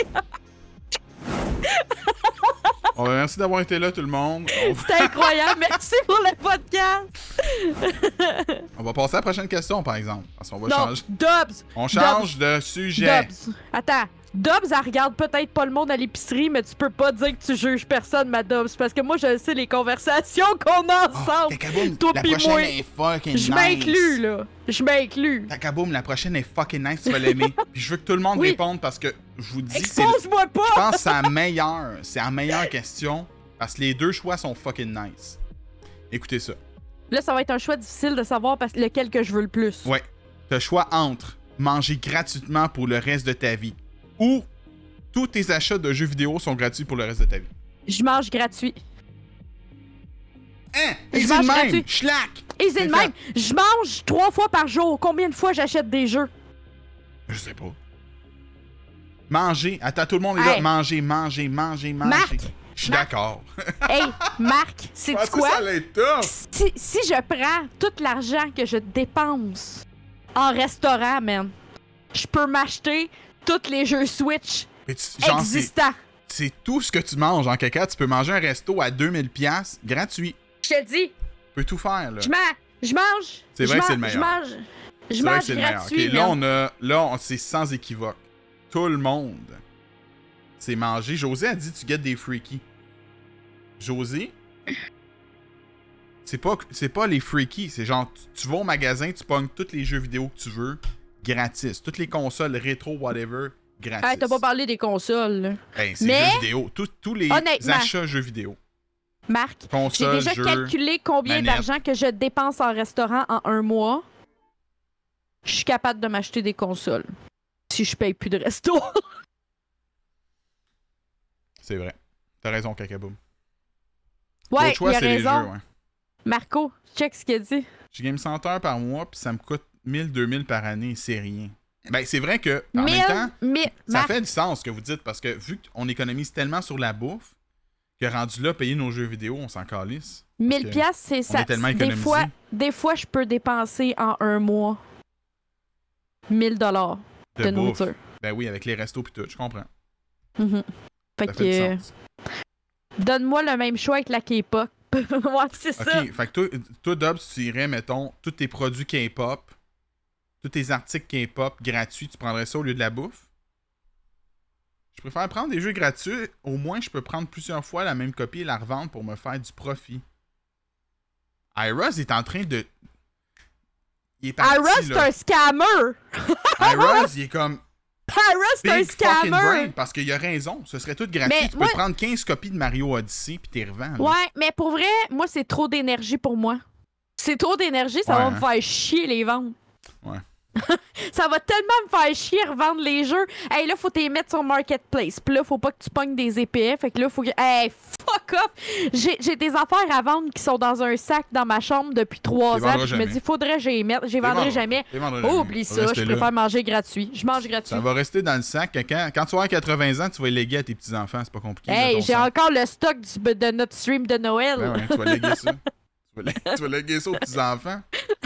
On va merci d'avoir été là, tout le monde. C'était incroyable. Merci pour le podcast. On va passer à la prochaine question, par exemple. Parce qu'on va Non, changer. Dobbs. On change de sujet. Dobbs. Attends. Dobbs, elle regarde peut-être pas le monde à l'épicerie, mais tu peux pas dire que tu juges personne, ma Dobbs. Parce que moi, je sais les conversations qu'on a ensemble. Takaboum, Toi la pis prochaine moi. est fucking nice. Je m'inclus, là. Je m'inclus. Takaboum, la prochaine est fucking nice, tu vas l'aimer. Puis je veux que tout le monde Oui. réponde parce que je vous dis, c'est Expose-moi je pas! pense que c'est la meilleure question parce que les deux choix sont fucking nice. Écoutez ça. Là, ça va être un choix difficile de savoir lequel que je veux le plus. Ouais. T'as le choix entre manger gratuitement pour le reste de ta vie ou tous tes achats de jeux vidéo sont gratuits pour le reste de ta vie. Je mange gratuit. Hein? Je Easy mange de même! gratuit. Schlack! Et c'est C'est le même. Je mange 3 fois par jour. Combien de fois j'achète des jeux? Je sais pas. Manger. Attends, tout le monde est là. Hey. Manger. Marc! Je suis d'accord. Hey, Marc, sais-tu quoi? Ça allait être tough. Si je prends tout l'argent que je dépense en restaurant, man, je peux m'acheter tous les jeux Switch Mais genre, existants. c'est tout ce que tu manges en caca. Tu peux manger un resto à 2000$ gratuit. Je te dis, Tu peux tout faire, là. je mange. C'est vrai que c'est le meilleur. Je C'est vrai que mange c'est le meilleur. gratuit. Ok, là, c'est sans équivoque. Tout le monde c'est manger. José a dit tu get des freakies. José, c'est pas les freakies. C'est genre, tu vas au magasin, tu pognes tous les jeux vidéo que tu veux, gratis. Toutes les consoles rétro, whatever, gratis. Hey, t'as pas parlé des consoles, là. Ben, c'est Mais, jeux vidéo. Tous les honnêtement, achats jeux vidéo. Marc, j'ai Console, déjà jeux, calculé combien manette. d'argent que je dépense en restaurant en un mois. Je suis capable de m'acheter des consoles. Si je paye plus de resto. C'est vrai. T'as raison, Cacaboum. Ouais, L'autre choix, il a c'est les raison. jeux, ouais. Marco, check ce qu'il a dit. Je game 100 heures par mois, puis ça me coûte 1000-2000 par année, c'est rien. Ben, c'est vrai que, en même temps, ça fait du sens ce que vous dites, parce que vu qu'on économise tellement sur la bouffe, que rendu là, payer nos jeux vidéo, on s'en calisse. 1000 piastres, c'est ça. est tellement économisé. Des fois, je peux dépenser en un mois 1000 $ de bouffe. nourriture. Ben oui, avec les restos pis tout, je comprends. Mhm. Fait Ça que, fait du sens. donne-moi le même choix avec la K-pop. Ouais, c'est ça. Ok, fait que toi, Dobbs, tu irais, mettons, tous tes produits K-pop, tous tes articles K-pop gratuits, tu prendrais ça au lieu de la bouffe? Je préfère prendre des jeux gratuits, au moins je peux prendre plusieurs fois la même copie et la revendre pour me faire du profit. Iros est en train de... Il est parti, Ira, c'est là. un scammer! Iros, il est comme... Ira, c'est un Big fucking brain, scammer! parce qu'il a raison. Ce serait tout gratuit. Mais tu moi- peux prendre 15 copies de Mario Odyssey puis t'es revends. là. Ouais, mais pour vrai, moi, c'est trop d'énergie pour moi. C'est trop d'énergie, ça Ouais, va hein. me faire chier les vendre. Ouais. Ça va tellement me faire chier revendre les jeux. Hey, là, faut t'les mettre sur Marketplace. Puis là, faut pas que tu pognes des EPF. Fait que là, faut que... Hey, fuck off! J'ai des affaires à vendre qui sont dans un sac dans ma chambre depuis 3 Les ans. vendras Puis je me jamais. dis, faudrait que j'y mette. J'y vendrai jamais. T'es vendras Oh, jamais. oublie Ça ça, va je rester là. préfère manger gratuit. Je mange gratuit. Ça va rester dans le sac. Quand tu vas avoir 80 ans, tu vas les léguer à tes petits-enfants. C'est pas compliqué. là, Hey, ton j'ai sac. encore le stock de notre stream de Noël. Ben ouais, tu vas léguer ça. Tu vas léguer ça aux petits-enfants.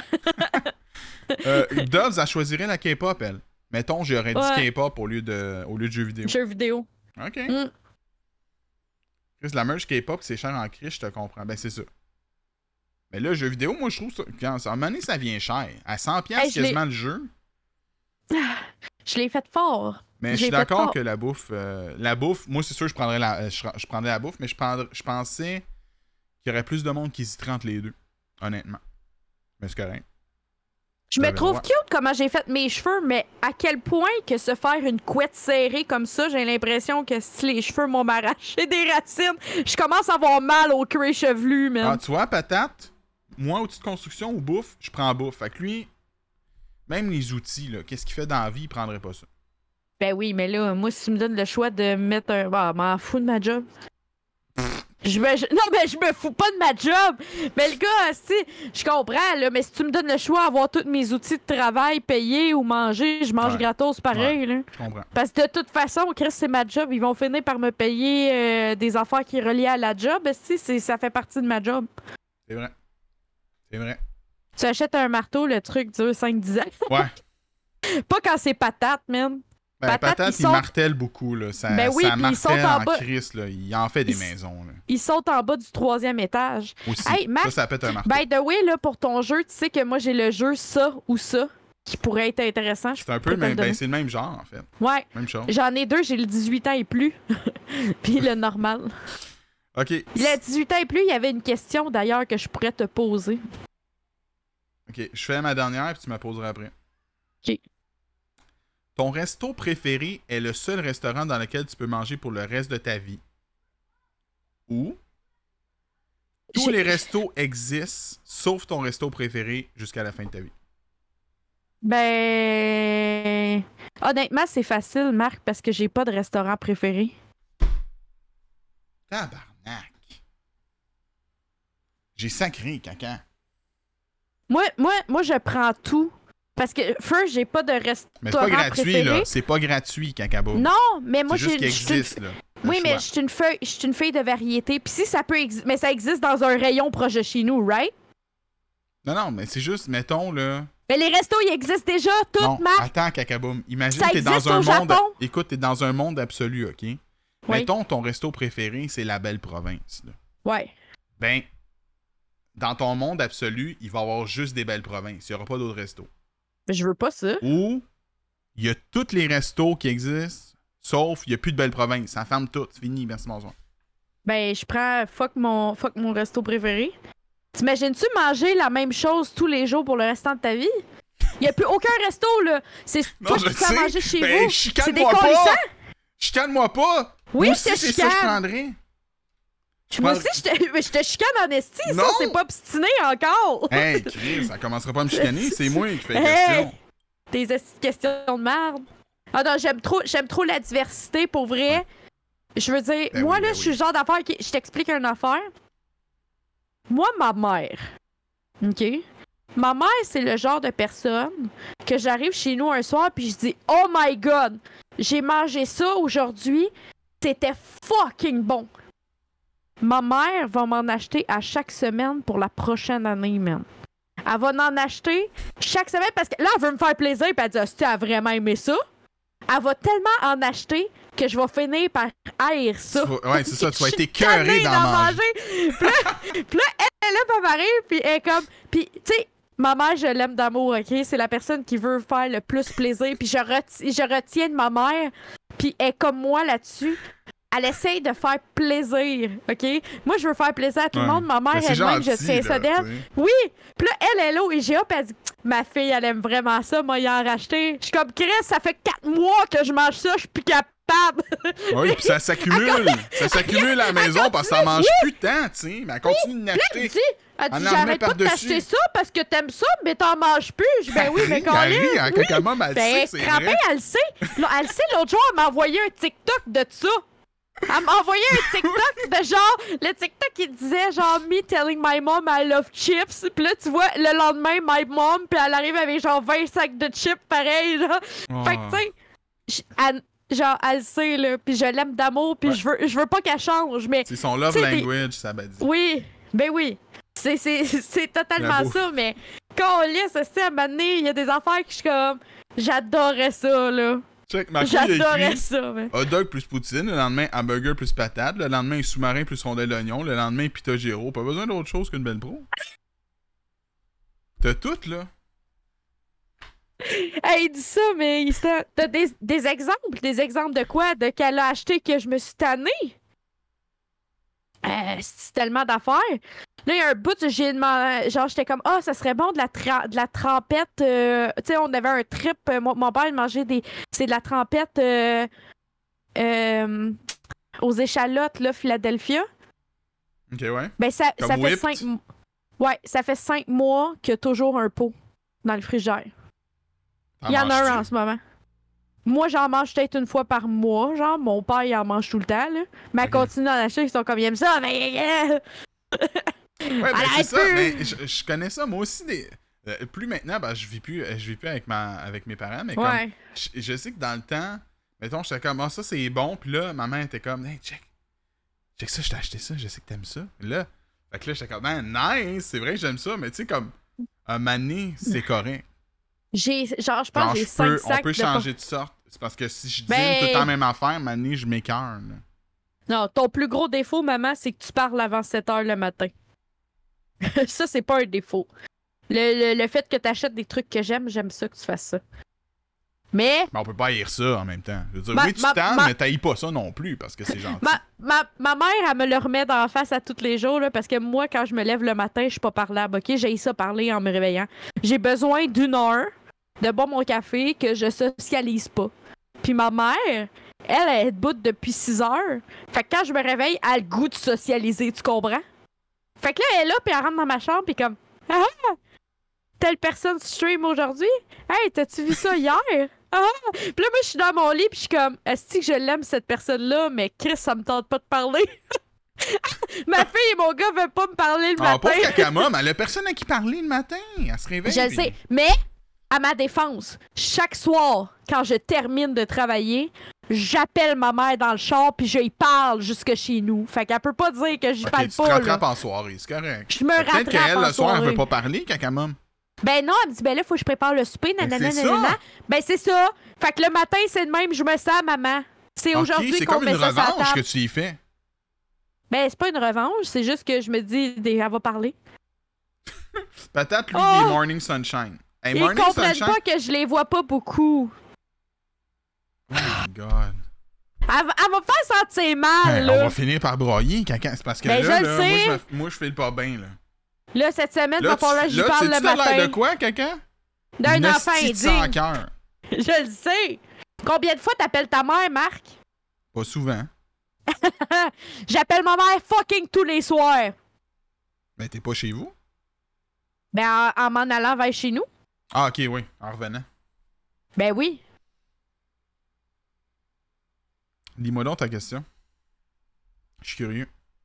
Dobbs, elle choisirait la K-pop, elle. Mettons, j'aurais dit Ouais. K-pop au lieu de jeux vidéo. Jeux vidéo. OK. Mm. Chris, la merch K-pop, c'est cher en crise, je te comprends. Ben, c'est ça. Mais là, jeux vidéo, moi, je trouve ça... À un moment donné, ça vient cher. À 100$ Hey, je l'ai- quasiment le jeu. Je l'ai fait fort. Mais Je je suis l'ai fait d'accord fort. que la bouffe, moi, c'est sûr, je prendrais je prendrais la bouffe, mais je pensais qu'il y aurait plus de monde qui hésiterait entre les deux. Honnêtement. Mais c'est correct. Je me T'avais trouve le droit. cute comment j'ai fait mes cheveux, mais à quel point que se faire une couette serrée comme ça, j'ai l'impression que si les cheveux m'ont arraché des racines, je commence à avoir mal au cuir chevelu, man. Ah, tu vois, patate, moi, outil de construction ou bouffe, je prends bouffe. Fait que lui, même les outils, là, qu'est-ce qu'il fait dans la vie, il prendrait pas ça. Ben oui, mais là, moi, si tu me donnes le choix de mettre un... Bah, m'en fous de ma job. Non, mais je me fous pas de ma job. Mais le gars, si, je comprends, là, mais si tu me donnes le choix d'avoir tous mes outils de travail payés ou manger, je mange Ouais. gratos pareil, là. Je comprends. Parce que de toute façon, Chris, c'est ma job. Ils vont finir par me payer des affaires qui sont reliées à la job. Ça fait partie de ma job. C'est vrai. C'est vrai. Tu achètes un marteau, le truc dure 5-10 ans. Ouais. Pas quand c'est patate, man. Ben, Patate, il sautent... martelle beaucoup, là. Ça, ben oui, ça puis ils sautent martèle en en bas. crise, là. Il en fait des maisons, là. Ils sautent en bas du 3e étage. Aussi. Hey, Marc, Ça pète un marteau. by the way, là, pour ton jeu, tu sais que moi, j'ai le jeu ça ou ça qui pourrait être intéressant. C'est un peu le même, ben, c'est le même genre, en fait. Ouais. Même chose. J'en ai 2, j'ai le 18 ans et plus. Puis le normal. OK. Le 18 ans et plus, il y avait une question d'ailleurs que je pourrais te poser. OK, je fais ma dernière, puis tu me la poseras après. OK. Ton resto préféré est le seul restaurant dans lequel tu peux manger pour le reste de ta vie. Ou tous les restos existent, sauf ton resto préféré jusqu'à la fin de ta vie. Ben... Honnêtement, c'est facile, Marc, parce que j'ai pas de restaurant préféré. Tabarnak. J'ai sacré, caca. Moi, je prends tout. Parce que, first, j'ai pas de restaurant Mais c'est pas gratuit, préféré. là. C'est pas gratuit, cacabo. Non, mais moi, c'est juste j'ai... qu'il existe, là. Oui, mais je suis une fille de variété. Puis si ça peut exister... Mais ça existe dans un rayon proche de chez nous, right? Non, mais c'est juste, mettons, là... Mais les restos, ils existent déjà, toutes, Non, Marc! attends, cacaboum. Imagine Ça que t'es dans existe un au monde... Japon. Écoute, t'es dans un monde absolu, OK? Oui. Mettons, ton resto préféré, c'est la belle province, là. Ouais. Ben, dans ton monde absolu, il va y avoir juste des belles provinces. Il n'y aura pas d'autres restos. Mais je veux pas ça. Ou, il y a tous les restos qui existent, sauf il n'y a plus de belles provinces. Ça ferme tout. C'est fini. Merci, bonsoir. Ben, je prends fuck mon resto préféré. T'imagines-tu manger la même chose tous les jours pour le restant de ta vie? Il n'y a plus aucun resto, là. C'est toi qui fais à manger chez Ben, vous. C'est chicane-moi décollissant. pas! Chicane-moi pas! Oui, Moi je te aussi, c'est ça que je chicane. prendrais. Moi aussi, je te chicane en esti, ça, Non. c'est pas obstiné encore. Hey, Chris, ça commencera pas à me chicaner. C'est moi qui fais la Hey! question. Tes esti de questions de merde. Ah non, j'aime trop la diversité, pour vrai. Je veux dire, Ben moi, oui, là, ben je suis le genre d'affaire qui... Je t'explique une affaire. Moi, ma mère, OK? Ma mère, c'est le genre de personne que j'arrive chez nous un soir puis je dis « Oh my God! J'ai mangé ça aujourd'hui. C'était fucking bon! » Ma mère va m'en acheter à chaque semaine pour la prochaine année, man. Elle va en acheter chaque semaine parce que là, elle veut me faire plaisir et elle dit « Est-ce que tu as vraiment aimé ça? » Elle va tellement en acheter que je vais finir par haïr ça. Ouais, c'est ça. Tu vas être Je suis écœuré tannée d'en manger. Puis là, elle est là, elle m'arrive, puis elle est comme... Puis, tu sais, ma mère, je l'aime d'amour, OK? C'est la personne qui veut faire le plus plaisir. Puis je retiens de ma mère, puis elle est comme moi là-dessus. Elle essaye de faire plaisir, OK? Moi, je veux faire plaisir à tout le monde. Ma mère, Mais c'est elle-même, je gentil, tiens ça là, d'elle. tu sais. Oui! Puis là, elle est là au IGA, puis elle dit « Ma fille, elle aime vraiment ça, moi, y en racheter. » Je suis comme « Chris, ça fait 4 mois que je mange ça, je suis plus capable. » Oui, puis ça s'accumule. Ça s'accumule à la maison parce que ça mange plus de temps, tu sais. Mais elle continue de Elle l'acheter. dit, En en j'arrête met pas de par-dessus. t'acheter ça parce que t'aimes ça, mais t'en manges plus. Je dis, ben oui, mais quand Elle rit, hein, quand elle m'a mal Ben, c'est Crampin, vrai. elle le sait. Là, elle le sait, l'autre jour, elle m'a envoyé un TikTok de ça. Elle m'a envoyé un TikTok de genre, le TikTok qui disait genre me telling my mom I love chips. Puis là, tu vois, le lendemain, my mom, puis elle arrive avec genre 20 sacs de chips pareil, là. Oh. Fait que, tu sais, genre, elle le sait, là. Puis je l'aime d'amour, puis Ouais. je veux pas qu'elle change, mais. C'est son love Tu sais, language, ça m'a dit. Oui, ben oui. C'est totalement Bravo. ça, mais quand on lit ça, à un moment donné, il y a des affaires que je suis comme. J'adorais ça, là. Check, ma fille a J'adorais écrit ça, mais. hot dog plus poutine, le lendemain hamburger plus patate, le lendemain sous-marin plus rondelle d'oignon, le lendemain pita gyro. Pas besoin d'autre chose qu'une belle pro. T'as tout, là. Hey, il dit ça, mais t'as des exemples? Des exemples de quoi? De qu'elle a acheté que je me suis tannée? C'est tellement d'affaires. Là, il y a un bout, j'ai demandé, genre, j'étais comme, ça serait bon de la trempette. Tu sais, on avait un trip. Mon père, il mangeait c'est de la trempette aux échalotes, là, Philadelphia. Ok, ouais. Ben, ça Comme fait whipped? ça fait 5 mois qu'il y a toujours un pot dans le frigidaire. Il y en a un en ce moment. Moi, j'en mange peut-être une fois par mois, genre. Mon père, il en mange tout le temps, là. Mais elle continue d'en acheter, ils sont comme, ils aiment ça, mais... Ouais, ben c'est Arrête ça, peu. mais je connais ça, moi aussi, plus maintenant, ben, je vis plus avec mes parents, mais Ouais. comme, je sais que dans le temps, mettons, j'étais comme, ça c'est bon, puis là, ma mère était comme, hey, check ça, je t'ai acheté ça, je sais que t'aimes ça. Là, fait que là, j'étais comme, man, nice, c'est vrai que j'aime ça, mais tu sais, comme, un mané, c'est correct. Je pense que j'ai 5 sacs. On peut changer de sorte. C'est parce que si je dis tout Ben- le temps la même affaire, maintenant, je m'écœure. là. Non, ton plus gros défaut, maman, c'est que tu parles avant 7 heures le matin. Ça, c'est pas un défaut. Le fait que tu achètes des trucs que j'aime ça que tu fasses ça. Mais Mais on peut pas haïr ça en même temps. Je veux dire, Ma- oui, tu ma- t'aimes, ma- mais t'haïs pas ça non plus parce que c'est gentil. ma mère, elle me le remet dans la face à tous les jours, là, parce que moi, quand je me lève le matin, je suis pas parlable, OK? J'ai ça parler en me réveillant. J'ai besoin d'une heure de boire mon café que je socialise pas. Puis ma mère, elle est debout depuis 6 heures. Fait que quand je me réveille, elle a le goût de socialiser, tu comprends? Fait que là, elle est là, puis elle rentre dans ma chambre, puis comme... Ah! Telle personne stream aujourd'hui? Hey, t'as-tu vu ça hier? Ah! Puis là, moi, je suis dans mon lit, puis je suis comme... Est-ce que je l'aime, cette personne-là? Mais Chris, ça me tente pas de parler. Ma fille et mon gars veulent pas me parler le Ah, matin. pauvre Kakamom, elle a personne à qui parler le matin. Elle se réveille. Je le puis- sais. Mais, à ma défense, chaque soir, quand je termine de travailler, j'appelle ma mère dans le char puis je lui parle jusque chez nous. Fait qu'elle peut pas dire que j'y Ok, parle tu te pas. Là. rattrapes en soirée, c'est correct. Je me Peut-être rattrape qu'elle, en le soir, elle soirée. veut pas parler, Kakamom. Ben non, elle me dit, ben là, faut que je prépare le souper, nanana, c'est nanana. ça. Ben c'est ça. Fait que le matin, c'est de même, je me sens, maman. C'est Ok, aujourd'hui c'est qu'on comme met une ça sur la revanche que table. tu y fais. Ben c'est pas une revanche, c'est juste que je me dis, elle va parler. Patate, lui, Oh! il est Morning Sunshine. Hey, Ils Morning comprennent Sunshine. pas que je les vois pas beaucoup. Oh my god. Elle va me faire sentir mal, Hey, on là. va finir par broyer, caca. C'est parce que Ben, là, je le sais. moi, je file pas bien, là. Là, cette semaine, Là, va falloir que j'y parle le sais-tu t'as l'air matin. de quoi, caca? D'un Une enfant hostie de sans indigne. cœur. Je le sais. Combien de fois t'appelles ta mère, Marc? Pas souvent. J'appelle ma mère fucking tous les soirs. Ben, t'es pas chez vous? Ben, en m'en allant vers chez nous. Ah, ok, oui, en revenant. Ben oui. Dis-moi donc ta question. Je suis curieux.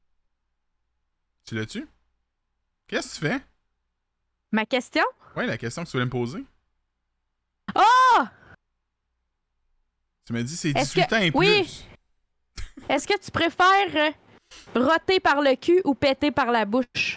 Tu l'as-tu? Qu'est-ce que tu fais? Ma question? Ouais, la question que tu voulais me poser. Oh! Tu m'as dit c'est Est-ce 18 que- ans et oui. plus. Est-ce que tu préfères roter par le cul ou péter par la bouche?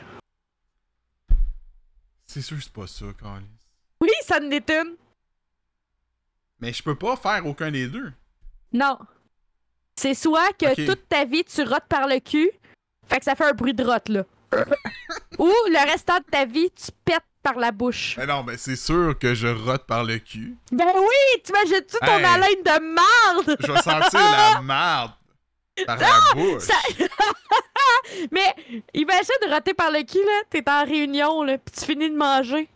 C'est sûr que c'est pas ça, Carlis. Oui, ça en est une. Mais je peux pas faire aucun des deux. Non. C'est soit que Ok. toute ta vie, tu rotes par le cul, fait que ça fait un bruit de rote, là. Ou le restant de ta vie, tu pètes par la bouche. Mais non, mais c'est sûr que je rote par le cul. Ben oui! T'imagines-tu ton Hey. haleine de marde? Je vais sentir la merde par la bouche. Ça- Mais imagine roter par le cul, là. T'es en réunion, là, pis tu finis de manger.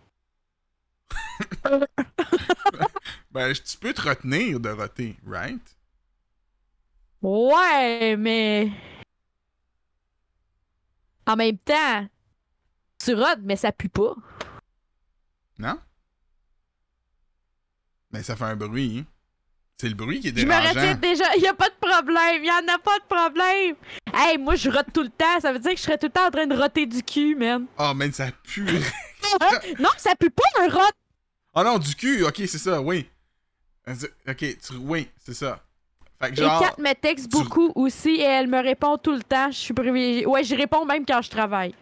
Ben, tu peux te retenir de roter, right? Ouais, mais... En même temps, tu rotes, mais ça pue pas. Non? Mais ça fait un bruit, hein? C'est le bruit qui est Je me dérangeant. retire déjà, y a pas de problème, y en a pas de problème. Hey, moi, je rote tout le temps, ça veut dire que je serais tout le temps en train de roter du cul, man. Oh, man, ça pue. Non, ça pue pas un rot. Oh non, du cul, ok, c'est ça, oui. Ok, oui, c'est ça. Fait que Et genre... Kat me texte beaucoup aussi et elle me répond tout le temps. Je suis privilégiée. Ouais, j'y réponds même quand je travaille.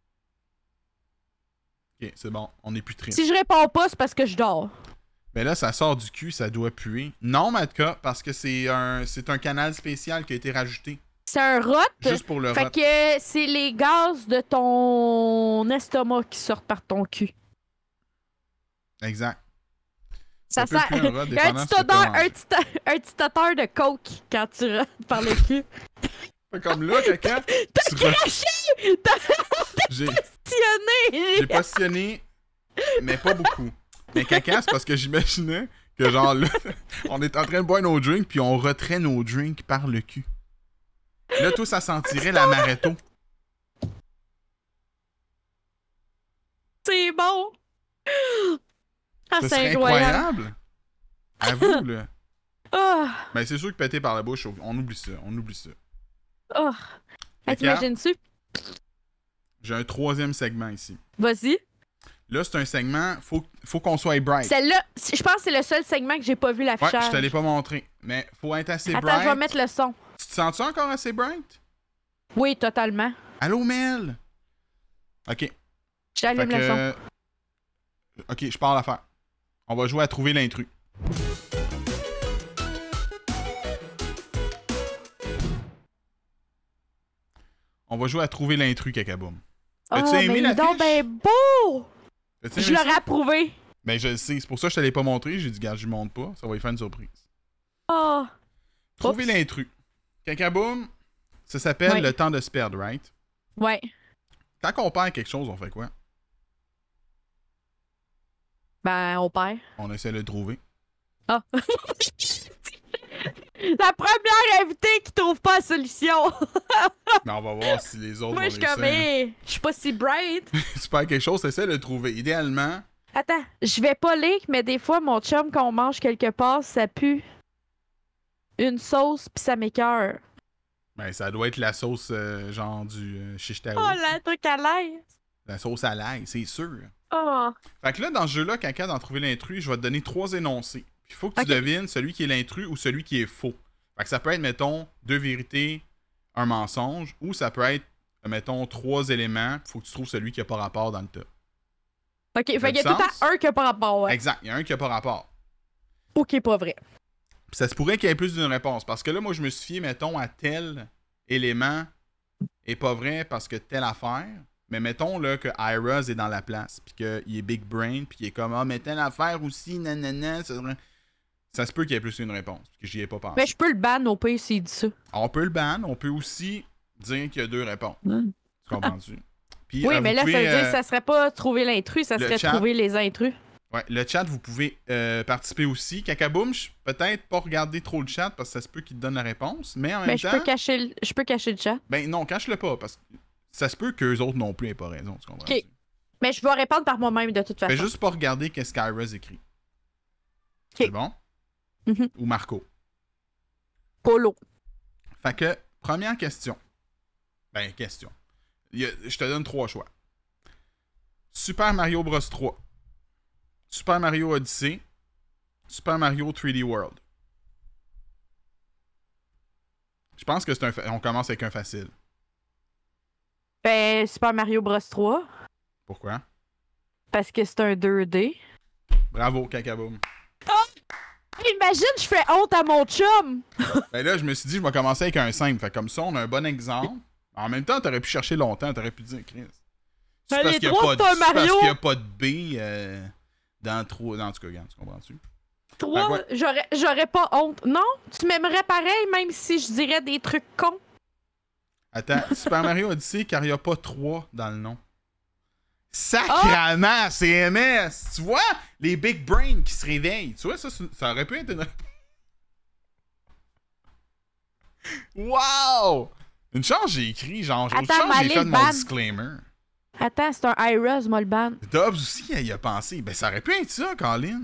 Ok, c'est bon, on est plus triste. Si je réponds pas, c'est parce que je dors. Mais là, ça sort du cul, ça doit puer. Non, Matka, parce que c'est un canal spécial qui a été rajouté. C'est un rot. Juste pour le Fait rot. que c'est les gaz de ton estomac qui sortent par ton cul. Exact. Ça peut sent. puer un rot, Il y a un dépendant petit ce que t'as odeur, mangé. un petit odeur de coke quand tu rotes par le cul. Fait comme là, caca, T'as tu re- craché! T'as j'ai tionné! passionné, mais pas beaucoup. Mais caca, c'est parce que j'imaginais que genre là, on est en train de boire nos drinks, puis on retrait nos drinks par le cul. Là, tout ça sentirait l'amaretto. C'est bon! Ah, Ce c'est serait incroyable! incroyable. À vous, là. Ah! Mais c'est sûr que péter par la bouche, on oublie ça, on oublie ça. Oh! Fait Hey, que, t'imagines-tu? j'ai un troisième segment ici. Vas-y. Là, c'est un segment, faut qu'on soit bright. Celle-là, je pense que c'est le seul segment que j'ai pas vu Ouais, l'affichage. je te l'ai pas montré. Mais faut être assez Attends, bright. je vais mettre le son. Tu te sens-tu encore assez bright? Oui, totalement. Allô, Mel? Ok. Fait J'allume le son. que... Ok, je pars l'affaire. On va jouer à trouver l'intrus. On va jouer à trouver l'intrus, Cacaboum. As-tu aimé la fiche? Ben beau! As-tu Je aimé l'aurais ça? approuvé. Ben, je le sais. C'est pour ça que je te l'ai pas montré. J'ai dit, gars, je lui montre pas. Ça va lui faire une surprise. Oh! Trouver Oups. l'intrus. Cacaboum, ça s'appelle Ouais. le temps de se perdre, right? Ouais. Quand on perd quelque chose, on fait quoi? Ben, on perd. On essaie de le trouver. Ah! La première invitée qui trouve pas la solution! Mais on va voir si les autres Moi, vont je suis comme, réussir. hey, je suis pas si bright. Si tu perds quelque chose, essaie de le trouver. Idéalement, Attends, je vais pas leak, mais des fois, mon chum, quand on mange quelque part, ça pue une sauce pis ça m'écoeure. ben, ça doit être la sauce genre du shish taouk. Oh, le truc à l'ail! La sauce à l'ail, c'est sûr. Oh! Fait que là, dans ce jeu-là, Caca, d'en trouver l'intrus, je vais te donner 3 énoncés. Puis il faut que tu Ok. devines celui qui est l'intrus ou celui qui est faux. Fait que ça peut être, mettons, 2 vérités, un mensonge, ou ça peut être, mettons, 3 éléments, il faut que tu trouves celui qui n'a pas rapport dans le tas. Ok, fait qu'il y a du tout le sens? temps un qui a pas rapport, ouais. Exact, il y a un qui n'a pas rapport. Ou qui est pas vrai. Puis ça se pourrait qu'il y ait plus d'une réponse. Parce que là, moi, je me suis fié, mettons, à tel élément est pas vrai parce que telle affaire. Mais mettons là que Iras est dans la place, puis qu'il est big brain, puis qu'il est comme, ah, mais telle affaire aussi, nanana. Ça se peut qu'il y ait plus d'une réponse, puis que j'y ai pas pensé. Mais je peux le ban au pire s'il dit ça. On peut le ban, on peut aussi dire qu'il y a 2 réponses. Tu comprends-tu? Puis, Oui, mais vous là, pouvez, ça veut dire que ça serait pas trouver l'intrus, ça le serait chat. trouver les intrus. Ouais, le chat, vous pouvez participer aussi. Cacaboum, peut-être pas regarder trop le chat parce que ça se peut qu'il te donne la réponse, mais en même Mais temps... je peux cacher le chat. Ben non, cache-le pas, parce que ça se peut qu'eux autres non plus aient pas raison, tu comprends? Ok. Mais je vais répondre par moi-même de toute façon. Fais juste pas regarder qu'est-ce qu'Iras écrit. C'est bon? Mhm. Ou Marco. Polo. Fait que, première question. Ben, question. Je te donne 3 choix. Super Mario Bros 3. Super Mario Odyssey. Super Mario 3D World. Je pense que on commence avec un facile. Ben, Super Mario Bros 3, Pourquoi? parce que c'est un 2D. Bravo, Cacaboum. Imagine, je fais honte à mon chum! Ben là, je me suis dit, je vais commencer avec un simple. Fait comme ça, on a un bon exemple. En même temps, t'aurais pu chercher longtemps, t'aurais pu dire, Chris. C'est Ben, parce les qu'il trois, c'est un c'est parce Mario. qu'il y a pas de B dans trop. En tout cas, regarde, tu comprends-tu? 3, ouais. j'aurais pas honte. Non, tu m'aimerais pareil, même si je dirais des trucs cons. Attends, Super Mario Odyssey, car il n'y a pas 3 dans le nom. Sacrament, c'est MS! Tu vois? Les big brains qui se réveillent. Tu vois, ça aurait pu être une... Wow! Une chance, j'ai écrit, genre, une Attends, chance, j'ai Malé, fait le mon ban. disclaimer. Attends, c'est un Iras, moi, le ban. Dobbs aussi, il y a pensé. Ben, ça aurait pu être ça, Colin.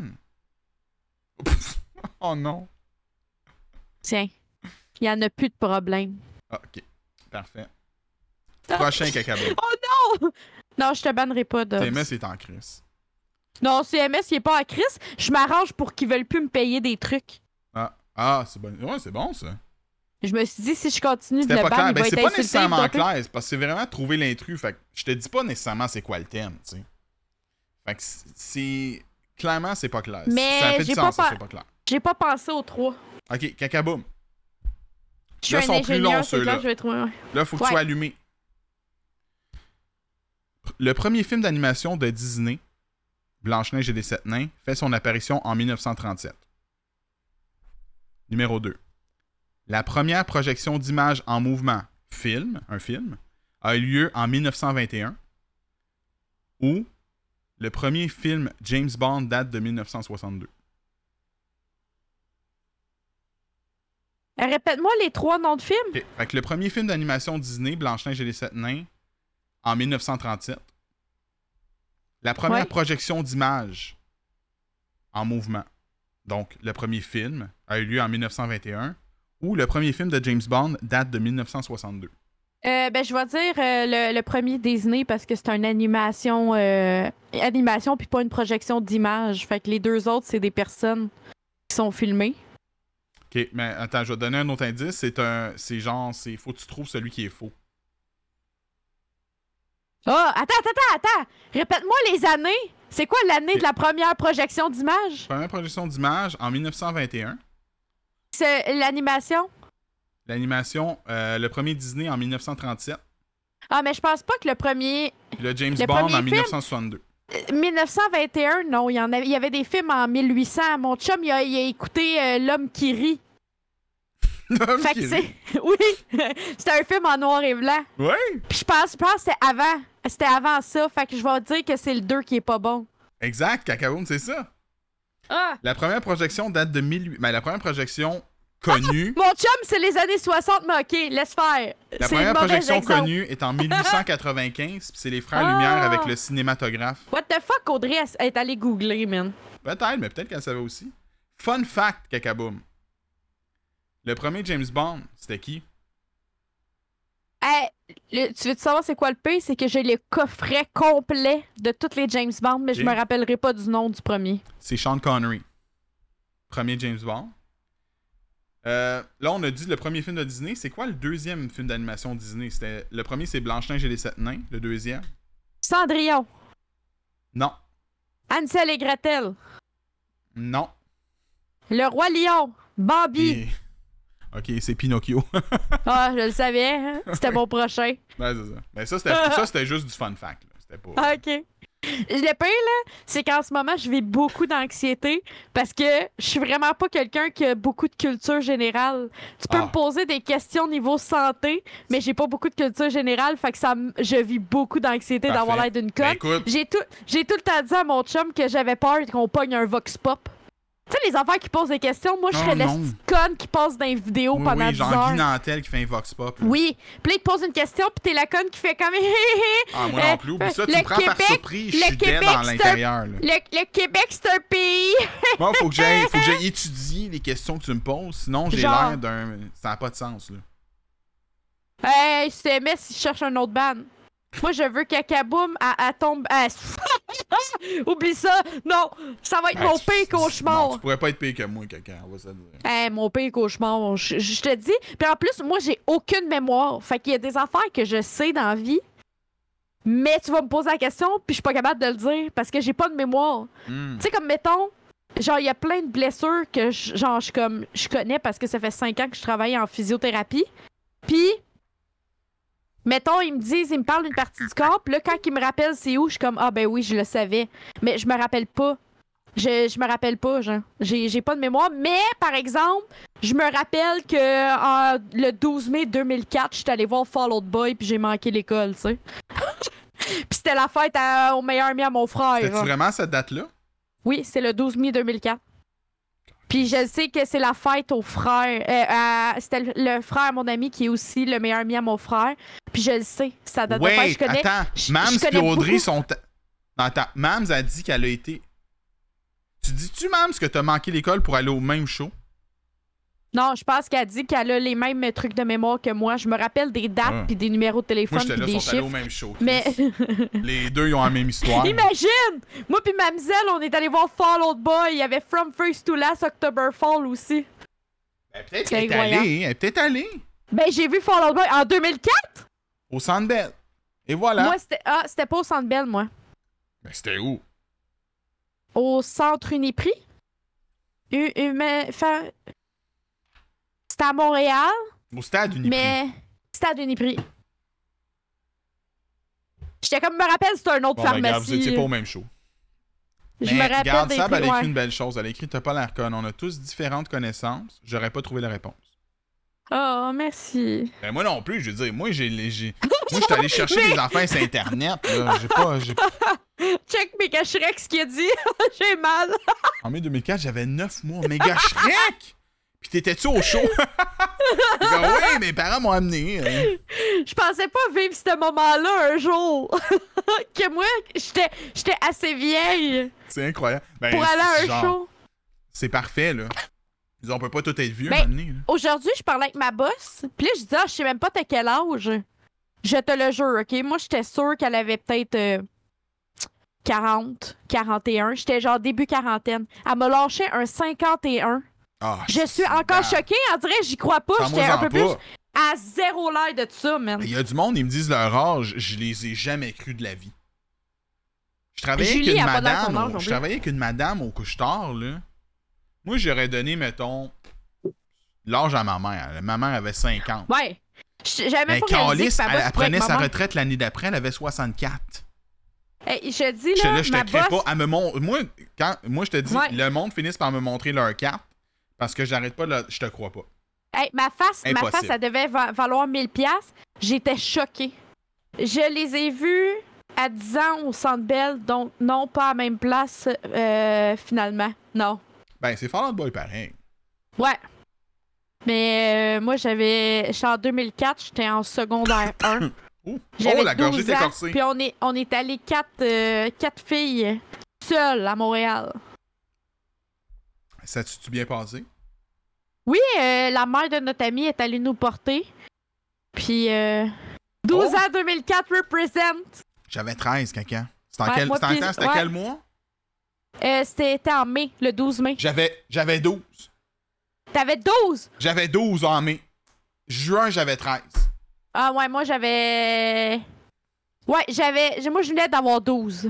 Oh non. Tiens, il y en a plus de problème. Ah, ok. Parfait. Prochain Cacaboum. Oh non! Non, je te bannerai pas de. TMS est en crise. Non, CMS, il est pas à Chris. Je m'arrange pour qu'ils veulent plus me payer des trucs. Ah, c'est bon. Ouais, c'est bon, ça. Je me suis dit, si je continue de C'était le pas ban, clair. il Ben, va c'est être pas insulté. nécessairement il va clair. C'est parce que c'est vraiment trouver l'intrus. Fait que je te dis pas nécessairement c'est quoi le thème, tu sais. Fait que c'est. Clairement, c'est pas clair. Mais Ça fait du j'ai sens, pas ça, c'est pas clair. J'ai pas pensé aux 3. Ok, Cacaboum. Je suis Là, un sont plus longs, ingénieur, c'est ceux-là. clair, je vais trouver. Là, faut que tu Ouais. sois allumé. Le premier film d'animation de Disney, Blanche-Neige et les 7 nains, fait son apparition en 1937. Numéro 2. La première projection d'images en mouvement, un film, a eu lieu en 1921. Ou le premier film James Bond date de 1962. Répète-moi les 3 noms de films. Ok. Fait que le premier film d'animation Disney, Blanche-Neige et les 7 nains, en 1937. La première Ouais. projection d'images en mouvement, donc le premier film, a eu lieu en 1921. Ou le premier film de James Bond date de 1962. Ben, je vais dire le premier Disney parce que c'est une animation puis pas une projection d'image. Fait que les 2 autres, c'est des personnes qui sont filmées. Ok, mais attends, je vais te donner un autre indice. C'est genre, faut que tu trouves celui qui est faux. Ah, attends. Répète-moi les années. C'est quoi l'année de la première projection d'image? Première projection d'image en 1921. C'est l'animation? L'animation, le premier Disney en 1937. Ah, mais je pense pas que le premier... Puis le James Le Bond premier en film? 1962. 1921, non, il y avait des films en 1800. Mon chum, il a écouté L'homme qui rit. L'homme Fait qui que rit. c'est... Oui, c'était un film en noir et blanc. Ouais, Puis je pense que c'était avant. C'était avant ça. Fait que je vais dire que c'est le 2 qui est pas bon. exact, Cacaboum, c'est ça. Ah! La première projection date de 1800. Ben, la première projection connue. Mon chum, c'est les années 60, mais OK, laisse faire. La C'est première le mauvais projection exemple. connue est en 1895, puis c'est les Frères Ah! Lumière avec le cinématographe. What the fuck, Audrey est allée googler, man. Peut-être, mais peut-être qu'elle savait aussi. Fun fact, Cacaboum. Le premier James Bond, c'était qui? Hey, tu veux savoir c'est quoi le pire? C'est que j'ai le coffret complet de tous les James Bond, mais je Ok. me rappellerai pas du nom du premier. C'est Sean Connery. Premier James Bond. Là, on a dit le premier film de Disney. C'est quoi le deuxième film d'animation Disney? Le premier, c'est Blanche-Neige et les Sept Nains. Le deuxième? Cendrillon. Non. Ansel et Gretel. Non. Le Roi Lion. Bambi. Et- Ok, c'est Pinocchio. Ah, je le savais. Hein? C'était mon prochain. Ben, c'est ça. Mais ça, c'était juste du fun fact. Là. C'était pas... Ah, OK. Le pire, là, c'est qu'en ce moment, je vis beaucoup d'anxiété parce que je suis vraiment pas quelqu'un qui a beaucoup de culture générale. Tu peux Ah. me poser des questions niveau santé, mais j'ai pas beaucoup de culture générale, fait que je vis beaucoup d'anxiété d'avoir l'air Parfait. d'une Ben, conne. écoute, J'ai tout le temps dit à mon chum que j'avais peur qu'on pogne un vox pop. Tu sais, les enfants qui posent des questions, moi, je Oh, serais la non. petite conne qui passe dans les vidéos oui, pendant oui, 10 genre heures. Guy Nantel qui fait un vox pop. là. Oui. Puis là, il te pose une question, puis t'es la conne qui fait comme... Ah, moi non plus. Oublie ça, tu le me prends par Québec- surprise. Je le suis dead Québec, dans c'est un- l'intérieur. là. Le Québec, c'est un pays! Bon, faut que j'aille étudier les questions que tu me poses. Sinon, j'ai Genre. l'air d'un... Ça n'a pas de sens, là. Hey, c'est MS, il cherche un autre ban. Moi, je veux qu'Akaboum, elle tombe... Oublie ça! Non! Ça va être mon pire Non, cauchemar! tu pourrais pas être pire que moi, caca. On va se le dire. Hey, mon pire cauchemar, je te dis. Puis en plus, moi, j'ai aucune mémoire. Fait qu'il y a des affaires que je sais dans la vie, mais tu vas me poser la question, puis je suis pas capable de le dire parce que j'ai pas de mémoire. Hmm. Tu sais, comme mettons, genre, il y a plein de blessures que je connais parce que ça fait 5 ans que je travaille en physiothérapie. Puis, mettons, ils me parlent d'une partie du corps, puis là, quand ils me rappellent c'est où, je suis comme, ah ben oui, je le savais. Mais je me rappelle pas. Je me rappelle pas, genre. J'ai pas de mémoire. Mais, par exemple, je me rappelle que le 12 mai 2004, j'étais allée voir Fall Out Boy, puis j'ai manqué l'école, tu sais. Puis c'était la fête au meilleur ami à mon frère. C'était-tu vraiment cette date-là? Oui, c'est le 12 mai 2004. Puis je sais que c'est la fête au frère. C'était le frère à mon ami qui est aussi le meilleur ami à mon frère. Puis je le sais, ça date de fête. Je connais. Attends. je Mams connais et Audrey beaucoup. sont... Non, attends. Mams a dit qu'elle a été... Tu dis-tu, Mams, que t'as manqué l'école pour aller au même show? Non, je pense qu'elle dit qu'elle a les mêmes trucs de mémoire que moi. Je me rappelle des dates Ah. puis des numéros de téléphone Moi, j'étais puis là, des sont allés au chiffres. même show. Mais Les deux, ils ont la même histoire. imagine! Moi puis Mamzelle, on est allé voir Fall Out Boy. Il y avait From First to Last October Fall aussi. Ben, peut-être C'est qu'elle est incroyable. allée. Elle est peut-être allée. Ben, j'ai vu Fall Out Boy en 2004. Au Centre Bell. Et voilà. Moi, c'était pas au Centre Bell, moi. Ben, c'était où? Au Centre Uniprix. C'était à Montréal, Au stade Uniprix. mais Stade Uniprix. J'étais comme, me rappelle, c'était un autre Bon, ben, regarde, vous pharmacie. étiez pas au même show. Je Mais me rappelle regarde, des Sab, elle a trucs, écrit ouais. une belle chose. Elle a écrit « T'as pas l'air conne. On a tous différentes connaissances. J'aurais pas trouvé la réponse. Oh, merci. » Ben, moi non plus, je veux dire. Moi, moi, j'étais allé chercher des affaires sur Internet. Là. Check Méga Shrek, ce qu'il a dit. J'ai mal. En mai 2004, j'avais 9 mois. Méga Shrek! Puis t'étais-tu au show? Oui, mes parents m'ont amené. Je pensais pas vivre ce moment-là un jour. Que moi, j'étais assez vieille C'est incroyable. Ben, pour aller à un genre, show. C'est parfait, là. Ils ont on peut pas tout être vieux, Ben, à m'amener, là. Aujourd'hui, je parlais avec ma boss, puis là, je disais, je sais même pas t'as quel âge. Je te le jure, OK? Moi, j'étais sûre qu'elle avait peut-être 40, 41. J'étais genre début quarantaine. Elle m'a lâché un 51. Ah, Je suis encore choquée. On dirait j'y crois pas. J'étais un peu plus à zéro l'air de ça, man. Il y a du monde, ils me disent leur âge, je les ai jamais cru de la vie. Je travaillais Julie avec une a pas l'air son madame. âge non Je plus. travaillais avec une madame au couche-tard, là. Moi, j'aurais donné, mettons, l'âge à ma mère. Ma mère avait 50. Ouais. J'avais Mais même pas réalisé Calice, que ma boss elle pourrait prenait être sa maman. retraite l'année d'après, elle avait 64. Hey, je te dis, J'étais là, là, je te ma crée boss... pas. Moi, je te dis, Ouais. le monde finisse par me montrer leur carte parce que j'arrête pas, je te crois pas. Hey, ma face, Impossible. elle devait valoir 1000$. J'étais choquée. Je les ai vus à 10 ans au Centre Bell, donc non, pas à la même place, finalement. Non. Ben, c'est Fall Out Boy pareil. Ouais. Mais moi, j'étais en 2004, j'étais en secondaire 1. Oh, J'avais la gorgée 12 t'est ans, corsée. puis on est allé 4 filles seules à Montréal. Ça t'es-tu bien passé? Oui, la mère de notre amie est allée nous porter. Puis 12 ans 2004 represent. J'avais 13, caca. C'était en Ouais, quel, moi, c'était en puis- temps, c'était ouais. quel mois? C'était en mai, le 12 mai. J'avais 12. T'avais 12? J'avais 12 en mai. Juin, j'avais 13. Ah ouais, moi j'avais... Ouais, moi je venais d'avoir 12.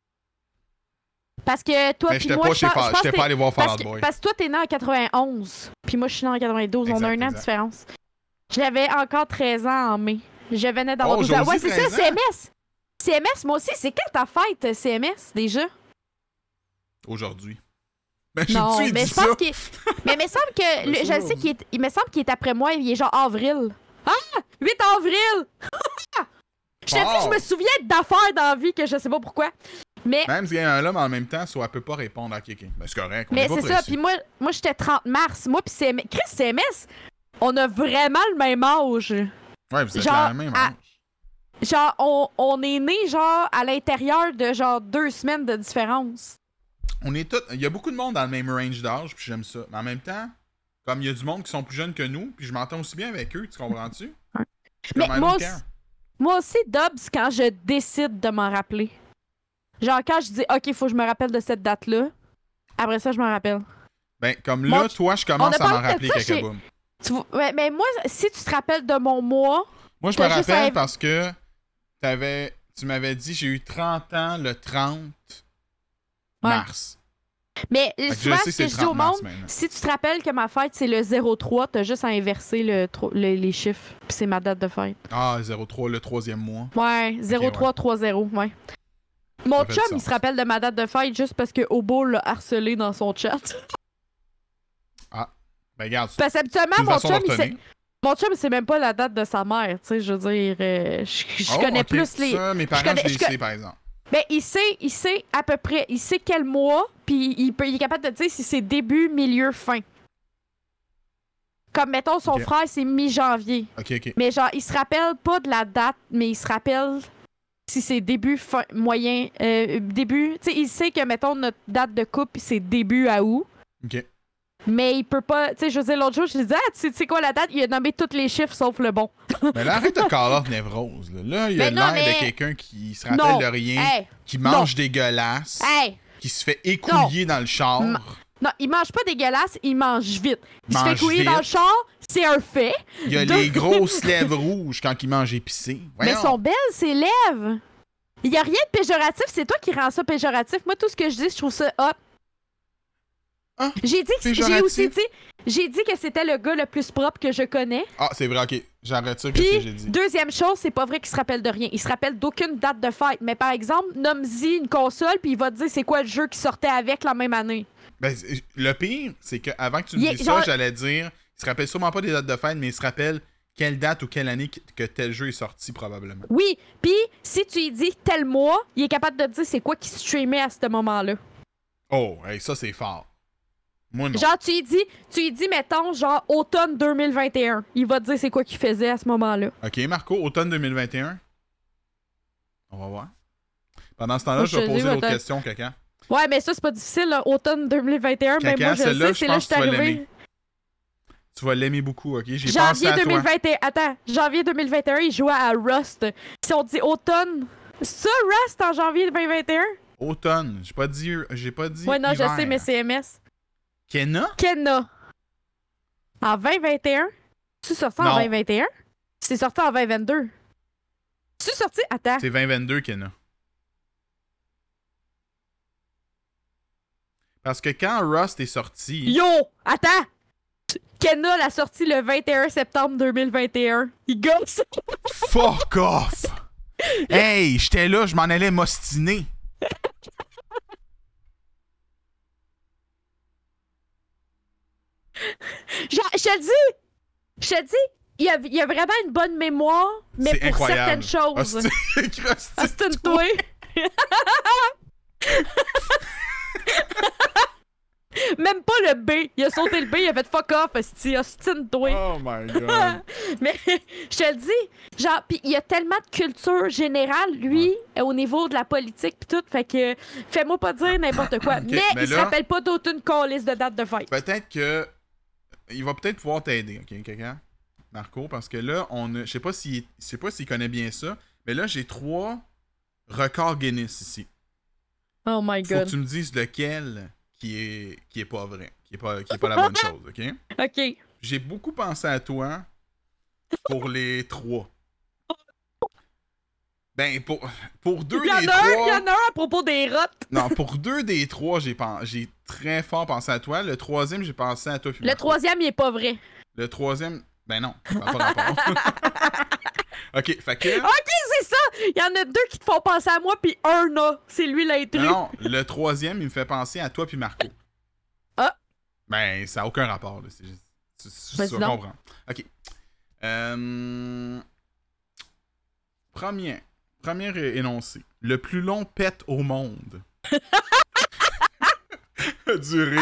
Parce que toi Mais puis j'étais moi, pas je chez pense- Fall. je pense J'étais que pas allé voir Fall parce Out que, Boy. parce que toi, t'es né en 91. Puis moi, je suis né en 92. On a un an Exact. de différence. J'avais encore 13 ans en mai. Je venais d'avoir Oh, 12 ans. Josie, Ouais, c'est ça, 13 ans. CMS. CMS, moi aussi. C'est quand ta fête, CMS, déjà? Aujourd'hui. Ben, Non, j'ai-tu mais dit je pense ça? qu'il... Mais il me semble que... Mais c'est je sais aujourd'hui. il me semble qu'il est après moi. Il est genre avril. Ah! 8 avril! Je te dis, je me souviens d'affaires dans la vie que je sais pas pourquoi. Mais... Même si un homme en même temps, soit elle peut pas répondre à quelqu'un. Ben, c'est correct. On Mais est pas c'est ça, pressé. puis moi j'étais 30 mars. Moi puis CMS. Chris, CMS, on a vraiment le même âge. Ouais, vous êtes genre, la même âge. Genre, on est nés genre à l'intérieur de genre 2 semaines de différence. On est tous. Il y a beaucoup de monde dans le même range d'âge, puis j'aime ça. Mais en même temps, comme il y a du monde qui sont plus jeunes que nous, puis je m'entends aussi bien avec eux, tu comprends-tu? Ouais. Je suis Mais comme, I moi don't aussi, care. moi aussi, Dobbs, quand je décide de m'en rappeler. Genre, quand je dis, OK, faut que je me rappelle de cette date-là, après ça, je m'en rappelle. Ben, comme là, Mon- toi, je on commence a à m'en parlé de rappeler ça quelques chez- boum. Ouais, mais moi, si tu te rappelles de mon mois, Moi, je t'as me juste rappelle à- parce que tu m'avais dit j'ai eu 30 ans le 30 mars. mais Fait que souvent, je sais ce que c'est je le dis au 30 mars monde, maintenant. si tu te rappelles que ma fête, c'est le 03, t'as juste à inverser les chiffres, puis c'est ma date de fête. Ah, 03, le 3e mois. Ouais, 0330, ouais. Mon Ça fait chum, du il sens. se rappelle de ma date de fête juste parce que Obo l'a harcelé dans son chat. Ben, regarde, Parce qu'habituellement, c'est une façon de retenir. mon chum, c'est même pas la date de sa mère, tu sais, je veux dire, je Oh, connais ok. plus les... Ça, mes parents, connais- je les je co- sais, par exemple. Ben, il sait à peu près, il sait quel mois, puis il est capable de dire si c'est début, milieu, fin. Comme, mettons, son Ok. frère, c'est mi-janvier. Ok, ok. Mais genre, il se rappelle pas de la date, mais il se rappelle si c'est début, fin, moyen, début. Tu sais, il sait que, mettons, notre date de couple, c'est début à août. Ok. Mais il peut pas. Tu sais, je veux dire, l'autre jour, je lui disais, ah, tu sais quoi la date? Il a nommé tous les chiffres sauf le bon. Mais là, arrête de call off névrose. Là, il y a Mais non, l'air mais- de quelqu'un qui se rappelle Non. de rien, Hey! qui mange dégueulasse, Hey! qui se fait écouiller dans le char. Ma- Non, il mange pas dégueulasse, il mange vite. Il se fait Mange couiller vite. dans le char, c'est un fait. Il y a Deux- les grosses lèvres rouges quand il mange épicé. Mais Voyons. sont belles, ses lèvres. Il y a rien de péjoratif, c'est toi qui rends ça péjoratif. Moi, tout ce que je dis, je trouve ça hot. Ah, J'ai dit que j'ai péjoratif? aussi dit, j'ai dit que c'était le gars le plus propre que je connais. Ah, c'est vrai, ok. J'arrête ça, qu'est-ce que j'ai Puis, dit. deuxième chose, c'est pas vrai qu'il se rappelle de rien. Il se rappelle d'aucune date de fête. Mais par exemple, nomme-y une console, puis il va te dire c'est quoi le jeu qui sortait avec la même année. Ben, le pire, c'est qu'avant que tu me Il est dises genre- ça, j'allais dire, il se rappelle sûrement pas des dates de fête, mais il se rappelle quelle date ou quelle année que tel jeu est sorti, probablement. Oui, puis si tu lui dis tel mois, il est capable de te dire c'est quoi qui streamait à ce moment-là. Oh, hey, ça, c'est fort. Moi, non. Genre, tu lui dis, mettons, genre automne 2021. Il va te dire c'est quoi qu'il faisait à ce moment-là. Ok, Marco, automne 2021. On va voir. Pendant ce temps-là, Faut je vais choisir poser votre- l'autre question, Caca. Ouais, mais ça, c'est pas difficile, là. Automne 2021, même Caca, moi, je le celle-là, sais, je c'est là que pense je que suis tu vas arrivée. l'aimer. Tu vas l'aimer beaucoup, ok? J'ai pensé Janvier à toi. 2021. Attends, janvier 2021, il jouait à Rust. Si on dit automne, c'est ça, Rust en janvier 2021? Automne. J'ai pas dit Ouais, non, hiver. je sais, mais c'est MS. Kenna? Kenna. En 2021? C'est sorti Non. en 2021? C'est sorti en 2022. C'est sorti? Attends. C'est 2022, Kenna. Parce que quand Rust est sorti... Yo! Attends! Kenna l'a sorti le 21 septembre 2021. Il gosse! Fuck off! Hey, j'étais là, je m'en allais m'ostiner. Je te dis, il y a vraiment une bonne mémoire, mais C'est pour incroyable. certaines choses. Ostine-toi! Même pas le B. Il a sauté le B, il a fait fuck off, ostine-toi. Oh my god. Mais je te le dis, genre, pis il y a tellement de culture générale, lui, au niveau de la politique pis tout, fait que fais-moi pas dire n'importe quoi. Okay, mais il se rappelle pas d'autres calice de date de fête. Peut-être que... Il va peut-être pouvoir t'aider, ok, quelqu'un? Marco, parce que là, on a... Je sais pas s'il connaît bien ça, mais là, j'ai 3 records Guinness ici. Oh my Faut god. que tu me dises lequel qui est pas vrai, qui est pas la bonne chose, ok? Ok. J'ai beaucoup pensé à toi pour les 3. Ben, pour 2 Il y en des a 3... un, il y en a un à propos des rottes. Non, pour 2 des 3, j'ai très fort pensé à toi. Le 3e, j'ai pensé à toi. Le 3e, il est pas vrai. Le 3e, ben non, ça n'a pas rapport. Ok, fait que... Ok, c'est ça! Il y en a 2 qui te font penser à moi, puis un a. C'est lui l'intrus. Non, le 3e, il me fait penser à toi puis Marco. Ah! Ben, ça n'a aucun rapport, là. Tu vas comprendre. Ok. Premier énoncé. Le plus long pet au monde a duré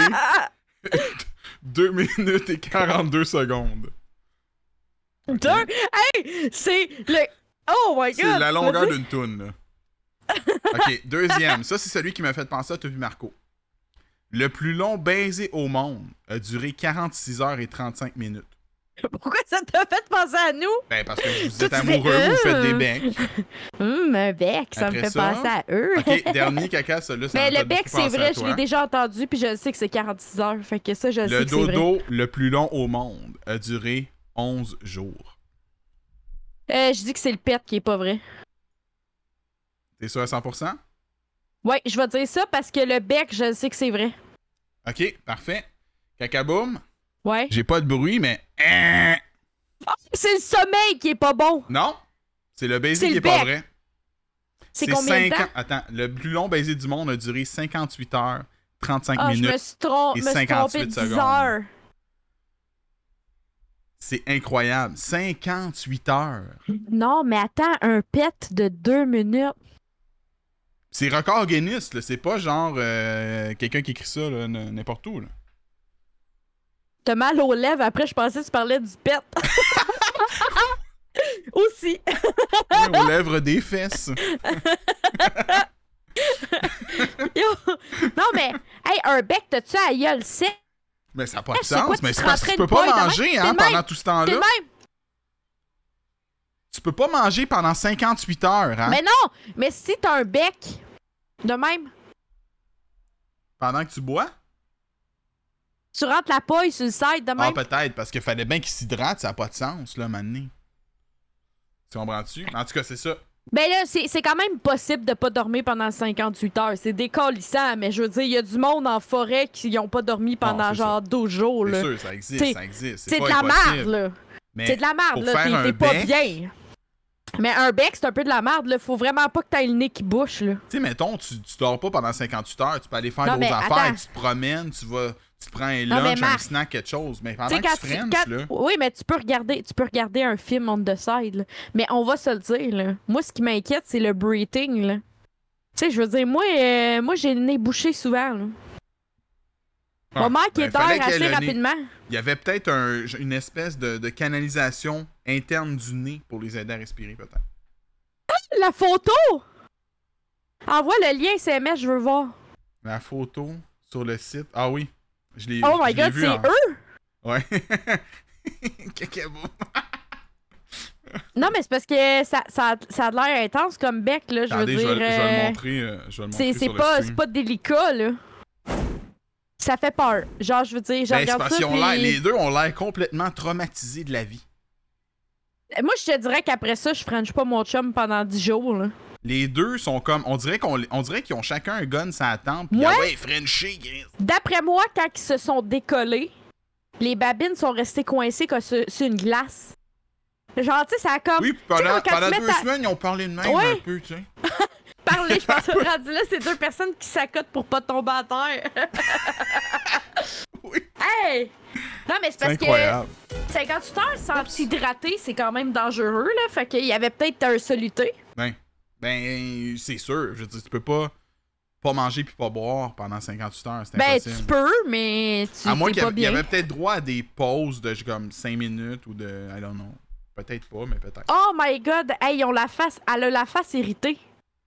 2 minutes et 42 secondes. Okay. Hey! C'est le... Oh my god! C'est la longueur d'une toune, là. Ok, deuxième. Ça, c'est celui qui m'a fait penser à toi puis Marco. Le plus long baiser au monde a duré 46 heures et 35 minutes. Pourquoi ça t'a fait penser à nous? Ben, parce que vous Toi, êtes tu amoureux, fais, vous faites des becs. Un bec, ça Après me fait ça, penser à eux. Ok, dernier caca, celui-là, ça Mais m'a le fait bec, beaucoup c'est penser vrai, à je toi. l'ai déjà entendu, puis je sais que c'est 46 heures. Fait que ça, je Le sais que c'est vrai. dodo le plus long au monde a duré 11 jours. Je dis que c'est le pet qui est pas vrai. T'es sûr à 100%? Ouais, je vais dire ça parce que le bec, je sais que c'est vrai. Ok, parfait. Cacaboum, Ouais. j'ai pas de bruit, mais... C'est le sommeil qui est pas bon. Non, c'est le baiser C'est qui le est pas bec. vrai. C'est combien de temps? Attends, le plus long baiser du monde a duré 58 heures, 35 Ah, je minutes. me suis trompé de 10 secondes. heures. C'est incroyable. 58 heures. Non, mais attends, un pet de 2 minutes. C'est record Guinness, là. C'est pas genre quelqu'un qui écrit ça là, n'importe où. Là. T'as mal aux lèvres, après je pensais que tu parlais du pet. Aussi. Aux lèvres des fesses. Yo. Non, mais, hey, un bec, t'as-tu à gueule sec? Mais ça n'a pas de C'est quoi, sens. tu Mais te c'est parce que tu peux rentrais pas une manger poêle hein, de même? pendant tout ce T'es temps-là. de même? Tu peux pas manger pendant 58 heures. Hein, Mais non! Mais si t'as un bec, de même, pendant que tu bois. tu rentres la paille sur le side, de Ah, même. peut-être. Parce qu'il fallait bien qu'il s'hydrate. Ça n'a pas de sens, là, maintenant. Tu comprends-tu? En tout cas, c'est ça. Ben là, c'est quand même possible de pas dormir pendant 58 heures. C'est décalissant, mais je veux dire, il y a du monde en forêt qui n'ont pas dormi pendant c'est genre 12 jours, C'est là. sûr, ça existe. Ça existe. C'est pas de la impossible. merde, là. Mais C'est de la merde, pour là. faire un T'es pas bec, bien. Mais un bec, c'est un peu de la merde, là. Faut vraiment pas que t'aies le nez qui bouche, là. Tu sais, mettons, tu dors pas pendant 58 heures, tu peux aller faire Non, d'autres mais affaires, attends. tu te promènes, tu te prends un Non, mais lunch, un Marc, snack, quelque chose. Mais pendant Tu sais, que tu frenches, là... Oui, mais tu peux regarder un film on the side, là. Mais on va se le dire, là. Moi, ce qui m'inquiète, c'est le breathing, là. Tu sais, je veux dire, moi j'ai le nez bouché souvent, là. Mon mec qui est fallait qu'il y ait assez le nez. rapidement. Il y avait peut-être une espèce de canalisation interne du nez pour les aider à respirer, peut-être. La photo! Envoie le lien SMS, je veux voir. La photo sur le site... Ah oui, je l'ai Oh my je l'ai god, vu c'est en- eux! Ouais. Cacabo. Non, mais c'est parce que ça a l'air intense comme bec, là. Je veux Attendez, dire. je vais le montrer, je vais le montrer c'est sur le pas, stream. c'est pas délicat, là. Ça fait peur. Genre, je veux dire, je Ben, c'est regarde parce ça. qu'ils ont l'air- Puis... les deux ont l'air complètement traumatisés de la vie. Moi, je te dirais qu'après ça, je french pas mon chum pendant 10 jours, là. Les deux sont comme. On dirait qu'ils ont chacun un gun sur la tempe. Pis Ouais. ah ouais, Frenchie, Chris. D'après moi, quand ils se sont décollés, les babines sont restées coincées comme sur une glace. Genre, tu sais, ça a comme... Oui, tu sais, pendant quand tu mets 2 ta- semaines, ils ont parlé de même Ouais. un peu, tu sais. Parler, je pense que rendu là, c'est deux personnes qui s'accotent pour pas tomber à terre. Oui. Hey! Non, mais c'est C'est parce incroyable. que 58 heures sans t'hydrater, c'est quand même dangereux, là. Fait qu'il y avait peut-être un soluté. Ben, c'est sûr. Je veux dire, tu peux pas manger puis pas boire pendant 58 heures. C'est Ben, impossible. tu peux, mais tu À moins t'es qu'il pas y bien. avait peut-être droit à des pauses de comme 5 minutes ou de. I don't know. Peut-être pas, mais peut-être. Oh my god! Hey, ils ont la face... Elle a la face irritée.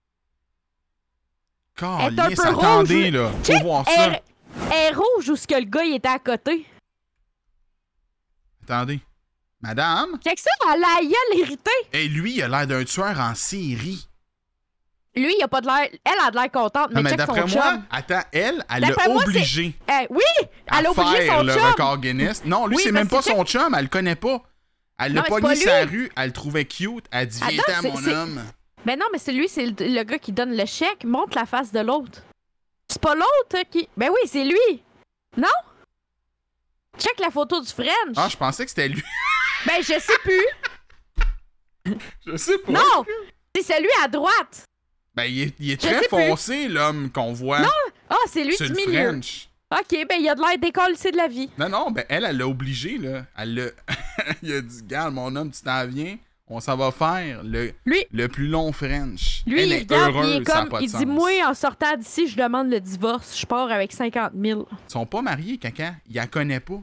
Elle est un Calien, peu s'attendez, rouge. là. Check, Faut voir ça. Elle est rouge où ce que le gars il était à côté. Attendez. Madame? Check ça, elle a la gueule irritée. Et lui, il a l'air d'un tueur en série. Lui, il a pas de l'air... Elle a de l'air contente, mais Non, mais check d'après son moi, chum. attends, elle D'après l'a moi, obligé Oui! à Elle a obligé faire son le chum. record Guinness. Non, lui, Oui, c'est même pas parce que son chum, elle le connaît pas. Elle l'a Non, mais c'est pogné pas sur la lui. rue, elle le trouvait cute, elle dit Attends, viens à mon c'est- homme. Ben non, mais c'est lui, c'est le gars qui donne le chèque. Montre la face de l'autre. C'est pas l'autre qui... Ben oui, c'est lui. Non? Check la photo du French. Ah, je pensais que c'était lui. Ben, je sais plus. Je sais pas. Non! C'est celui à droite. Ben, il est Je très sais plus. foncé, l'homme qu'on voit Ah, c'est lui sur du le milieu. French. OK, ben il a de l'air décollé de la vie. Non, ben, elle l'a obligé, là. Elle l'a. Il a dit, regarde, mon homme, tu t'en viens, on s'en va faire Lui, le plus long French. lui elle il est regarde, heureuse, il est ça a comme... pas de Il dit, sens. moi, en sortant d'ici, je demande le divorce. Je pars avec 50 000. Ils sont pas mariés, caca. Il la connaît pas.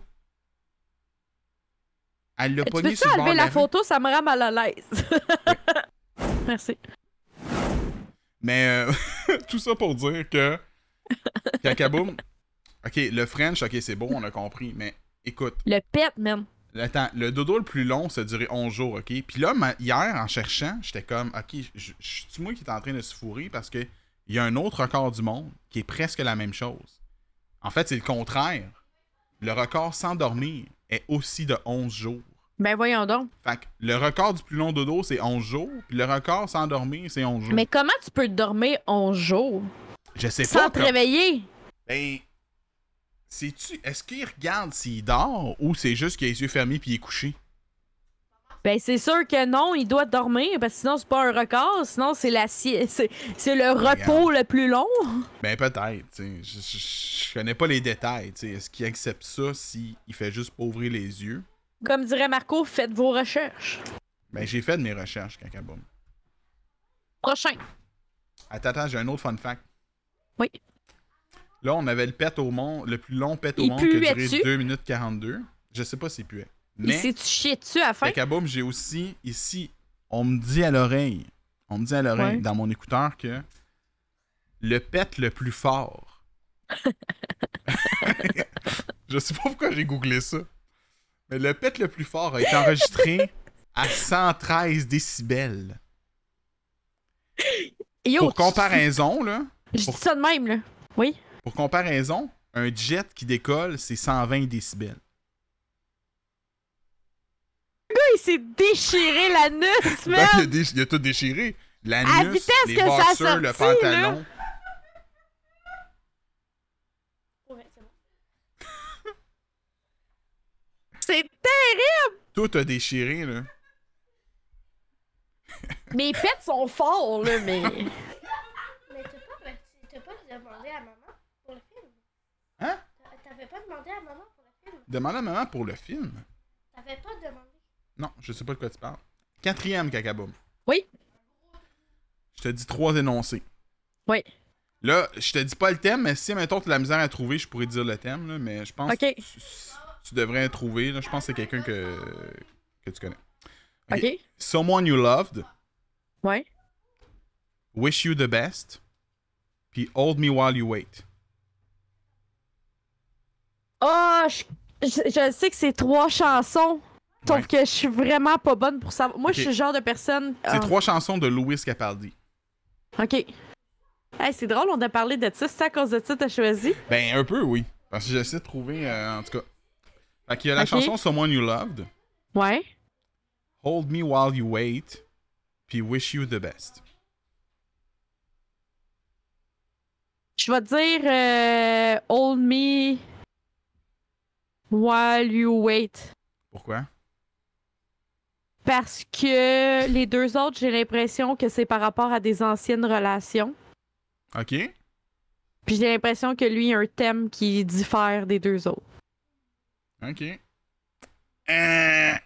Elle l'a Tu pogné peux-tu sur le bord enlever de la la rue. photo? Ça me rend mal à l'aise. Merci. Mais tout ça pour dire que Cacaboum, ok, le French, ok, c'est bon, on a compris, mais écoute, Le pet, man. attends, le dodo le plus long, ça a duré 11 jours, ok? Puis là, hier, en cherchant, j'étais comme, ok, c'est moi qui est en train de se fourrer parce que il y a un autre record du monde qui est presque la même chose. En fait, c'est le contraire. Le record sans dormir est aussi de 11 jours. Ben voyons donc. Fait que le record du plus long dodo, c'est 11 jours, puis le record sans dormir, c'est 11 jours. Mais comment tu peux dormir 11 jours Je sais sans pas. te réveiller? Ben, est-ce qu'il regarde s'il dort ou c'est juste qu'il a les yeux fermés puis il est couché? Ben c'est sûr que non, il doit dormir parce que sinon c'est pas un record, sinon c'est c'est le repos le plus long. Ben peut-être, tu sais. Je connais pas les détails, tu sais. Est-ce qu'il accepte ça s'il fait juste pas ouvrir les yeux? Comme dirait Marco, faites vos recherches. Ben j'ai fait de mes recherches, Cacaboum. Prochain. Attends, j'ai un autre fun fact. Oui. Là, on avait le pet au monde, le plus long pet au Il monde qui a duré puait-tu? 2 minutes 42. Je sais pas s'il puait. Il Mais, s'est-tu chié dessus à la fin? Cacaboum, j'ai aussi, ici, on me dit à l'oreille, Ouais. dans mon écouteur, que le pet le plus fort. Je sais pas pourquoi j'ai googlé ça. Mais le pet le plus fort a été enregistré à 113 décibels. Yo, Pour comparaison, là, Je dis ça de même, là. Oui. pour comparaison, un jet qui décolle, c'est 120 décibels. Le gars, il s'est déchiré la nuque, Ben, man! il a tout déchiré. À L'anus, vitesse les que ça a boxers, le sorti, pantalon. C'est terrible! Tout a déchiré, là. Mes pets sont forts, là, mais... Mais t'as pas demandé à maman pour le film? Hein? T'avais pas demandé à maman pour le film? Demande à maman pour le film. T'avais pas demandé? Non, je sais pas de quoi tu parles. 4e, Cacaboum. Oui. Je te dis 3 énoncés. Oui. Là, je te dis pas le thème, mais si, mettons, tu as de la misère à trouver, je pourrais te dire le thème, là, mais je pense OK. que tu devrais trouver. Là, je pense que c'est quelqu'un que tu connais. OK. Someone You Loved, Ouais. Wish You the Best, puis Hold Me While You Wait. Ah, je sais que c'est 3 chansons. Sauf Ouais. que je suis vraiment pas bonne pour ça. Moi, Ok. je suis le genre de personne... C'est 3 chansons de Louis Capaldi. OK. Hey, c'est drôle, on a parlé de ça. C'est à cause de ça que t'as choisi? Ben, un peu, oui. Parce que j'essaie de trouver, en tout cas. Fait qu'il y a la Ok. chanson Someone You Loved, Ouais. Hold Me While You Wait, puis Wish You the Best. Je vais dire Hold Me While You Wait. Pourquoi? Parce que les deux autres, j'ai l'impression que c'est par rapport à des anciennes relations. OK. Puis j'ai l'impression que lui a un thème qui diffère des deux autres. OK. T'as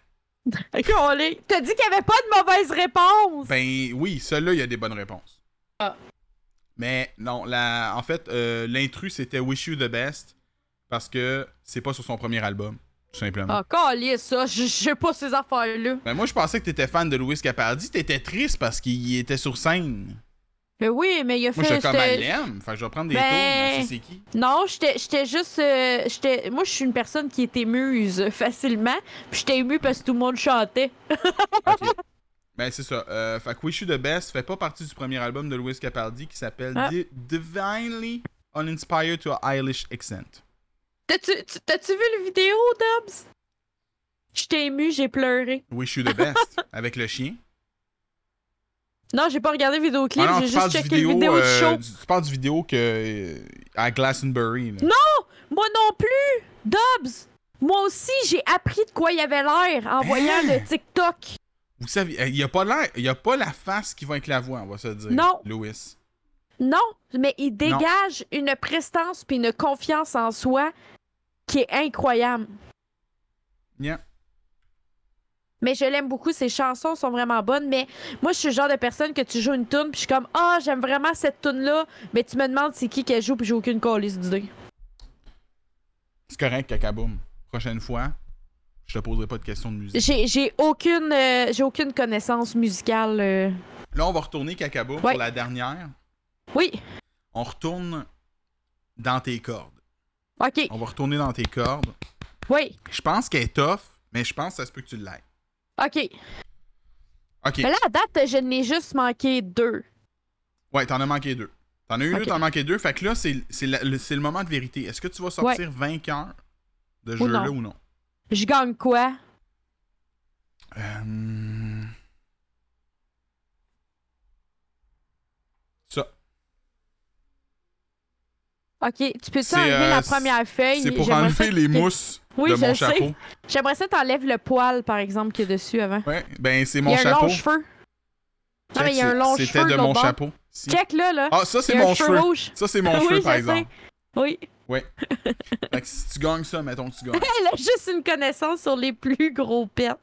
dit qu'il n'y avait pas de mauvaise réponse! Ben oui, celui-là, il y a des bonnes réponses. Ah. Mais non, en fait, l'intrus, c'était Wish You the Best parce que c'est pas sur son premier album, tout simplement. Ah, calisse ça, je sais pas ces affaires-là. Ben moi, je pensais que t'étais fan de Louis Capaldi. T'étais triste parce qu'il était sur scène. Mais oui, mais il a Moi, fait... je comme elle l'aime. Fait que je vais prendre des tours. Je sais c'est qui. Non, j'étais juste... moi, je suis une personne qui est émuse facilement. Puis j'étais émue parce que tout le monde chantait. OK. Ben, c'est ça. Fait que Wish You the Best fait pas partie du premier album de Louis Capaldi qui s'appelle Divinely Uninspired to a Eilish Accent. T'as-tu vu le vidéo, Dobbs? J'étais émue, j'ai pleuré. Wish You the Best avec le chien. Non, j'ai pas regardé le vidéoclip, Ah non, j'ai tu parles juste du checké le vidéo de show. Tu parles du vidéo à Glastonbury. Là. Non! Moi non plus! Dobbs! Moi aussi, j'ai appris de quoi il avait l'air en voyant le TikTok. Vous savez, il y a pas l'air, il y a pas la face qui va avec la voix, on va se dire. Non. Louis. Non, mais il dégage une prestance puis une confiance en soi qui est incroyable. Yeah. Mais je l'aime beaucoup, ses chansons sont vraiment bonnes, mais moi, je suis le genre de personne que tu joues une tune puis je suis comme « Ah, j'aime vraiment cette tune-là », mais tu me demandes c'est qui qu'elle joue puis j'ai aucune calice d'idée. C'est correct, Cacaboum. Prochaine fois, je te poserai pas de questions de musique. J'ai aucune connaissance musicale. Là, on va retourner, Cacaboum, pour la dernière. Oui. On retourne dans tes cordes. OK. On va retourner dans tes cordes. Oui. Je pense qu'elle est tough, mais je pense que ça se peut que tu l'aies. OK. OK. Mais là, à date, je n'ai juste manqué 2. Ouais, t'en as manqué 2. T'en as eu 2, t'en as manqué 2. Fait que là, c'est le moment de vérité. Est-ce que tu vas sortir vainqueur de ce jeu-là ou non? Je gagne quoi? Ça. OK. Tu peux-tu enlever la première feuille? C'est pour enlever les mousses de mon chapeau. Sais. J'aimerais ça t'enlèves le poil, par exemple, qui est dessus avant. Ouais, ben c'est mon chapeau. Il y a un long cheveu. Non, mais il y a un long cheveu. C'était de mon chapeau. Si. Check là. Ah, ça, c'est mon cheveu. Rouge. Ça, c'est mon cheveu, par exemple. Oui. Ouais. Fait que si tu gagnes ça, mettons que tu gagnes. Elle a juste une connaissance sur les plus gros pets.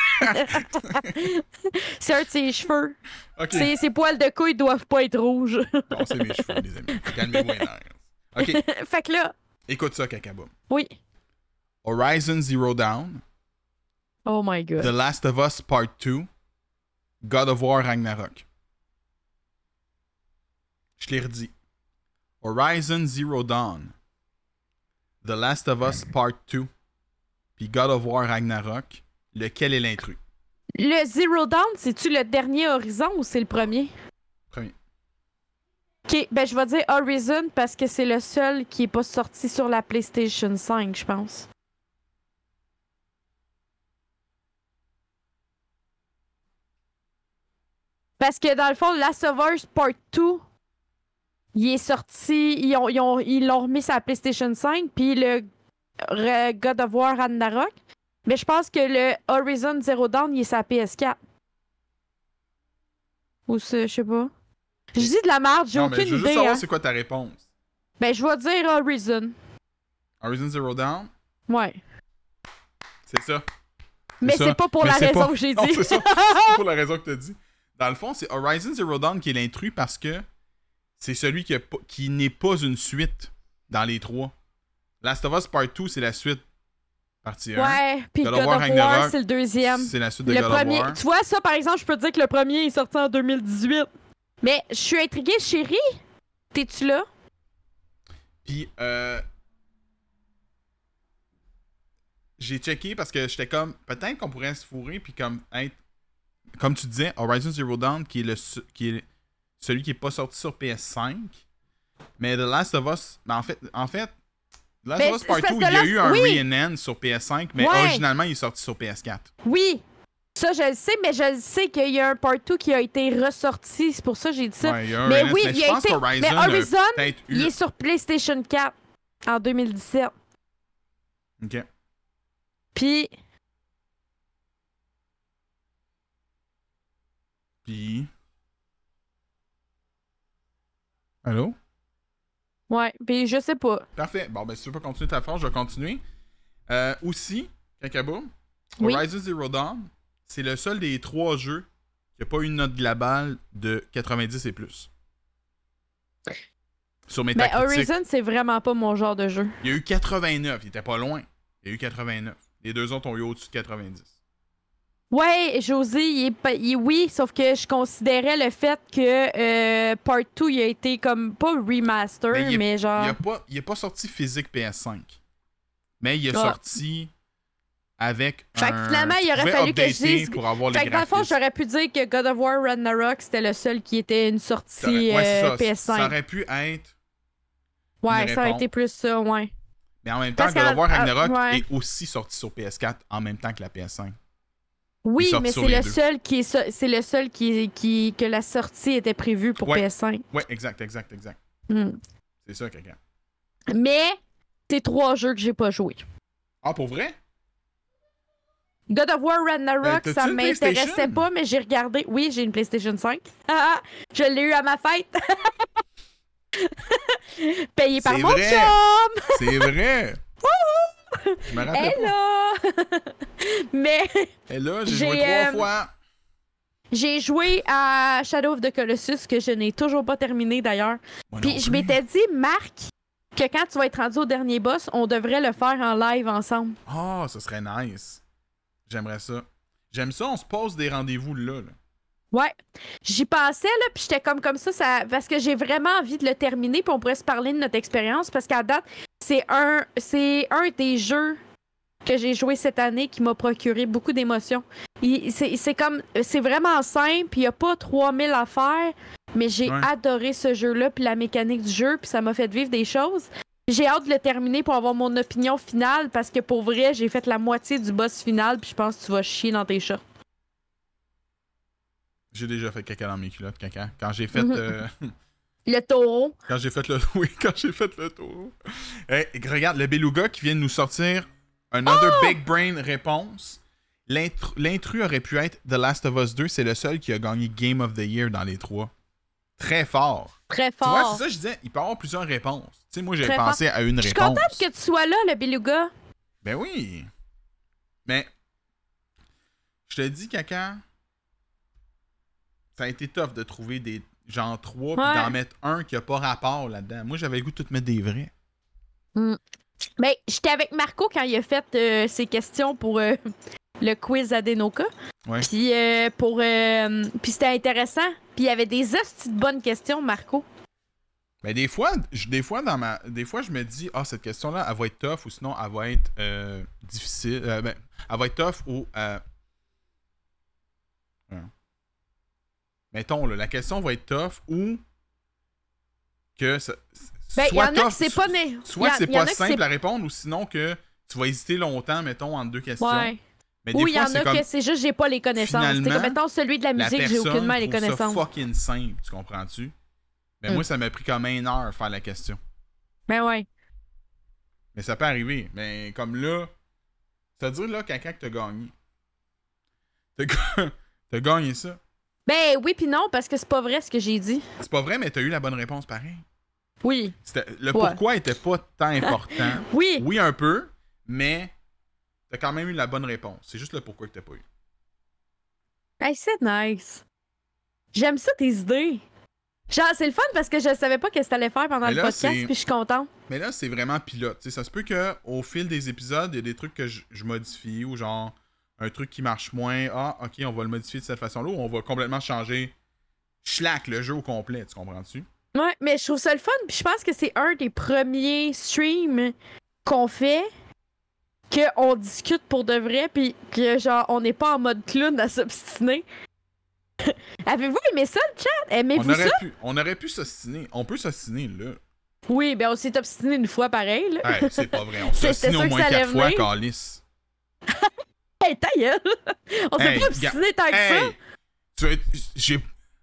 C'est un de ses cheveux. Okay. Ses poils de couilles doivent pas être rouges. Non, c'est mes cheveux, les amis. Calmez-vous les nerfs. OK. Fait que là... Écoute ça, Cacaboum. Oui. Horizon Zero Dawn. Oh my God. The Last of Us Part 2. God of War Ragnarok. Je l'ai redit. Horizon Zero Dawn. The Last of Us Part 2. Puis God of War Ragnarok. Lequel est l'intrus? Le Zero Dawn, c'est-tu le dernier Horizon ou c'est le premier? Premier. Ok, ben je vais dire Horizon parce que c'est le seul qui est pas sorti sur la PlayStation 5, je pense. Parce que dans le fond, Last of Us Part 2, il est sorti, ils l'ont remis sur la PlayStation 5, puis le God of War Ragnarok. Mais je pense que le Horizon Zero Dawn, il est sur la PS4. Ou c'est, je sais pas. Je dis de la merde, j'ai aucune idée. Je veux juste savoir c'est quoi ta réponse. Ben, je vais dire Horizon. Horizon Zero Dawn? Ouais. C'est ça. Mais c'est pas pour la raison que j'ai dit. Non, c'est ça. C'est pour la raison que t'as dit. Dans le fond, c'est Horizon Zero Dawn qui est l'intrus parce que c'est celui qui n'est pas une suite dans les trois. Last of Us Part 2, c'est la suite. Partie 1. Ouais, puis God of War, c'est le deuxième. C'est la suite de God of War. Tu vois, ça, par exemple, je peux te dire que le premier est sorti en 2018. Mais je suis intriguée, chérie. T'es-tu là? Puis, j'ai checké parce que j'étais comme, peut-être qu'on pourrait se fourrer, puis comme être, comme tu disais, Horizon Zero Dawn, qui est celui qui est pas sorti sur PS5. Mais The Last of Us, en fait, Last of Us Part 2, il y a eu un re-NN sur PS5, mais originalement, il est sorti sur PS4. Oui, Ça, je le sais, mais je le sais qu'il y a un part 2 qui a été ressorti. C'est pour ça que j'ai dit ça. Ouais, il y a un mais release, oui, mais il je a pense été. qu'Horizon Mais a Horizon, peut-être eu- il est sur PlayStation 4 en 2017. OK. Puis, Puis... Allô? ouais, puis je sais pas. Parfait. Bon, ben si tu veux pas continuer ta phrase, je vais continuer. Aussi, Kakaboom, Oui. Horizon Zero Dawn, c'est le seul des 3 jeux qui n'a pas eu une note globale de 90 et plus. Sur Mais Metacritic. Horizon, c'est vraiment pas mon genre de jeu. Il y a eu 89, il était pas loin. Il y a eu 89. Les deux autres ont eu au-dessus de 90. Ouais, Josie, oui, sauf que je considérais le fait que Part 2, il a été comme pas remaster, mais genre. Il est pas sorti physique PS5. Mais il est Ah. sorti avec Fait que finalement, il tu aurait pouvais fallu que je updater dise. pour avoir Fait les que dans le fond, graphismes. j'aurais pu dire que God of War Ragnarok, c'était le seul qui était une sortie Ouais, c'est ça. PS5. Ça aurait pu être... Ouais, une ça aurait réponse. été plus ça, ouais. Mais en même temps, Parce God of qu'à- War Ragnarok ouais. est aussi sorti sur PS4 en même temps que la PS5. Oui, sorti mais sur c'est les le deux. seul qui est c'est le seul que la sortie était prévue pour Ouais. PS5. Ouais, exact. Hmm. C'est ça, quelqu'un. Mais c'est 3 jeux que j'ai pas joué. Ah, pour vrai? God of War Ragnarok, T'as-tu ça une m'intéressait PlayStation? pas, mais j'ai regardé. Oui, j'ai une PlayStation 5. Ah, je l'ai eu à ma fête. Payé par C'est mon vrai. chum. C'est vrai! Je me rappelle pas. Hello! Mais Et là, j'ai J'ai, joué 3 fois. j'ai joué à Shadow of the Colossus, que je n'ai toujours pas terminé d'ailleurs. Moi non Puis je plus. m'étais dit, Marc, que quand tu vas être rendu au dernier boss, on devrait le faire en live ensemble. Ah, ça serait nice. J'aimerais ça. J'aime ça, on se pose des rendez-vous là. Ouais. J'y pensais, là, puis j'étais comme ça, parce que j'ai vraiment envie de le terminer, puis on pourrait se parler de notre expérience, parce qu'à date, c'est un des jeux que j'ai joué cette année qui m'a procuré beaucoup d'émotions. C'est vraiment simple, puis il n'y a pas 3000 à faire, mais j'ai Ouais. adoré ce jeu-là, puis la mécanique du jeu, puis ça m'a fait vivre des choses. J'ai hâte de le terminer pour avoir mon opinion finale, parce que pour vrai, j'ai fait la moitié du boss final, puis je pense que tu vas chier dans tes chats. J'ai déjà fait caca dans mes culottes, caca. Quand j'ai fait... Le taureau. quand j'ai fait le... Oui, quand j'ai fait le tour. Hey, regarde, le Beluga qui vient de nous sortir Another Big Brain réponse. L'intrus aurait pu être The Last of Us 2. C'est le seul qui a gagné Game of the Year dans les 3. Très fort. Très Tu vois, fort. c'est ça, je disais, il peut y avoir plusieurs réponses. Tu sais, moi, j'avais Très pensé à une Je suis réponse. contente que tu sois là, le beluga. Ben oui. Mais, je te dis, caca, ça a été tough de trouver des genre 3 puis Ouais. d'en mettre un qui a pas rapport là-dedans. Moi, j'avais le goût de tout mettre des vrais. Ben, j'étais avec Marco quand il a fait ses questions pour le quiz Adenoka. Ouais. Puis puis c'était intéressant. Puis il y avait des hosties de bonnes questions, Marco. Ben des fois, je me dis, ah, cette question-là, elle va être tough ou sinon, elle va être difficile. Ben, elle va être tough ou... Mettons, là, la question va être tough ou que ça, Ben, il y soit en a tough, que c'est pas né. soit que c'est y en pas a que simple c'est- à répondre ou sinon que tu vas hésiter longtemps, mettons, entre deux questions. Ouais. Mais Ou des il y fois, en c'est a comme que c'est juste j'ai pas les connaissances. C'est finalement, comme mettons celui de la la musique, j'ai personne aucunement les trouve ça connaissances. fucking simple, tu comprends-tu? Mais moi, ça m'a pris comme 1 heure faire la question. Ben ouais. Mais ça peut arriver. Mais comme là, c'est-à-dire là, quelqu'un que t'as gagné. T'as gagné ça. Ben oui puis non, parce que c'est pas vrai ce que j'ai dit. C'est pas vrai, mais t'as eu la bonne réponse pareil. Oui. Le pourquoi était pas tant important. Oui. Oui, un peu, mais t'as quand même eu la bonne réponse. C'est juste le pourquoi que t'as pas eu. Hey, c'est nice. J'aime ça tes idées. Genre, c'est le fun parce que je savais pas qu'est-ce que t'allais faire pendant Mais le là, podcast, c'est- puis je suis contente. Mais là, c'est vraiment pilote. T'sais, ça se peut qu'au fil des épisodes, il y a des trucs que je modifie ou genre un truc qui marche moins. Ah, ok, on va le modifier de cette façon-là ou on va complètement changer schlack le jeu au complet. Tu comprends-tu? Ouais, mais je trouve ça le fun, puis je pense que c'est un des premiers streams qu'on fait qu'on discute pour de vrai, puis que genre, on n'est pas en mode clown à s'obstiner. Avez-vous aimé ça, le chat? Aimez-vous ça? On aurait pu s'ostiner. On peut s'ostiner, là. Oui, ben on s'est obstiné une fois pareil, là. Hey, c'est pas vrai. On C'était s'ostine sûr au que moins ça allait 4 fois, venir. Calice. Hey, ta gueule! On s'est Hey, pas obstiné tant que ça! J'ai.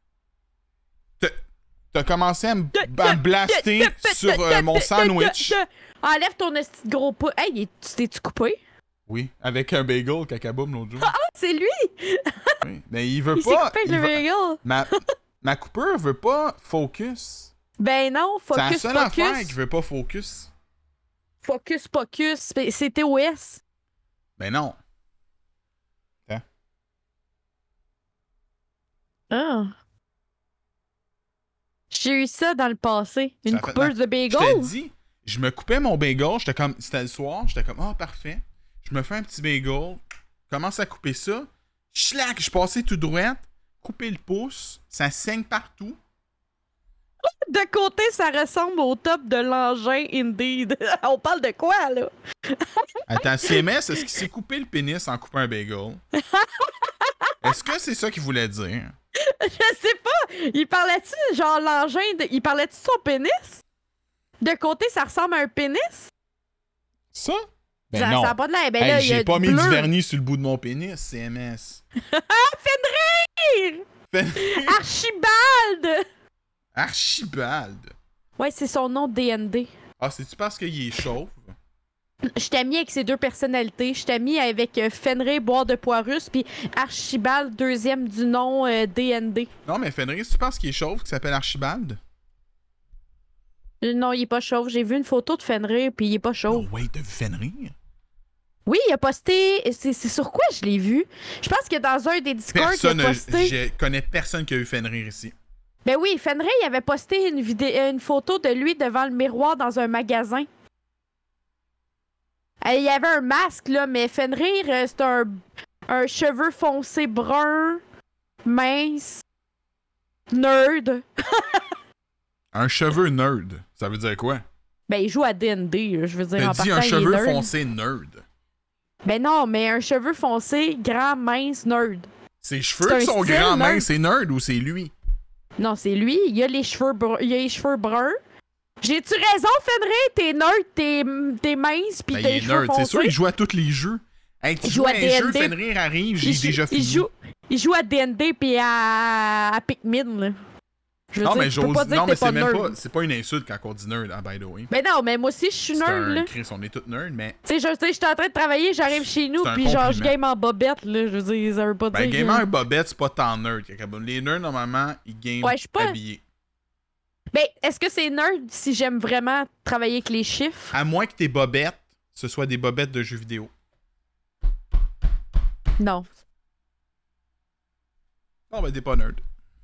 T'as commencé à me blaster sur mon sandwich. Enlève ton esti de gros pouce. Hey, tu t'es-tu coupé? Oui, avec un bagel cacaboum l'autre jour. Ah, c'est lui! Oui. Mais il veut Il s'est pas. coupé avec le bagel. Ma coupeur veut pas focus. Ben non, C'est la focus, seule affaire qui focus. veut pas focus. Focus, focus. C'est TOS. Ben non. Ah. J'ai eu ça dans le passé. Une Ça fait coupeuse de bagel. Je t'ai dit, je me coupais mon bagel, j'étais comme, c'était le soir, j'étais comme, ah, parfait. Je me fais un petit bagel, commence à couper ça, schlac, je passais tout droit, couper le pouce, ça saigne partout. De côté, ça ressemble au top de l'engin Indeed. On parle de quoi, là? Attends, CMS, est-ce qu'il s'est coupé le pénis en coupant un bagel? Est-ce que c'est ça qu'il voulait dire? Je sais pas. Il parlait-tu, genre, l'engin Il parlait-tu de son pénis? De côté, ça ressemble à un pénis? Ça? Ben ça, non. ça a pas de l'air. Ben Hey, là, il y a j'ai pas du mis bleu. du vernis sur le bout de mon pénis, CMS. Fenrir! Archibald! Archibald. Ouais, c'est son nom de DND. Ah, c'est-tu parce qu'il est chauve? Je t'ai mis avec ses deux personnalités. Je t'ai mis avec Fenrir, boire de poids russe, puis Archibald, deuxième du nom DND. Non, mais Fenris, tu penses qu'il est chauve, qui s'appelle Archibald? Non, il est pas chauve. J'ai vu une photo de Fenrir, puis il est pas chauve. Oh, wait, t'as vu Fenrir? Oui, il a posté. C'est sur quoi je l'ai vu? Je pense que dans un des Discord, Personne, il a posté. je connais personne qui a vu Fenrir ici. Ben oui, Fenrir, il avait posté une photo de lui devant le miroir dans un magasin. Il y avait un masque, là, mais Fenrir, c'est un cheveu foncé brun, mince, nerd. Un cheveu nerd, ça veut dire quoi? Ben, il joue à D&D, je veux dire, T'as en dit partant, un il est cheveu nerd. foncé nerd. Ben non, mais un cheveu foncé, grand, mince, nerd. Ses cheveux C'est un qui sont style grands, nerd. minces, c'est nerd ou c'est lui? Non, c'est lui. Il a les cheveux, il a les cheveux bruns. J'ai-tu raison, Fenrir? T'es nerd, t'es mince, pis Ben, t'as il les est cheveux nerd, c'est foncés. sûr, il joue à tous les jeux. Hey, tu Il joues joue à à un jeu, D&D. Fenrir arrive, j'ai déjà fini. Il joue à D&D pis à Pikmin, là. Je veux Non, dire, mais tu peux pas dire non, que mais t'es pas c'est même nerd. pas, c'est pas une insulte quand on dit nerd, hein, by the way. Ben non, mais moi aussi, je suis C'est nerd, là. un Chris, on est tous nerds, mais... Tu sais, je suis en train de travailler, j'arrive chez nous, C'est un pis genre, je compliment. game en bobette, là. Je veux dire, ça veut pas Ben, dire... gamer bobette, c'est pas tant nerd. Les nerds, normalement, ils game Ouais, je suis pas- habillés. Ben, est-ce que c'est nerd si j'aime vraiment travailler avec les chiffres? À moins que tes bobettes, ce soit des bobettes de jeux vidéo. Non. Non, ben, t'es pas nerd.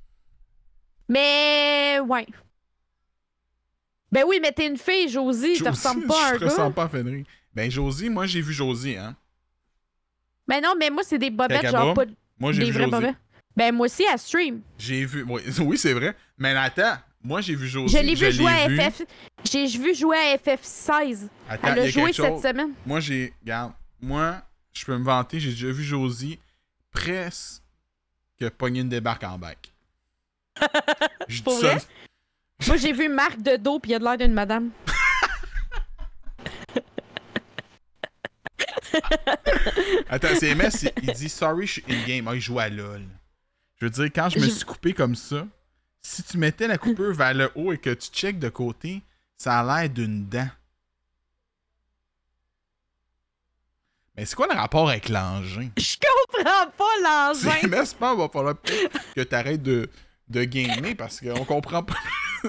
Mais... ouais. Ben oui, mais t'es une fille, Josie, tu ressembles pas à un Je ressemble gars. pas à Fenrir. Ben, Josie, moi, j'ai vu Josie, hein. Ben non, mais moi, c'est des bobettes, Cacaboum. genre pas Moi, j'ai des vu vrais Josie. bobettes. Ben moi aussi, à stream. J'ai vu... Oui, oui, c'est vrai. Mais attends, moi, j'ai vu Josie. Je l'ai vu jouer à vu. FF... J'ai vu jouer à FF16. Attends, Elle il y a a joué quelque cette chose. semaine. Moi, regarde, moi, je peux me vanter, j'ai déjà vu Josie presque pogner une débarque en bac. Je dis Pour ça. vrai? Moi, j'ai vu Marc de dos, puis il a de l'air d'une madame. Attends, c'est MS, il dit sorry, je suis in-game. Ah, il joue à LOL. Je veux dire, quand je me suis coupé comme ça, si tu mettais la coupure vers le haut et que tu checkes de côté, ça a l'air d'une dent. Mais c'est quoi le rapport avec l'engin? Je comprends pas l'engin. C'est MS, pas, va falloir peut-être que t'arrêtes de gamer parce qu'on comprend pas.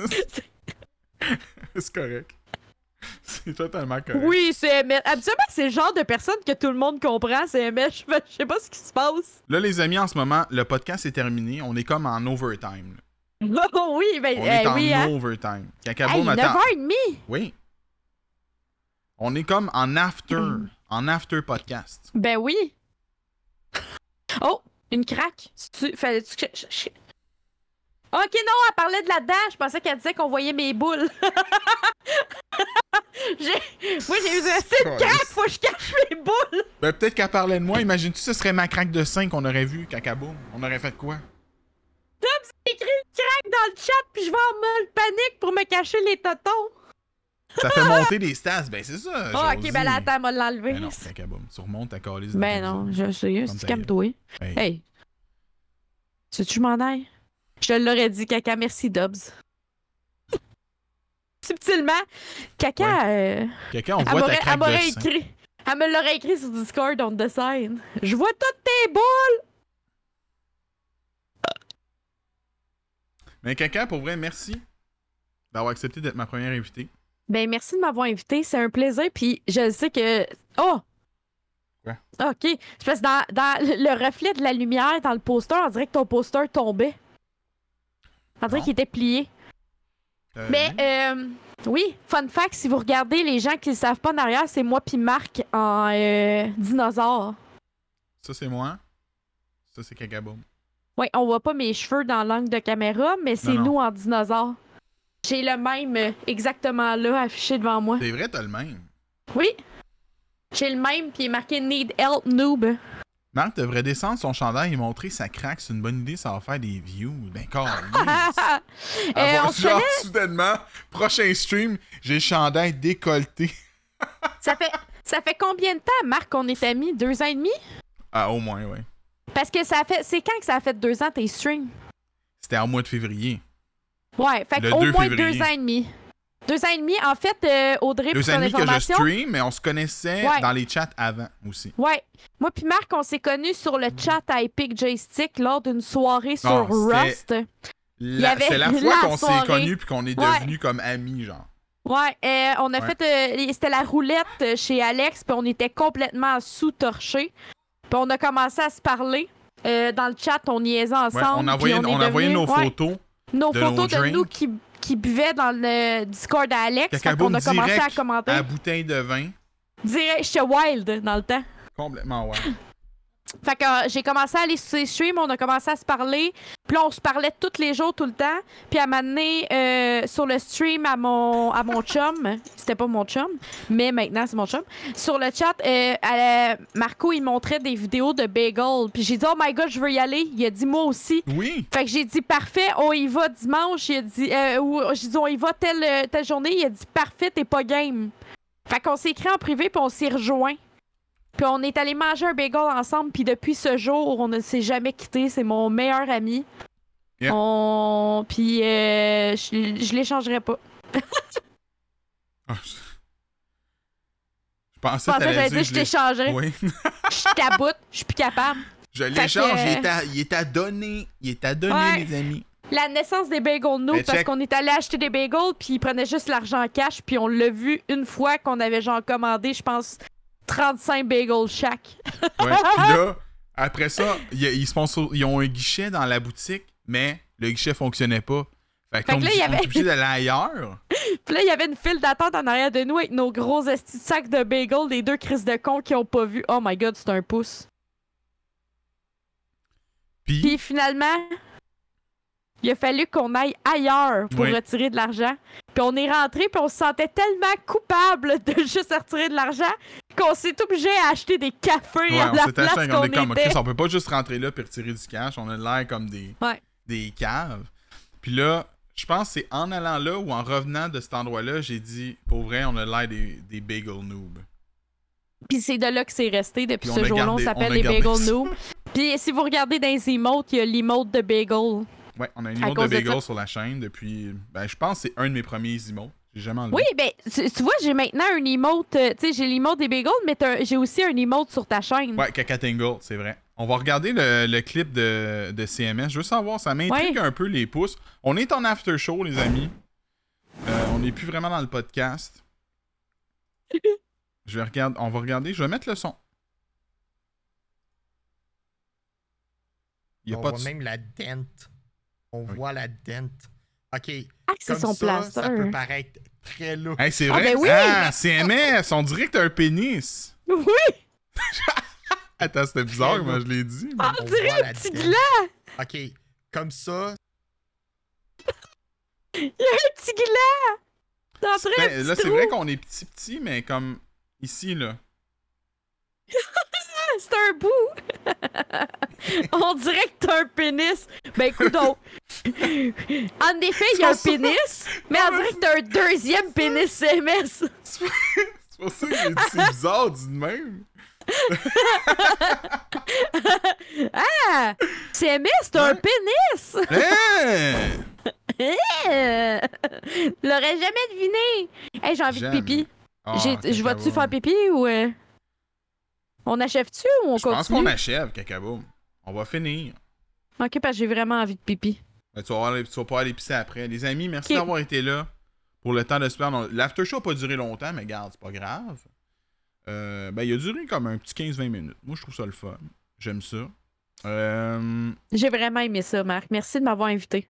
C'est correct. C'est totalement correct. Oui, c'est MS. Habituellement, c'est le genre de personne que tout le monde comprend, c'est MS. Je sais pas ce qui se passe. Là, les amis, en ce moment, le podcast est terminé. On est comme en overtime. Là. Oh oui, ben On est en oui, hein. overtime. Hey, Cacaboum, attends. 9h30. Oui. On est comme en after podcast. Ben oui. Oh, une craque. Fallait-tu que Ok, non, elle parlait de la dent. Je pensais qu'elle disait qu'on voyait mes boules. Moi, j'ai eu c'est une craque, faut que je cache mes boules. Ben, peut-être qu'elle parlait de moi. Imagine-tu, ce serait ma craque de 5 qu'on aurait vu, Cacaboum. On aurait fait quoi? Tom, j'ai écrit une craque dans le chat, puis je vais en mode panique pour me cacher les totons. Ça fait monter des stats. Ben, c'est ça. Ah, ok, Josie. ben là, attends, moi de l'enlever. Ben non, cacaboum. Tu remontes ta calice. Ben non, je sais, c'est calme-toi. Hey. Hey. Tu veux que je m'en aille? Je te l'aurais dit, caca, merci, Dobbs. Subtilement, caca, Quelqu'un, on elle voit ta m'aurait- elle craque de m'aurait sein. écrit. Elle me l'aurait écrit sur Discord, on the side. Je vois toutes tes boules! Mais quelqu'un, pour vrai, merci d'avoir accepté d'être ma première invitée. Ben, merci de m'avoir invité. C'est un plaisir. Puis je sais que. Oh! Quoi? OK. C'est parce que dans le reflet de la lumière, dans le poster, on dirait que ton poster tombait. On dirait Non. qu'il était plié. Mais, oui, fun fact, si vous regardez les gens qui ne le savent pas en arrière, c'est moi puis Marc en dinosaure. Ça, c'est moi. Ça, c'est Cacaboum. Oui, on voit pas mes cheveux dans l'angle de caméra, mais c'est Non. nous en dinosaure. J'ai le même exactement là affiché devant moi. C'est vrai, t'as le même. Oui. J'ai le même, puis il est marqué Need Help Noob. Marc devrait descendre son chandail et montrer sa craque. C'est une bonne idée, ça va faire des views. Ben, on Avoir se genre, connaît? soudainement, prochain stream, j'ai le chandail décolleté. Ça fait combien de temps, Marc, qu'on est amis? 2 ans et demi? Ah, au moins, ouais. Parce que ça fait. C'est quand que ça a fait 2 ans tes streams? C'était en mois de février. Ouais, fait Le qu'au 2 moins février. 2 ans et demi. 2 ans et demi, en fait, Audrey, pour 2 ans et ton demi que je information. stream, mais on se connaissait Ouais. dans les chats avant aussi. Ouais. Moi puis Marc, on s'est connus sur le chat à Epic Joystick lors d'une soirée sur Ah, Rust. y avait C'est la fois la qu'on s'est soirée. connus puis qu'on est Ouais. devenus comme amis, genre. Ouais, on a Ouais. fait. C'était la roulette chez Alex, puis on était complètement sous-torchés. Puis on a commencé à se parler. Dans le chat, on niaisait Ouais, ensemble. on puis envoyait est nos devenus- ouais, photos. nos de photos nos de drinks. nous qui buvaient dans le Discord à Alex. Fait Cacaboum qu'on a commencé à direct commenter. à bouteille de vin. Direct, j'étais wild dans le temps. Complètement wild. Fait que j'ai commencé à aller sur ses streams, on a commencé à se parler. Puis là, on se parlait tous les jours, tout le temps. Puis à un moment donné, sur le stream à mon chum, c'était pas mon chum, mais maintenant c'est mon chum. Sur le chat, Marco, il montrait des vidéos de bagel. Puis j'ai dit, oh my god, je veux y aller. Il a dit, moi aussi. Oui. Fait que j'ai dit, parfait, on y va dimanche. Il a dit, j'ai dit, on y va telle journée. Il a dit, parfait, t'es pas game. Fait qu'on s'est écrit en privé, puis on s'est rejoint. Puis on est allé manger un bagel ensemble, puis depuis ce jour, on ne s'est jamais quitté. C'est mon meilleur ami. Yeah. Puis je l'échangerai pas. Ah, je pensais Je que pensais que j'allais t'allais dire je t'échangerais. Oui. Je caboute, je suis plus capable. Je Fait l'échange, que, il est à donner. Il est à donner, Ouais. les amis. La naissance des bagels nous, Mais parce check. qu'on est allé acheter des bagels, puis ils prenaient juste l'argent cash, puis on l'a vu une fois qu'on avait genre commandé, je pense, 35 bagels chaque. Ouais. Puis là, après ça, ils ont un guichet dans la boutique, mais le guichet fonctionnait pas. Fait Fait que là, il y on avait- est obligé d'aller ailleurs. Puis là, il y avait une file d'attente en arrière de nous avec nos gros estis de sacs de bagels, les 2 crises de cons qui ont pas vu. Oh my god, c'est un pouce. Puis finalement, il a fallu qu'on aille ailleurs pour Oui. retirer de l'argent. Puis on est rentré, puis on se sentait tellement coupable de juste retirer de l'argent qu'on s'est obligé à acheter des cafés Ouais, à on la s'est place acheté qu'on on est comme, était. Chris, on peut pas juste rentrer là puis retirer du cash. On a l'air comme Ouais. des caves. Puis là, je pense que c'est en allant là ou en revenant de cet endroit-là, j'ai dit, pour vrai, on a l'air des bagel noobs. Puis c'est de là que c'est resté depuis Puis on ce a jour-là. On gardé- s'appelle on a les gardé bagels ça. nous. Puis si vous regardez dans les emotes, il y a l'emote de bagel. Ouais, on a une À emote de cause de bagel ça. sur la chaîne depuis. Ben, je pense que c'est un de mes premiers emotes. J'ai jamais enlevé. Oui, ben, tu vois, j'ai maintenant un emote. Tu sais, j'ai l'emote des bagels, mais j'ai aussi un emote sur ta chaîne. Ouais, Caca Tingle, c'est vrai. On va regarder le clip de CMS. Je veux savoir, ça m'intrigue un peu les pouces. On est en after show, les amis. On n'est plus vraiment dans le podcast. On va regarder. Je vais mettre le son. Il y a On pas voit de... même la dent. On Oui. voit la dent. OK. Ah, c'est Comme son ça, plaster. ça peut paraître très lourd. Hey, c'est Ah, vrai? ben oui! Ah, CMS! On dirait que t'as un pénis. Oui! Attends, c'était bizarre, moi je l'ai dit. mais- On dirait voit un la petit dent. gland! OK. Comme ça, Il y a un petit gland! Dans un Ben, petit là, c'est trou. vrai qu'on est petit, mais comme ici, là. C'est un bout! On dirait que t'as un pénis. Ben, coudonc. En effet, il y a un pénis, mais on dirait que t'as un deuxième pénis CMS. C'est pour ça que j'ai dit c'est bizarre, dit de même. Ah! CMS, t'as un pénis! Hein? L'aurais jamais deviné! Hey, j'ai envie de pipi. Ah, Je vais-tu cacaboum. faire pipi ou. On achève-tu ou on Je pense qu'on continue? achève, Cacaboum. On va finir. Ok, parce que j'ai vraiment envie de pipi. Ben, tu vas pouvoir aller pisser après. Les amis, merci Ok. d'avoir été là pour le temps de se perdre. L'after show n'a pas duré longtemps, mais regarde, c'est pas grave. Ben, il a duré comme un petit 15-20 minutes. Moi, je trouve ça le fun. J'aime ça. J'ai vraiment aimé ça, Marc. Merci de m'avoir invité.